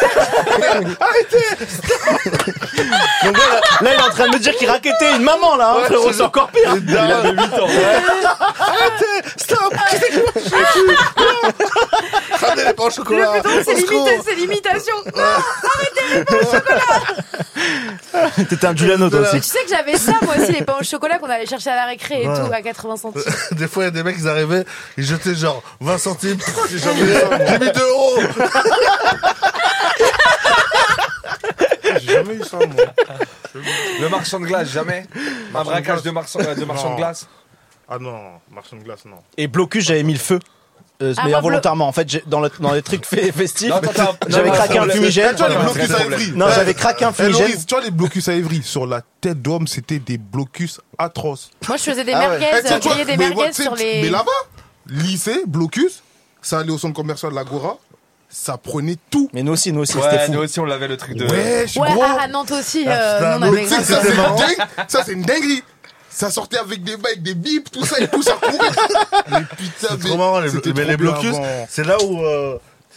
Donc là, là, là, il est en train de me dire qu'il raquettait une maman là, hein, Ouais, frérot, je- c'est encore pire. Et Il avait huit ans. Arrêtez, stop, ramenez les pains au chocolat. Le plus drôle, c'est au secours. l'imita- c'est l'imitation. T'étais un Giuliano toi Tu aussi. sais que j'avais ça, moi aussi, les pains au chocolat qu'on allait chercher à la récré et Ouais. tout, à quatre-vingts centimes. Des fois, il y a des mecs, ils arrivaient, ils jetaient genre vingt centimes. J'ai jamais j'ai mis deux euros. J'ai jamais eu ça, moi. Le marchand de glace, jamais. Un Marchand de braquage glace. de marchand, de marchand Non. de glace. Ah non, marchand de glace, non. Et Blocus, j'avais mis le feu. Euh, Ah, mais moi, involontairement, en fait, j'ai- dans, le- dans les trucs fe- festifs, Non, attends, attends, j'avais non, craqué non, un non, fumigène. Tu vois les non, blocus vrai à problème. Évry? Non, j'avais craqué un Eh, fumigène. Loris, tu vois les blocus à Évry, sur la tête d'homme, c'était des blocus atroces. Moi, je faisais des Ah ouais. merguez, Eh, tu sais, euh, tu vois, griller des mais merguez ouais, tu sais, sur les. Mais là-bas, lycée, blocus, ça allait au centre commercial de l'Agora, ça prenait tout. Mais nous aussi, nous aussi, c'était Ouais, fou. nous aussi, on l'avait le truc de. Ouais, je suis Ouais, gros. à, à Nantes aussi, Ah, euh, putain, nous, on mais avait Tu sais, grave ça, ça. c'est une dingue- ça, c'est une dinguerie. Ça sortait avec des bails, avec des bips, tout ça, et tout ça courait. Mais putain, C'est trop marrant, les, c'était mais trop les bien blocus, avant. c'est là où, euh, tu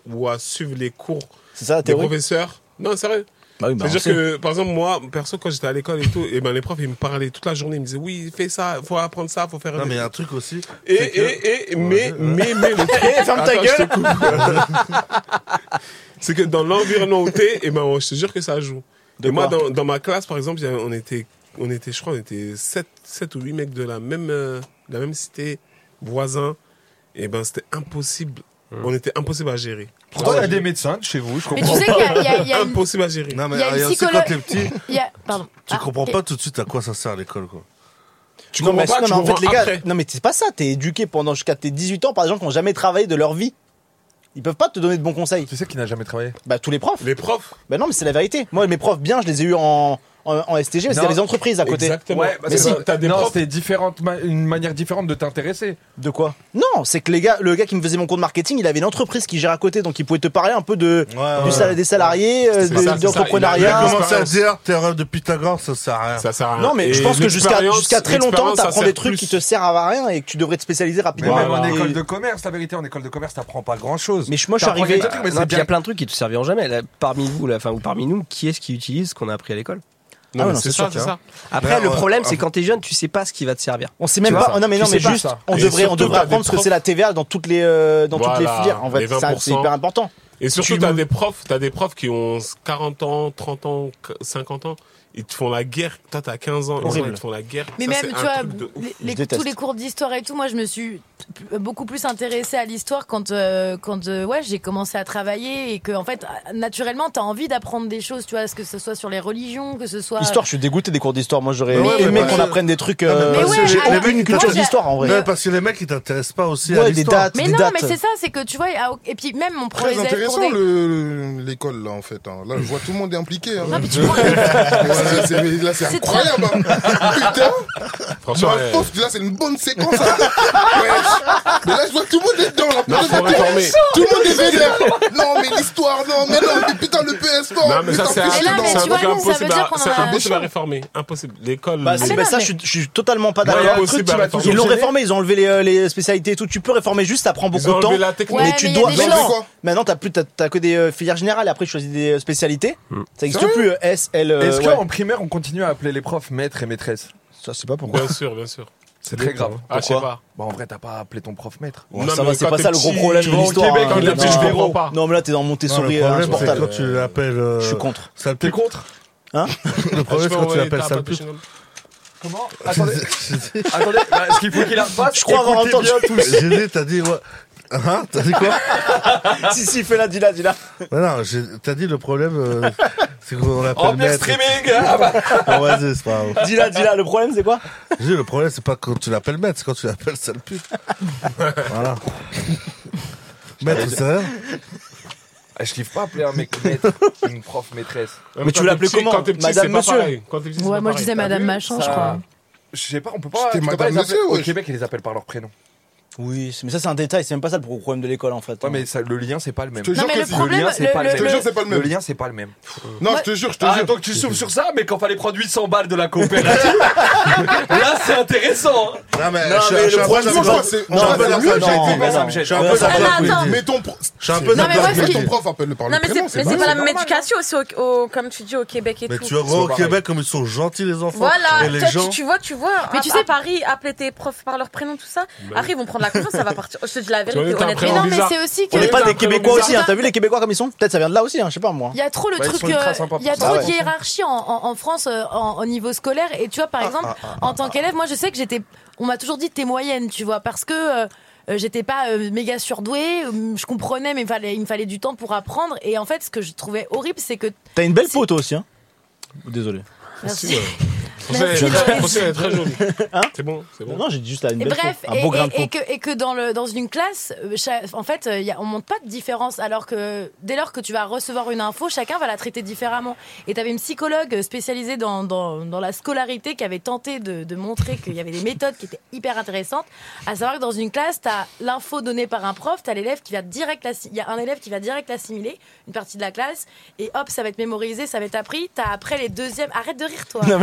ou à suivre les cours C'est ça la des théorie. professeurs. Non, sérieux. Bah oui, bah on C'est-à-dire sait. que, par exemple, moi, perso, quand j'étais à l'école et tout, et ben les profs, ils me parlaient toute la journée, ils me disaient, oui, fais ça, faut apprendre ça, faut faire. Non, mais il y a un truc aussi. Et, c'est que- et, et, mais, mais, mais, le truc. Ferme ta Attends, gueule. je te coupe. C'est que dans l'environnement où t'es, et ben, je te jure que ça joue. De et moi, quoi dans, dans ma classe, par exemple, il y a- on était, on était, je crois, on était sept ou huit mecs de la même, euh, de la même cité, voisins. Et ben, c'était impossible. On était impossible à gérer. Pourtant, il y a des médecins de chez vous, je Mais comprends. tu sais qu'il y a- il y a- il y a une- Impossible à gérer. Non, mais Il y a une il y a aussi quand psychologue- t'es petit, Il y a... Pardon. tu Ah, comprends et- pas tout de suite à quoi ça sert à l'école, quoi. Tu non, comprends mais, pas, non, tu mais en fait, comprends les gars, après. non, mais c'est pas ça. T'es éduqué pendant jusqu'à tes dix-huit ans par des gens qui n'ont jamais travaillé de leur vie. Ils peuvent pas te donner de bons conseils. Tu sais qui n'a jamais travaillé? Bah, tous les profs. Les profs. Bah, non, mais c'est la vérité. Moi, mes profs bien, je les ai eus en, en, en S T G, mais Non. c'était les entreprises à côté. Exactement. Ouais, parce Mais que si. t'as des non, profs- c'était différente, ma- une manière différente de t'intéresser. De quoi? Non, c'est que les gars, le gars qui me faisait mon cours de marketing, il avait une entreprise qui gère à côté, donc il pouvait te parler un peu de, Ouais, du ouais. sal- des salariés, euh, C'est de, ça, c'est ça. Il a d'entrepreneuriat. commencé à dire théorème de Pythagore, ça sert à rien. Ça sert à rien. Non, mais Et je pense que jusqu'à l'expérience- jusqu'à très longtemps, l'expérience, ça t'apprends sert des trucs plus. qui te servent à rien et que tu devrais te spécialiser Mais rapidement. même en Et- école de commerce, la vérité, en école de commerce, t'apprends pas grand chose. Mais je- moi, je suis arrivé. Non, puis il y a plein de trucs qui te serviront jamais. Là, parmi vous, là, enfin, ou parmi nous, qui est-ce qui utilise ce qu'on a appris à l'école? Non, Ah mais non, c'est c'est sûr, ça, c'est tu ça. Après, Mais, le euh, problème, euh, c'est quand t'es jeune, tu sais pas ce qui va te servir. On sait même Tu pas. vois, non, mais tu non, mais sais pas juste, ça. on Et devrait, on surtout, devrait t'as des apprendre ce que profs- c'est la T V A dans toutes les, euh, dans toutes les Voilà, filières. En les fait, Ça, vingt pour c'est cent. hyper important. Et surtout, Tu t'as me- des profs, t'as des profs qui ont quarante ans, trente ans, cinquante ans. Ils te font la guerre. Toi, t'as quinze ans. Horrible. Ils te font la guerre. Mais Ça, même, c'est tu un vois, truc de ouf. les, les- Je déteste. tous les cours d'histoire et tout, moi, je me suis p- beaucoup plus intéressée à l'histoire quand, euh, quand euh, ouais, j'ai commencé à travailler et que, en fait, naturellement, t'as envie d'apprendre des choses, tu vois, que ce soit sur les religions, que ce soit. Histoire, je suis dégoûté des cours d'histoire. Moi, j'aurais Mais ouais, aimé mais qu'on parce- apprenne des trucs. Non, mais euh, Mais parce ouais, que J'ai les- alors, les aucune mecs, ils culture moi, j'ai- d'histoire en vrai. Ouais, parce que les mecs, ils t'intéressent pas aussi à Ouais, des l'histoire. dates. Mais des non, dates. mais c'est ça, c'est que tu vois, à- et puis même mon Très projet intéressant pour des... le- l'école là en fait. hein. Là je vois tout le monde est impliqué. hein. Non, mais tu vois- Ouais, c'est- là c'est C'est incroyable. hein. Putain. Franchement, Moi, ouais. je pense que là c'est une bonne séquence. hein. Wesh. Mais là je vois tout le monde est dedans. Là. Non, faut réformer. Tout le monde est vénère. Non mais l'histoire, non mais non mais putain le P S fort. Non, mais ça, c'est un, Mais là, mais c'est un tu vois, truc ça veut impossible, dire à, qu'on c'est en a- impossible à réformer. Impossible. L'école. Bah, les- c'est- mais bah, non, ça, mais- je, suis- je suis totalement pas Ouais, d'accord. il y a un Ils truc qui va toujours l'ont gêner. réformé, ils ont enlevé les, euh, les spécialités et tout. Tu peux réformer juste, ça prend beaucoup Ils ont de temps. enlevé la technique. Ouais, mais tu mais il y a dois. des Mais gens- non. quoi Maintenant, t'as plus, t'as, t'as que des euh, filières générales. Et après, tu choisis des euh, spécialités. Ça existe Sérieux plus. euh, S, L. euh, Est-ce ouais. qu'en primaire, on continue à appeler les profs maîtres et maîtresses? Ça, c'est pas pourquoi. Bien sûr, bien sûr. C'est très grave. Ah, je sais Pourquoi pas. Bah, en vrai, t'as pas appelé ton prof maître. Bon, Non, ça mais va, c'est quand pas t'es ça le gros petit, problème tu de vas au l'histoire. Québec, hein. quand t'es Non, petit, non, tu comprends pas. Non, mais là, t'es dans Non, Montessori le problème, c'est insupportable. quand tu l'appelles. euh, Je suis contre. sale T'es pute. contre? Hein Le problème, c'est quand tu l'appelles sale pute. Comment? Attendez. Attendez, bah, est-ce qu'il faut qu'il la refasse? Je crois avoir Écoutez entendu. bien tous. J'ai dit, t'as dit, ouais. Hein? T'as dit quoi? Si, si, fais-la, dis-la, dis-la. Ouais, non, j'ai- t'as dit le problème, euh, c'est qu'on l'appelle En plein maître. streaming! Ah bah. Bon, vas-y, c'est pas grave. Dis-la, dis-la. Le problème, c'est quoi? J'ai dit, le problème, c'est pas quand tu l'appelles maître, c'est quand tu l'appelles sale pute. Voilà. Maître, c'est rien? Ah, je kiffe pas appeler un mec maître, une prof maîtresse. Mais tu veux l'appeler comment? Quand t'es petit, Madame, c'est pas monsieur. pareil. Quand t'es petit, c'est Ouais, pas moi je pareil. disais Madame vu, Machin, ça- je crois. Je sais pas, on peut pas. C'était tu peux Madame pas les appeler- Monsieur, Au wesh. Québec, ils les appellent par leur prénom. Oui, mais ça, c'est un détail. C'est même pas ça le problème de l'école, en fait. Ouais, mais ça, le lien, c'est pas le même. Je te jure mais que le si. problème- lien, c'est le- pas le- le Je te même. jure c'est pas le Le même. lien, c'est pas le même. Non je te jure, je te Ah, jure. donc tu souffles sur ça, mais quand fallait prendre huit cents balles de la coopérative, là, c'est intéressant. hein. Non, mais, Non, je suis- mais je suis le un peu problème, d'accord. c'est quoi, Je c'est- suis un non, peu c'est d'accord mieux, avec j'ai Eddie. dit, mais ça me gêne. Je suis un peu Ouais, ça d'accord me avec gêne. Eddie. Mais ton pro- Je suis un peu Non, mais d'accord moi, avec ce mais qui- ton Eddie. prof appelle par le Non, mais prénom, c'est c'est mais pas c'est pas la normal, même éducation aussi, au, au- comme tu dis, au Québec et Mais tout. tu vois, C'est au pas pareil. Québec, comme ils sont gentils, les enfants. Voilà, Et les toi, gens. tu, tu vois, tu vois, Mais à, tu sais- à Paris, appeler tes profs par leur prénom, tout ça, après ils vont prendre la confiance, ça va partir. Je te dis la Tu vois, vérité, t'as un honnêtement. Mais non, mais bizarre. c'est aussi que. On n'est pas t'as des un prénom Québécois bizarre. aussi, hein. T'as vu les Québécois comme ils sont? Peut-être ça vient de là aussi, hein. Je sais pas moi. Il y a trop le Bah, ils truc, sont ultra euh, sympas il y a pour ça. trop Ah de ouais. hiérarchie en, en- en France euh, en- au niveau scolaire. Et tu vois, par exemple, en tant qu'élève, moi je sais que j'étais, on m'a toujours dit t'es moyenne, tu vois, parce que euh, euh, j'étais pas euh, méga surdouée, euh, je comprenais, mais il, fallait, il me fallait du temps pour apprendre. Et en fait, ce que je trouvais horrible, c'est que. T'as une belle peau, toi aussi, hein. Désolé. Merci. Français, elle est Merci, très- Loris. Français, elle est très jolie. Hein C'est bon, c'est bon. Non, j'ai dit juste là une Et belle bref, peau. Un et, beau grain de et- et peau. que, et que dans, le, dans une classe, euh, cha- en fait, euh, y a, on montre pas de différence. Alors que dès lors que tu vas recevoir une info, chacun va la traiter différemment. Et tu avais une psychologue spécialisée dans, dans, dans la scolarité qui avait tenté de, de montrer qu'il y avait des méthodes qui étaient hyper intéressantes. À savoir que dans une classe, tu as l'info donnée par un prof, tu as l'élève qui va direct l'assi- il y a un élève qui va direct l'assimiler, une partie de la classe, et hop, ça va être mémorisé, ça va être appris. Tu as après les deuxièmes. Arrête de rire, toi. Non, mais là, c'est un petit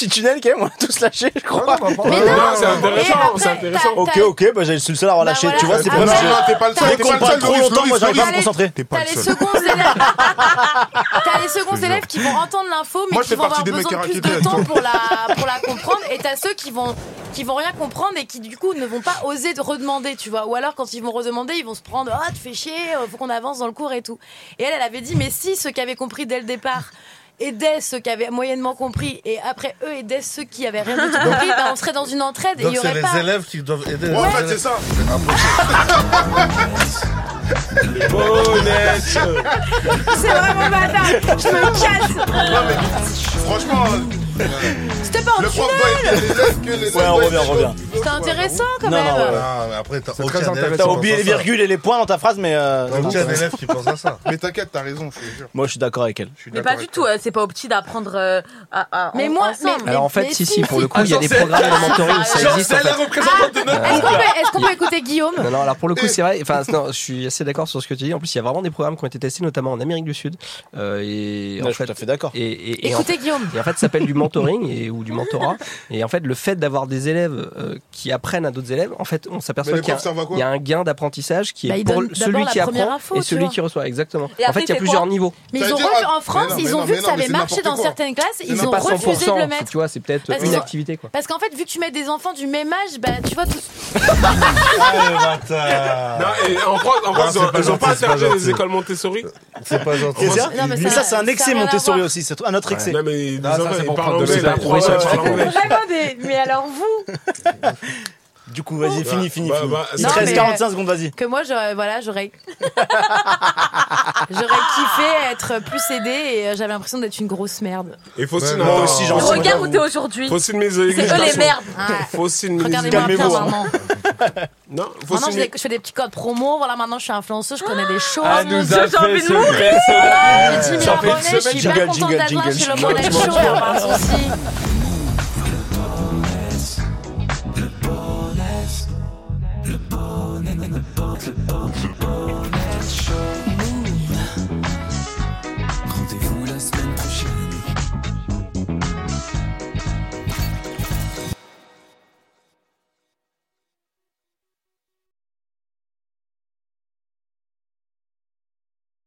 petit tunnel quand même, on a tous lâché, je crois. Mais non, c'est intéressant, c'est intéressant. Ok, ok, bah j'ai suis le seul à avoir lâché. Tu vois, c'est pour Non, ça. non, t'es pas le seul. Dès T'es qu'on pas le parle seul, trop Loris, longtemps, moi Loris, j'arrive pas à me Loris. concentrer. T'es pas T'as le les seul. seconds élèves. T'as les seconds élèves qui vont entendre l'info, mais Moi, je qui fais vont avoir partie des mecs besoin de qui plus de raquetaient, temps toi. pour la, pour la comprendre. Et t'as ceux qui vont, qui vont rien comprendre et qui, du coup, ne vont pas oser de redemander, tu vois. Ou alors, quand ils vont redemander, ils vont se prendre, ah, tu fais chier, faut qu'on avance dans le cours et tout. Et elle, elle avait dit, mais si ceux qui avaient compris dès le départ aidaient ceux qui avaient moyennement compris et après eux aidaient ceux qui avaient rien du tout compris, ben on serait dans une entraide et il Donc y c'est aurait les pas. élèves qui doivent aider Ouais, les en fait, élèves. c'est ça. Honnête. C'est vraiment bâtard. Je me casse. Non, mais franchement, C'était pas en le prof tunnel. doit aider l'élève que l'élève. Ouais, on doit revient, on aider revient. l'autre. C'était intéressant quand Non, même. non, ouais. Ah, mais après, t'as C'est aucun très élève intéressant. qui T'as pense oublié à les ça. virgules et les points dans ta phrase, mais. euh, T'as aucun élève qui pense à ça. Mais t'inquiète, t'as raison, je te jure. Moi, je suis d'accord avec elle. Je suis Mais d'accord pas du avec tout, euh, c'est pas au petit d'apprendre euh, à, à- Mais en- moi, ensemble. mais- Alors en fait, mais si, si, si, pour le si. coup, il y a des programmes de mentoring, ça Genre, existe en c'est la fait. représentante de notre Est-ce groupe qu'on là. peut, est-ce qu'on peut écouter Guillaume? Non, non, alors pour le coup, c'est vrai. Enfin, non, je suis assez d'accord sur ce que tu dis. En plus, il y a vraiment des programmes qui ont été testés, notamment en Amérique du Sud. Euh, et Ouais, en je suis fait, tout à fait d'accord. et, et, et en, Écoutez Guillaume. et en fait, ça s'appelle du mentoring et, ou du mentorat. Et en fait, le fait d'avoir des élèves euh, qui apprennent à d'autres élèves, en fait, on Mais s'aperçoit les qu'il y, profs servent à a- quoi il y a un gain d'apprentissage qui Bah, est ils pour donnent celui d'abord qui la première apprend info, et tu celui vois. qui reçoit. Exactement. Et En après, fait, il y a il fait plusieurs quoi niveaux. Mais Ça ils veut ont dire, refu- ah, en France, mais non, ils mais ont non, vu mais que non, ça mais avait c'est marché n'importe dans quoi. certaines classes, C'est ils ont pas cent pour refusé de le cent, mettre. tu vois, c'est peut-être Parce une que- activité quoi. Parce qu'en fait, vu que tu mets des enfants du même âge, bah tu vois tous. Ah, le bâtard. Non, et en France, en France, c'est ils ont- pas ils ont pas gentil, c'est pas interdit les gentil. écoles Montessori. C'est pas gentil. C'est ça Non, mais Mais ça- ça, c'est un ça excès a rien à Montessori voir. aussi. C'est un autre excès. Non, mais les Ah, ça, enfants, c'est ils pour parlent prendre de anglais. la là. prouver Ouais, sur ils parlent anglais. Vraiment des. Mais alors vous, Du coup, vas-y, fini, fini, bah, fini. bah, Il non, te reste mais- quarante-cinq secondes, vas-y. que moi j'aurais, voilà, j'aurais. J'aurais kiffé être plus aidée et euh, j'avais l'impression d'être une grosse merde. Et Faustine, Moi attends. aussi, j'en Mais suis. regarde où t'es aujourd'hui. Faustine, mes C'est eux les merdes. Faustine, mes Regardez-moi un peu, Calmez-vous, hein. maman. Non, Maintenant, Faustine. je, fais- je fais des petits codes promo. Voilà, maintenant, je suis influenceuse, je connais des choses. Ah, Mon nous Dieu, a j'ai envie fait de mourir. ce Voilà, j'ai dix mille Ça fait une abonnés, je suis semaine. bien contente Jingle, d'être là jingle, chez le jingle. Money Show, y a pas de souci. Le bonnet, le bonnet, le bonnet, le bonnet, le bonnet.